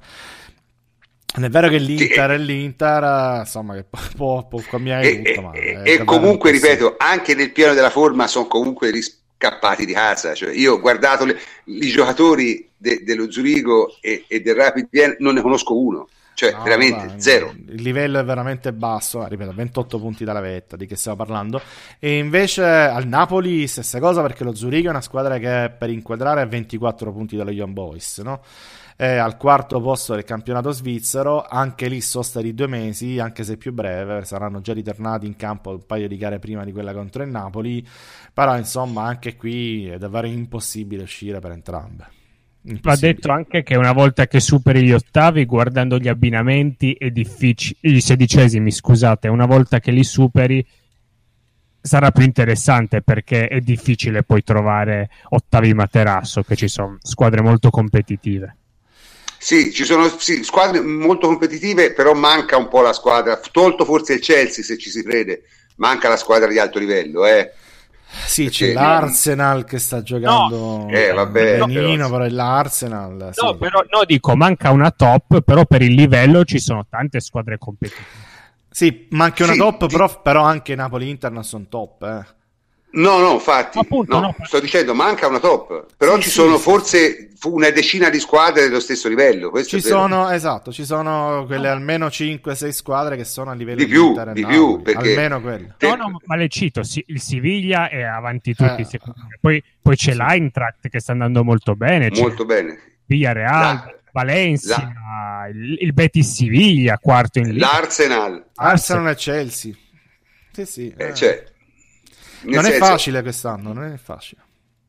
È vero che l'Inter è l'Inter, insomma, che può, può cambiare e, tutto, ma e, e comunque ripeto, anche nel pieno della forma sono comunque riscappati di casa. Cioè, io ho guardato le, i giocatori de, dello Zurigo e, e del Rapid Vienna, non ne conosco uno. Cioè, no, veramente va, zero. Il livello è veramente basso, ripeto, ventotto punti dalla vetta, di che stiamo parlando. E invece al Napoli stessa cosa, perché lo Zurigo è una squadra che per inquadrare ha ventiquattro punti dallo Young Boys, no? È al quarto posto del campionato svizzero, anche lì sosta di due mesi, anche se più breve, saranno già ritornati in campo un paio di gare prima di quella contro il Napoli, però insomma anche qui è davvero impossibile uscire per entrambe. Va detto anche che una volta che superi gli ottavi, guardando gli abbinamenti è difficile, i sedicesimi scusate, una volta che li superi sarà più interessante, perché è difficile poi trovare ottavi materasso, che ci sono squadre molto competitive. Sì, ci sono sì, squadre molto competitive, però manca un po' la squadra, tolto forse il Chelsea se ci si crede, manca la squadra di alto livello, eh. Sì, perché c'è l'Arsenal che sta giocando no, eh, vabbè, benino, però è l'Arsenal. No, sì. però no, dico, manca una top, però per il livello ci sono tante squadre competitive. Sì, manca una sì, top, sì. Però, però anche Napoli e Inter non sono top, eh. No, no, infatti, Appunto, no, no. sto dicendo manca una top, però Sì, ci sì, sono sì, forse una decina di squadre dello stesso livello. Questo Ci è vero. sono, esatto, ci sono quelle almeno cinque sei squadre che sono a livello Di di, più, Inter e di Napoli, più, perché almeno quelle. te- No, no, ma le cito, sì, il Siviglia è avanti tutti, Eh, secondo me. Poi, poi c'è sì. l'Eintracht che sta andando molto bene, c'è molto bene. Villarreal, La- Valencia, il, il Betis Siviglia, quarto in Liga. L'Arsenal, Arsenal e Chelsea. Sì, sì. eh, eh. cioè, nel non è senso- facile quest'anno, non è facile.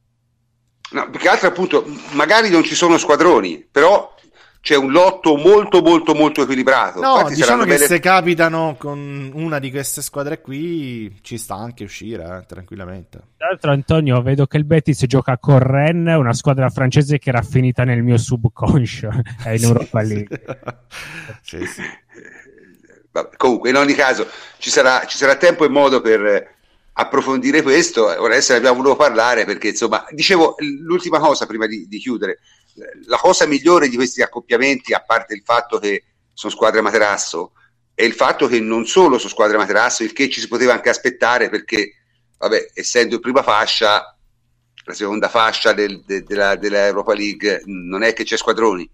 No, più che altro appunto, magari non ci sono squadroni, però c'è un lotto molto molto molto equilibrato. No, Infatti diciamo saranno che belle- se capitano con una di queste squadre qui ci sta anche uscire, eh, tranquillamente. Tra l'altro, Antonio, vedo che il Betis gioca con Rennes, una squadra francese che era finita nel mio subconscio, è in Europa League. Sì, sì. Vabbè, comunque in ogni caso ci sarà, ci sarà tempo e modo per eh, approfondire questo. Ora adesso ne abbiamo voluto parlare perché insomma, dicevo l'ultima cosa prima di, di chiudere, la cosa migliore di questi accoppiamenti, a parte il fatto che sono squadre materasso, è il fatto che non solo sono squadre materasso, il che ci si poteva anche aspettare perché vabbè, essendo in prima fascia, la seconda fascia del, de, della, della Europa League non è che c'è squadroni,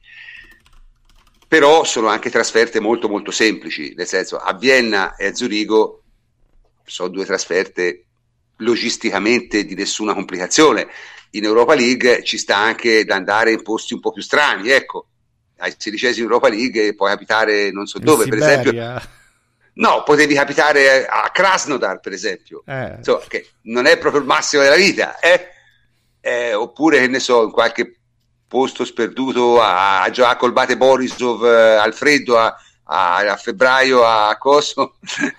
però sono anche trasferte molto molto semplici, nel senso a Vienna e a Zurigo sono due trasferte logisticamente di nessuna complicazione. In Europa League ci sta anche da andare in posti un po' più strani, ecco, ai sedicesimi Europa League puoi capitare non so In dove, per esempio. Siberia. No, potevi capitare a Krasnodar, per esempio, Eh. insomma, che non è proprio il massimo della vita, eh? Eh, oppure, che ne so, in qualche posto sperduto a, a giocare col Bate Borisov eh, al freddo a, a, a febbraio a Coso,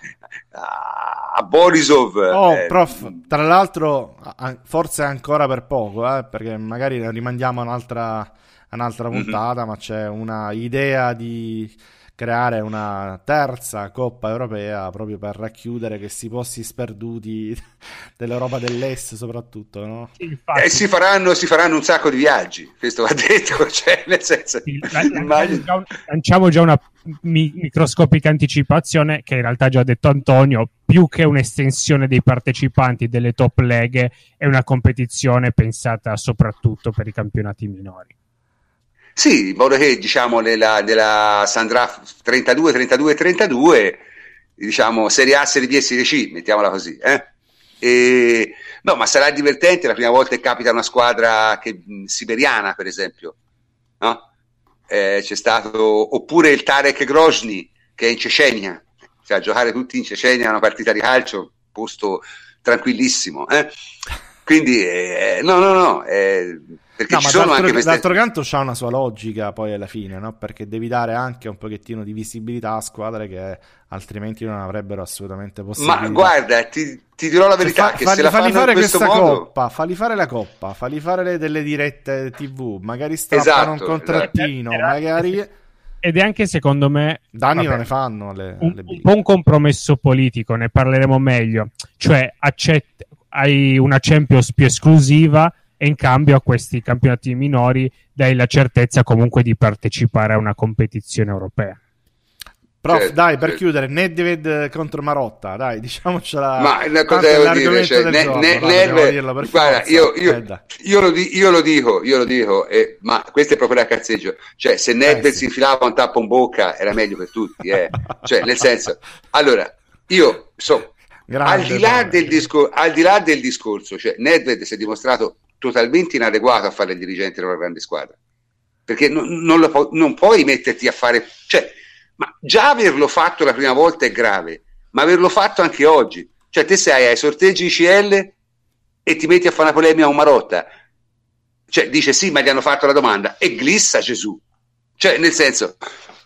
a, a Borisov. Oh, eh, prof, tra l'altro, a- forse ancora per poco, eh, perché magari ne rimandiamo un'altra, un'altra Mhm. puntata, ma c'è una idea di creare una terza Coppa Europea proprio per racchiudere questi posti sperduti dell'Europa dell'Est, soprattutto, no? Sì, infatti, E si faranno, si faranno un sacco di viaggi, questo va detto, cioè, nel senso, sì, la- lanciamo immagino- già un- lanciamo già una mi- microscopica anticipazione che in realtà ha già detto Antonio, più che un'estensione dei partecipanti delle top leghe è una competizione pensata soprattutto per i campionati minori. Sì, in modo che diciamo nella, nella Sandra trentadue, trentadue, trentadue, diciamo Serie A, Serie B e Serie C, mettiamola così. Eh? E, no, ma sarà divertente la prima volta che capita una squadra che, mh, siberiana, per esempio, no? Eh, c'è stato, oppure il Tarek Grozny che è in Cecenia, cioè a giocare tutti in Cecenia una partita di calcio, posto tranquillissimo. Eh? Quindi, eh, no, no, no. Eh, perché No, ci ma sono d'altro, anche queste... d'altro canto c'ha una sua logica poi alla fine, no? Perché devi dare anche un pochettino di visibilità a squadre che altrimenti non avrebbero assolutamente possibilità. Ma guarda, ti, ti dirò la Cioè, verità, fa- che falli, se la falli fanno fare in questo questa modo... coppa, falli fare la coppa, falli fare le- delle dirette tivù, magari strappano un Esatto, contrattino, Era- magari Ed è anche secondo me danni vabbè, non ne fanno alle, un, alle un big. po' un compromesso politico, ne parleremo meglio, cioè accetti, hai una Champions più esclusiva e in cambio a questi campionati minori dai la certezza comunque di partecipare a una competizione europea. Prof, Certo, dai, per certo. chiudere, Nedved contro Marotta, dai, diciamocela. Ma una tanto cosa è devo dire, l'argomento cioè, del ne- giorno, ne- dai, dobbiamo Nedved- dirlo per guarda, forza. io, io- Eh, dai. io lo di- io lo dico, io lo dico, eh, ma questo è proprio da cazzeggio. Cioè, se Nedved Eh, sì. si infilava un tappo in bocca era meglio per tutti, eh. Cioè, nel senso, allora, io so, Grande, al di là Mauro. del discor- al di là del discorso, cioè, Nedved si è dimostrato totalmente inadeguato a fare il dirigente di una grande squadra, perché non, non, lo pu- non puoi metterti a fare, cioè, ma già averlo fatto la prima volta è grave, ma averlo fatto anche oggi, cioè te sei ai sorteggi I C L e ti metti a fare una polemica con Marotta, cioè dice sì, ma gli hanno fatto la domanda e glissa Gesù, cioè nel senso,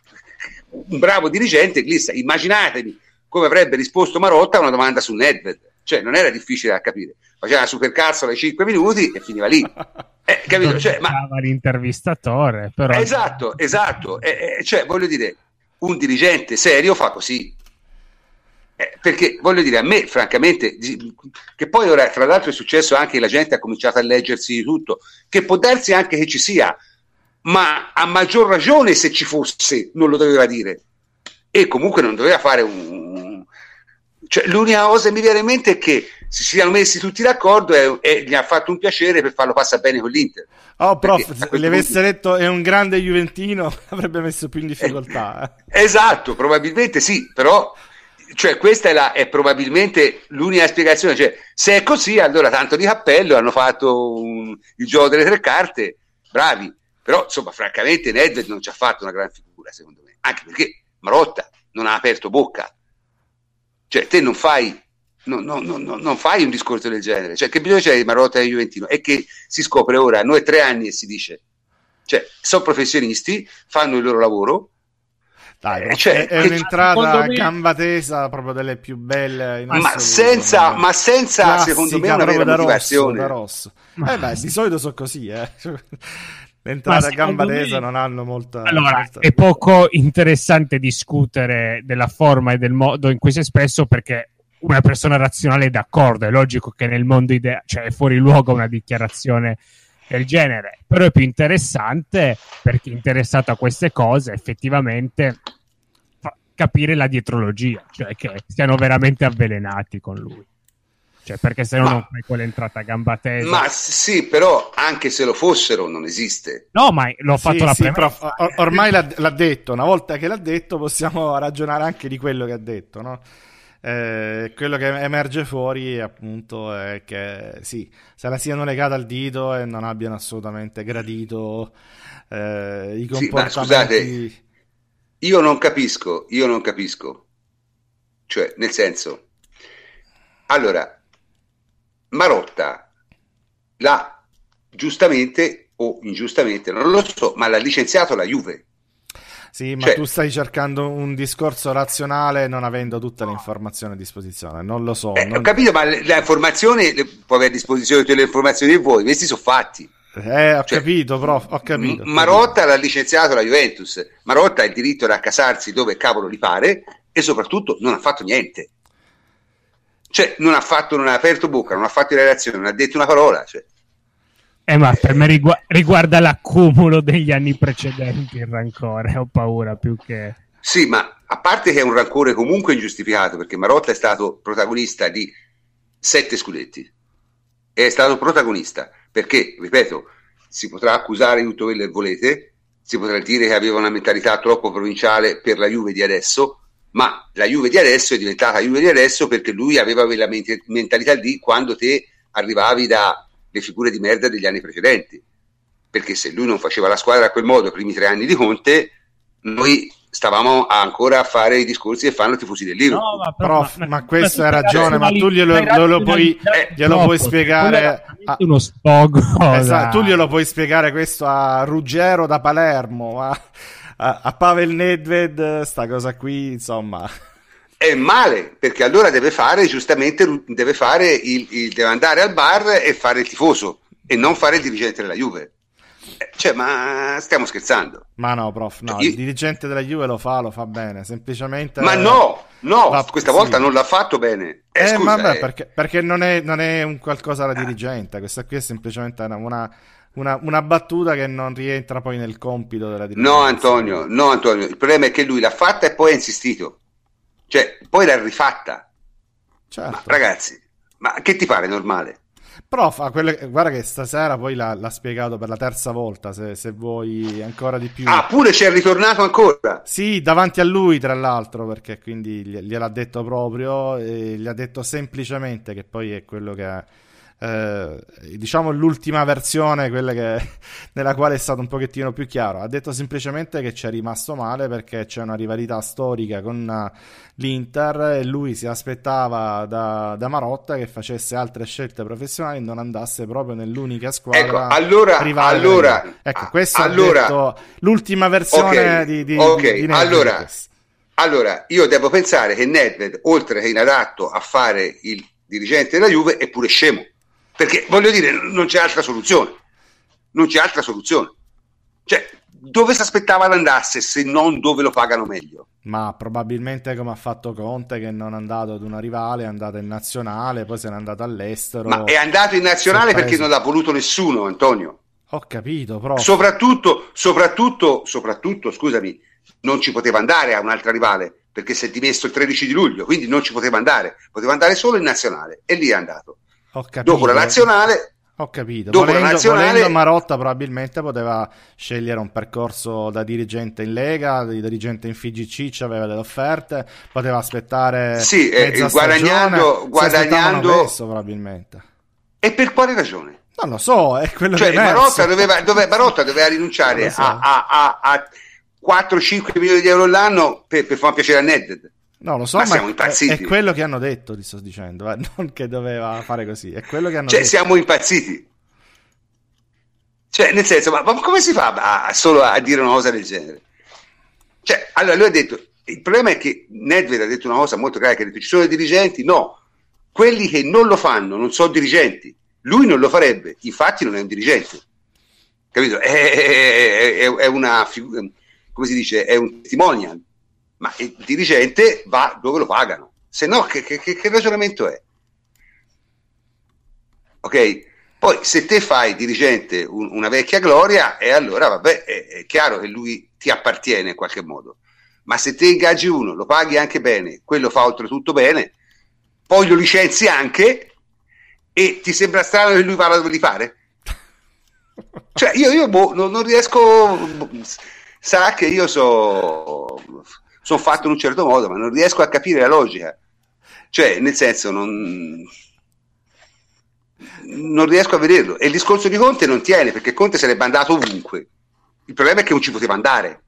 un bravo dirigente glissa. Immaginatevi come avrebbe risposto Marotta a una domanda su Nedved, cioè non era difficile da capire, faceva una supercazzola ai cinque minuti e finiva lì, eh, capito? Cioè, ma Dava l'intervistatore, però esatto, esatto, eh, eh, cioè voglio dire, un dirigente serio fa così, eh, perché voglio dire, a me francamente, di- che poi ora tra l'altro è successo anche che la gente ha cominciato a leggersi di tutto, che può darsi anche che ci sia, ma a maggior ragione se ci fosse non lo doveva dire, e comunque non doveva fare un, Cioè, l'unica cosa che mi viene in mente è che si siano messi tutti d'accordo e, e gli ha fatto un piacere per farlo passare bene con l'Inter. Oh, prof, se le avesse punto... detto è un grande juventino, avrebbe messo più in difficoltà. Eh. Esatto, probabilmente sì, però cioè, questa è, la, è probabilmente l'unica spiegazione. Cioè, se è così, allora tanto di cappello, hanno fatto un, il gioco delle tre carte, bravi. Però, insomma, francamente, Nedved non ci ha fatto una gran figura, secondo me. Anche perché Marotta non ha aperto bocca. Cioè, te non fai, no, no, no, no, non fai un discorso del genere. Cioè, che bisogno c'è di Marotta e Juventino? È che si scopre ora, noi tre anni e si dice, cioè, sono professionisti, fanno il loro lavoro. Dai, eh, cioè, è, è un'entrata me... gamba tesa, proprio delle più belle in ma senza, ma senza classica, secondo me, una vera da motivazione. Rosso, da rosso. Eh beh, di solito sono così, eh. L'entrata a gamba tesa me... non hanno molta... Allora, molta... è poco interessante discutere della forma e del modo in cui si è espresso, perché una persona razionale è d'accordo, è logico che nel mondo ideale, cioè è fuori luogo una dichiarazione del genere, però è più interessante, per chi è interessato a queste cose, effettivamente fa capire la dietrologia, cioè che siano veramente avvelenati con lui. Cioè, perché se no ma, non fai quell'entrata a gamba tesa. Ma sì, però anche se lo fossero non esiste. No, ma l'ho fatto sì, la sì, premessa. Prof, or- ormai l'ha, l'ha detto, una volta che l'ha detto possiamo ragionare anche di quello che ha detto, no? Eh, quello che emerge fuori appunto è che sì, se la siano legata al dito e non abbiano assolutamente gradito eh, i comportamenti. Sì, ma scusate, io non capisco, io non capisco. Cioè, nel senso, allora Marotta l'ha giustamente o ingiustamente, non lo so, ma l'ha licenziato la Juve. Sì, ma cioè, tu stai cercando un discorso razionale non avendo tutte le informazioni a disposizione, non lo so. Eh, non... Ho capito, ma l'informazione può avere a disposizione tutte le informazioni che vuoi, questi sono fatti. Eh, ho cioè, capito, prof, ho capito. Marotta l'ha licenziato la Juventus, Marotta ha il diritto di accasarsi dove cavolo gli pare e soprattutto non ha fatto niente. Cioè, non ha fatto, non ha aperto bocca, non ha fatto la relazione, non ha detto una parola. Cioè. Eh, ma per me rigu- riguarda l'accumulo degli anni precedenti il rancore, ho paura più che... Sì, ma a parte che è un rancore comunque ingiustificato, perché Marotta è stato protagonista di sette scudetti. È stato protagonista, perché, ripeto, si potrà accusare di tutto quello che volete, si potrà dire che aveva una mentalità troppo provinciale per la Juve di adesso, ma la Juve di adesso è diventata Juve di adesso perché lui aveva quella ment- mentalità lì quando te arrivavi da le figure di merda degli anni precedenti, perché se lui non faceva la squadra a quel modo i primi tre anni di Conte, noi stavamo ancora a fare i discorsi che fanno i tifosi del Liverpool. No, ma, Prof, ma, ma questo hai ragione, ma tu glielo, glielo puoi, eh, glielo troppo, puoi spiegare a, uno sfogo esatto, tu glielo puoi spiegare questo a Ruggero da Palermo, a, a, a Pavel Nedved, sta cosa qui, insomma. È male, perché allora deve fare giustamente, deve fare il, il deve andare al bar e fare il tifoso e non fare il dirigente della Juve. Cioè, ma stiamo scherzando? Ma no, prof, no, Io... il dirigente della Juve lo fa, lo fa bene, semplicemente... Ma no, no, va... questa sì. volta non l'ha fatto bene. Eh, eh scusa, vabbè, eh. perché, perché non è, non è un qualcosa da dirigente, questa qui è semplicemente una, una, una, una battuta che non rientra poi nel compito della dirigenza. No, Antonio, no, Antonio, il problema è che lui l'ha fatta e poi ha insistito. Cioè, poi l'ha rifatta. Certo. Ma, ragazzi, ma che ti pare normale? Prof, quello, guarda che stasera poi l'ha, l'ha spiegato per la terza volta, se, se vuoi ancora di più. Ah, pure ci è ritornato ancora? Sì, davanti a lui tra l'altro, perché quindi gliel'ha detto proprio, e gli ha detto semplicemente che poi è quello che è, eh, diciamo l'ultima versione, quella che, nella quale è stato un pochettino più chiaro. Ha detto semplicemente che ci è rimasto male perché c'è una rivalità storica con l'Inter e lui si aspettava da, da Marotta che facesse altre scelte professionali e non andasse proprio nell'unica squadra. Ecco, allora, allora ecco, questo allora, ha detto l'ultima versione okay, di, di, okay, di, di allora, allora io devo pensare che Nedved, oltre che inadatto a fare il dirigente della Juve, è pure scemo, perché voglio dire, non c'è altra soluzione, non c'è altra soluzione. Cioè, dove si aspettava di andasse se non dove lo pagano meglio? Ma probabilmente come ha fatto Conte, che non è andato ad una rivale, è andato in nazionale, poi se n'è andato all'estero. Ma è andato in nazionale perché non l'ha voluto nessuno, Antonio. Ho capito, però. Soprattutto, soprattutto, soprattutto, scusami, non ci poteva andare a un'altra rivale, perché si è dimesso il tredici di luglio, quindi non ci poteva andare, poteva andare solo in nazionale, e lì è andato. Ho capito. Dopo la nazionale... Ho capito. Dopo Volendo, la nazionale... volendo Marotta probabilmente poteva scegliere un percorso da dirigente in Lega, di dirigente in F I G C, aveva delle offerte, poteva aspettare sì, mezza eh, guadagnando, stagione, guadagnando... questo probabilmente. E per quale ragione? Non lo so, è quello cioè, che Marotta doveva, dove, Marotta doveva rinunciare so. a, a, a, a quattro cinque milioni di euro l'anno per, per far piacere a Nedved. No, lo so, ma, ma siamo è, impazziti. È quello che hanno detto, ti sto dicendo, eh? Non che doveva fare così, è quello che hanno cioè, detto. Siamo impazziti. Cioè, nel senso, ma, ma come si fa a, a solo a dire una cosa del genere? Cioè, allora lui ha detto, il problema è che Nedved ha detto una cosa molto chiara, che ha detto, ci sono dei dirigenti, no, quelli che non lo fanno non sono dirigenti, lui non lo farebbe, infatti non è un dirigente, capito? È, è, è, è una, come si dice, è un testimonial, ma il dirigente va dove lo pagano, se no che, che, che ragionamento è? Ok? Poi se te fai dirigente un, una vecchia gloria, e allora vabbè, è, è chiaro che lui ti appartiene in qualche modo, ma se te ingaggi uno, lo paghi anche bene, quello fa oltretutto bene, poi lo licenzi anche, e ti sembra strano che lui parla dove li pare? Cioè io, io boh, non, non riesco, sarà che io so, sono fatto in un certo modo, ma non riesco a capire la logica, cioè nel senso non... non riesco a vederlo, e il discorso di Conte non tiene, perché Conte sarebbe andato ovunque, il problema è che non ci poteva andare,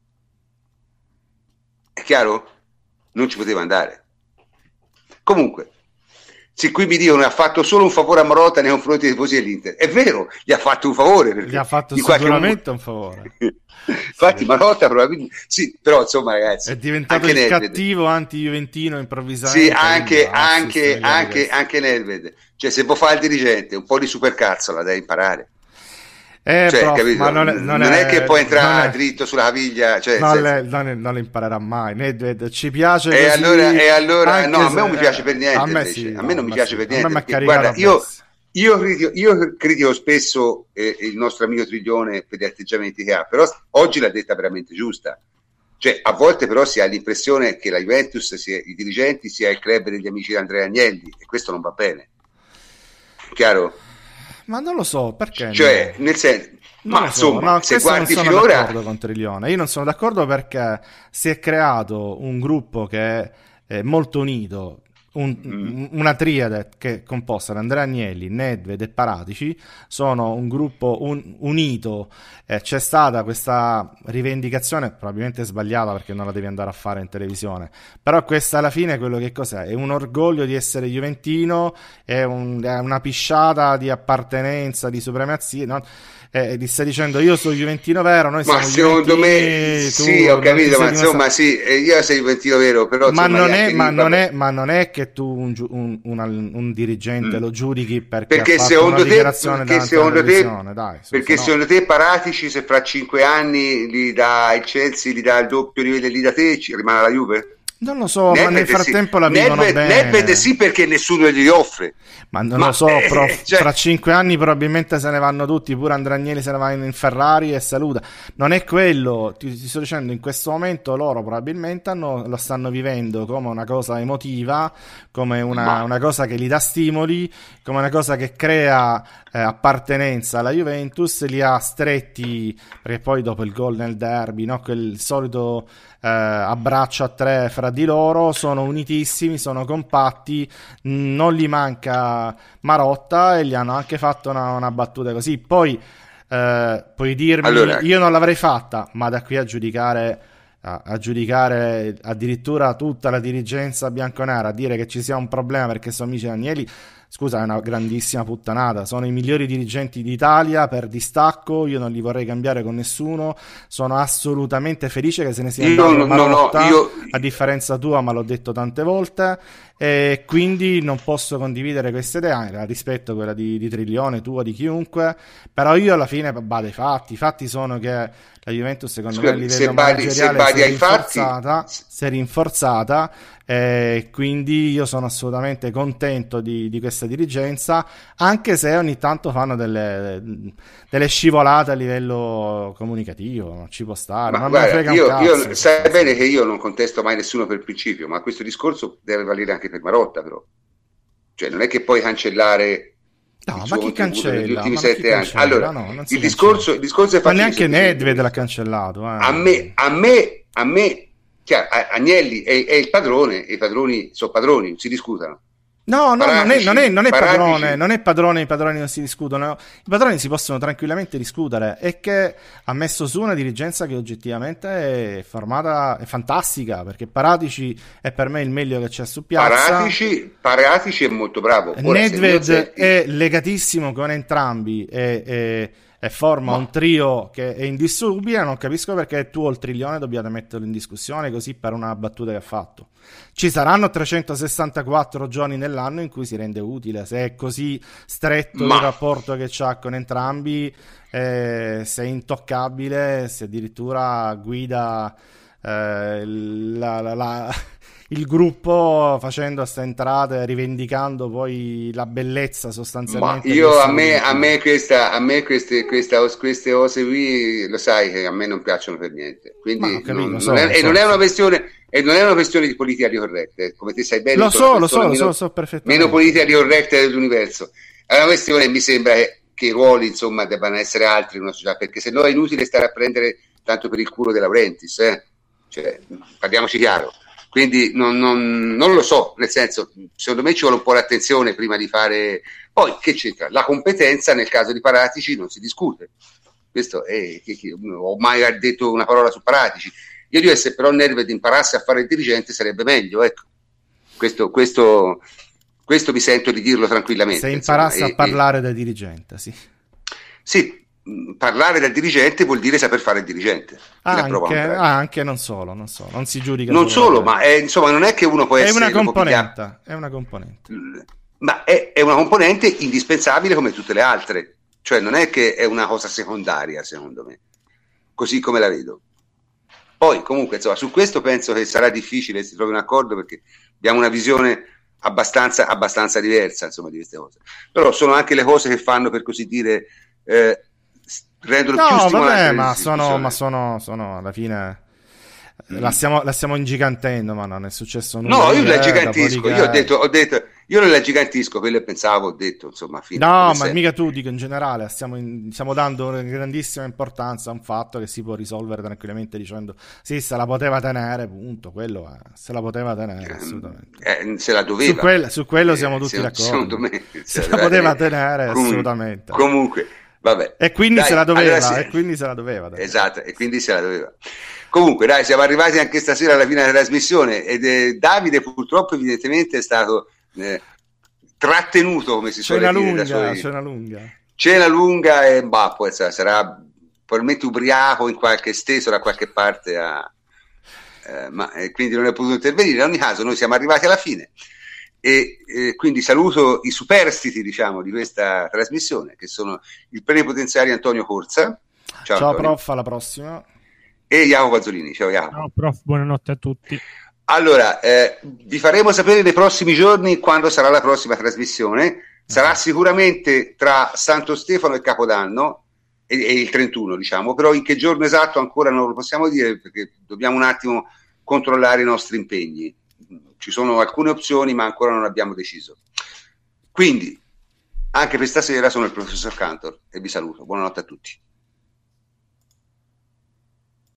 è chiaro? Non ci poteva andare. Comunque, se qui mi dicono che ha fatto solo un favore a Marotta nei confronti dei tifosi dell'Inter, è vero, gli ha fatto un favore, gli ha fatto modo... sicuramente un favore. Infatti sì. Marotta probabilmente sì, però insomma ragazzi, è diventato il Nedved. cattivo anti-juventino improvvisamente. Sì, anche, anche, assist, anche, anche Nedved, cioè se vuoi fare il dirigente un po' di supercazzo la devi imparare. Eh, cioè, prof, capito? Ma non, è, non, non è, è che puoi entrare è, dritto sulla caviglia, cioè, non, senso... le, non, le, non le imparerà mai. Nedved ci piace e così, allora, e allora no, a me non se, mi piace per niente, a me, sì, sì, a me non no, mi piace sì, per niente, me perché, guarda, io, io, critico, io critico spesso eh, il nostro amico Triglione per gli atteggiamenti che ha, però oggi l'ha detta veramente giusta, cioè a volte però si ha l'impressione che la Juventus sia, i dirigenti sia il club degli amici di Andrea Agnelli, e questo non va bene, chiaro? Ma non lo so, perché cioè no? nel senso, non ma so, insomma, no, se guardi non sono finora... d'accordo con Triglione. Io non sono d'accordo perché si è creato un gruppo che è, è molto unito, un, mm. una triade che è composta da Andrea Agnelli, Nedved e Paratici, sono un gruppo un, unito. Eh, c'è stata questa rivendicazione, probabilmente sbagliata perché non la devi andare a fare in televisione, però questa alla fine quello che cos'è? È un orgoglio di essere juventino, è, un, è una pisciata di appartenenza, di supremazia, no? Eh, ti stai dicendo io sono juventino vero, noi ma siamo secondo me tu, sì, ho capito, ma insomma dimostra... sì, io sei juventino vero, però ma, insomma, non è, ma, lì, non è, ma non è che tu un, un, un, un dirigente mm. lo giudichi perché, perché ha fatto secondo una te, dichiarazione perché secondo te, dai, su, perché no. secondo te Paratici se fra cinque anni gli dà il Chelsea, gli dà il doppio livello lì da te, ci rimane la Juve? Non lo so, Nedved ma nel frattempo sì. la vivono Nedved, bene. Nedved sì, perché nessuno gli offre. Ma non ma, lo so, eh, prof, cioè... fra cinque anni probabilmente se ne vanno tutti, pure Andrea Agnelli se ne va in Ferrari e saluta. Non è quello, ti, ti sto dicendo, in questo momento loro probabilmente hanno, lo stanno vivendo come una cosa emotiva, come una, ma... una cosa che gli dà stimoli, come una cosa che crea eh, appartenenza alla Juventus, li ha stretti, perché poi dopo il gol nel derby, no? Quel solito eh, abbraccio a tre fra di loro, sono unitissimi, sono compatti, non gli manca Marotta e gli hanno anche fatto una, una battuta così. Poi eh, puoi dirmi allora... io non l'avrei fatta, ma da qui a giudicare a, a giudicare addirittura tutta la dirigenza bianconera, a dire che ci sia un problema perché sono amici di Agnelli, scusa, è una grandissima puttanata. Sono i migliori dirigenti d'Italia per distacco, io non li vorrei cambiare con nessuno, sono assolutamente felice che se ne sia andato no, Marotta, no, no, io... a differenza tua, ma l'ho detto tante volte, e quindi non posso condividere queste idee, la rispetto quella di, di Triglione, tua, di chiunque, però io alla fine vado ai fatti. I fatti sono che la Juventus secondo Scusa, me a livello manageriale si è rinforzata, si è rinforzata, e quindi io sono assolutamente contento di, di questa stessa dirigenza, anche se ogni tanto fanno delle, delle scivolate a livello comunicativo, non ci può stare. Ma non guarda, frega io, un cazzo, io sai bene che io non contesto mai nessuno per principio, ma questo discorso deve valere anche per Marotta, però. Cioè, non è che puoi cancellare no, il ma chi cancella? negli ultimi ma sette anni. Cancella? Allora, no, il, discorso, il discorso è ma fatto. Neanche Nedved l'ha cancellato. Eh. A me, a me, a me, cioè, Agnelli è, è il padrone, e i padroni sono padroni, non si discutano. No, no, Paratici, non è, non è, non è Paratici. padrone, non è padrone, i padroni non si discutono, i padroni si possono tranquillamente discutere, è che ha messo su una dirigenza che oggettivamente è formata, è fantastica, perché Paratici è per me il meglio che c'è su piazza. Paratici, Paratici è molto bravo. Ora, Nedved Setti... è legatissimo con entrambi e, e, e forma Ma... un trio che è indissolubile, non capisco perché tu o il Triglione dobbiate metterlo in discussione così per una battuta che ha fatto. Ci saranno trecentosessantaquattro giorni nell'anno in cui si rende utile, se è così stretto Ma... il rapporto che c'ha con entrambi, eh, se è intoccabile, se addirittura guida eh, la, la, la, il gruppo facendo queste entrate, rivendicando poi la bellezza sostanzialmente. Ma io a me, a me questa, a me queste, questa, queste cose qui, lo sai che a me non piacciono per niente, quindi capito, non, so, non è, so, e non è una questione. E non è una questione di politica di corrette, come te sai bene. Lo so, lo so, meno, lo so, so perfettamente. Meno politica di corrette dell'universo. È una questione, mi sembra, che, che i ruoli, insomma, debbano essere altri in una società, perché se no è inutile stare a prendere tanto per il culo De Laurentiis, eh? Cioè, parliamoci chiaro. Quindi non, non, non lo so, nel senso, secondo me ci vuole un po' l'attenzione prima di fare... Poi, che c'entra? La competenza, nel caso di Paratici, non si discute. Questo è... Che, che, ho mai detto una parola su Paratici. Io dico che se però Nedved imparasse a fare il dirigente sarebbe meglio, ecco. Questo, questo, questo mi sento di dirlo tranquillamente. Se imparasse insomma, a e, parlare e... da dirigente, sì. Sì, parlare da dirigente vuol dire saper fare il dirigente. Anche, ah, anche non solo, non solo, non si giudica. Non solo, ma è, insomma non è che uno può è essere... Una componente, è una componente. Ma è, è una componente indispensabile come tutte le altre. Cioè non è che è una cosa secondaria, secondo me. Così come la vedo. Poi comunque insomma su questo penso che sarà difficile si trovi un accordo perché abbiamo una visione abbastanza, abbastanza diversa insomma di queste cose, però sono anche le cose che fanno per così dire eh, rendono no, più stimolante vabbè, ma sono, ma sono, sono alla fine mm. la, stiamo, la stiamo ingigantendo, ma non è successo nulla. No, io la gigantisco, io ho detto, ho detto io non la gigantisco, quello che pensavo, ho detto, insomma, fine, no, ma sempre. Mica tu, dico in generale, stiamo, in, stiamo dando una grandissima importanza a un fatto che si può risolvere tranquillamente dicendo sì, se la poteva tenere, punto, quello è, se la poteva tenere, eh, assolutamente. Eh, se la doveva. Su, quel, su quello siamo eh, tutti se, d'accordo. Me, se, se la poteva tenere, comunque, assolutamente. Comunque, vabbè. E quindi dai, se la doveva, allora, e quindi se la doveva. Dai. Esatto, e quindi se la doveva. Comunque, dai, siamo arrivati anche stasera alla fine della trasmissione ed eh, Davide purtroppo evidentemente è stato... Eh, trattenuto come si suole dire lunga, da suoi... cena lunga cena lunga e bah, poi sarà probabilmente ubriaco in qualche steso da qualche parte a, eh, ma eh, quindi non è potuto intervenire. In ogni caso noi siamo arrivati alla fine e eh, quindi saluto i superstiti diciamo di questa trasmissione che sono il plenipotenziario Antonio Corsa. Ciao, ciao prof, alla prossima. E Jacopo Pazzolini. Ciao Jacopo. Ciao prof, buonanotte a tutti. Allora, eh, vi faremo sapere nei prossimi giorni quando sarà la prossima trasmissione. Sarà sicuramente tra Santo Stefano e Capodanno e, e il trentuno, diciamo, però in che giorno esatto ancora non lo possiamo dire perché dobbiamo un attimo controllare i nostri impegni. Ci sono alcune opzioni, ma ancora non abbiamo deciso. Quindi, anche per stasera sono il professor Cantor e vi saluto. Buonanotte a tutti.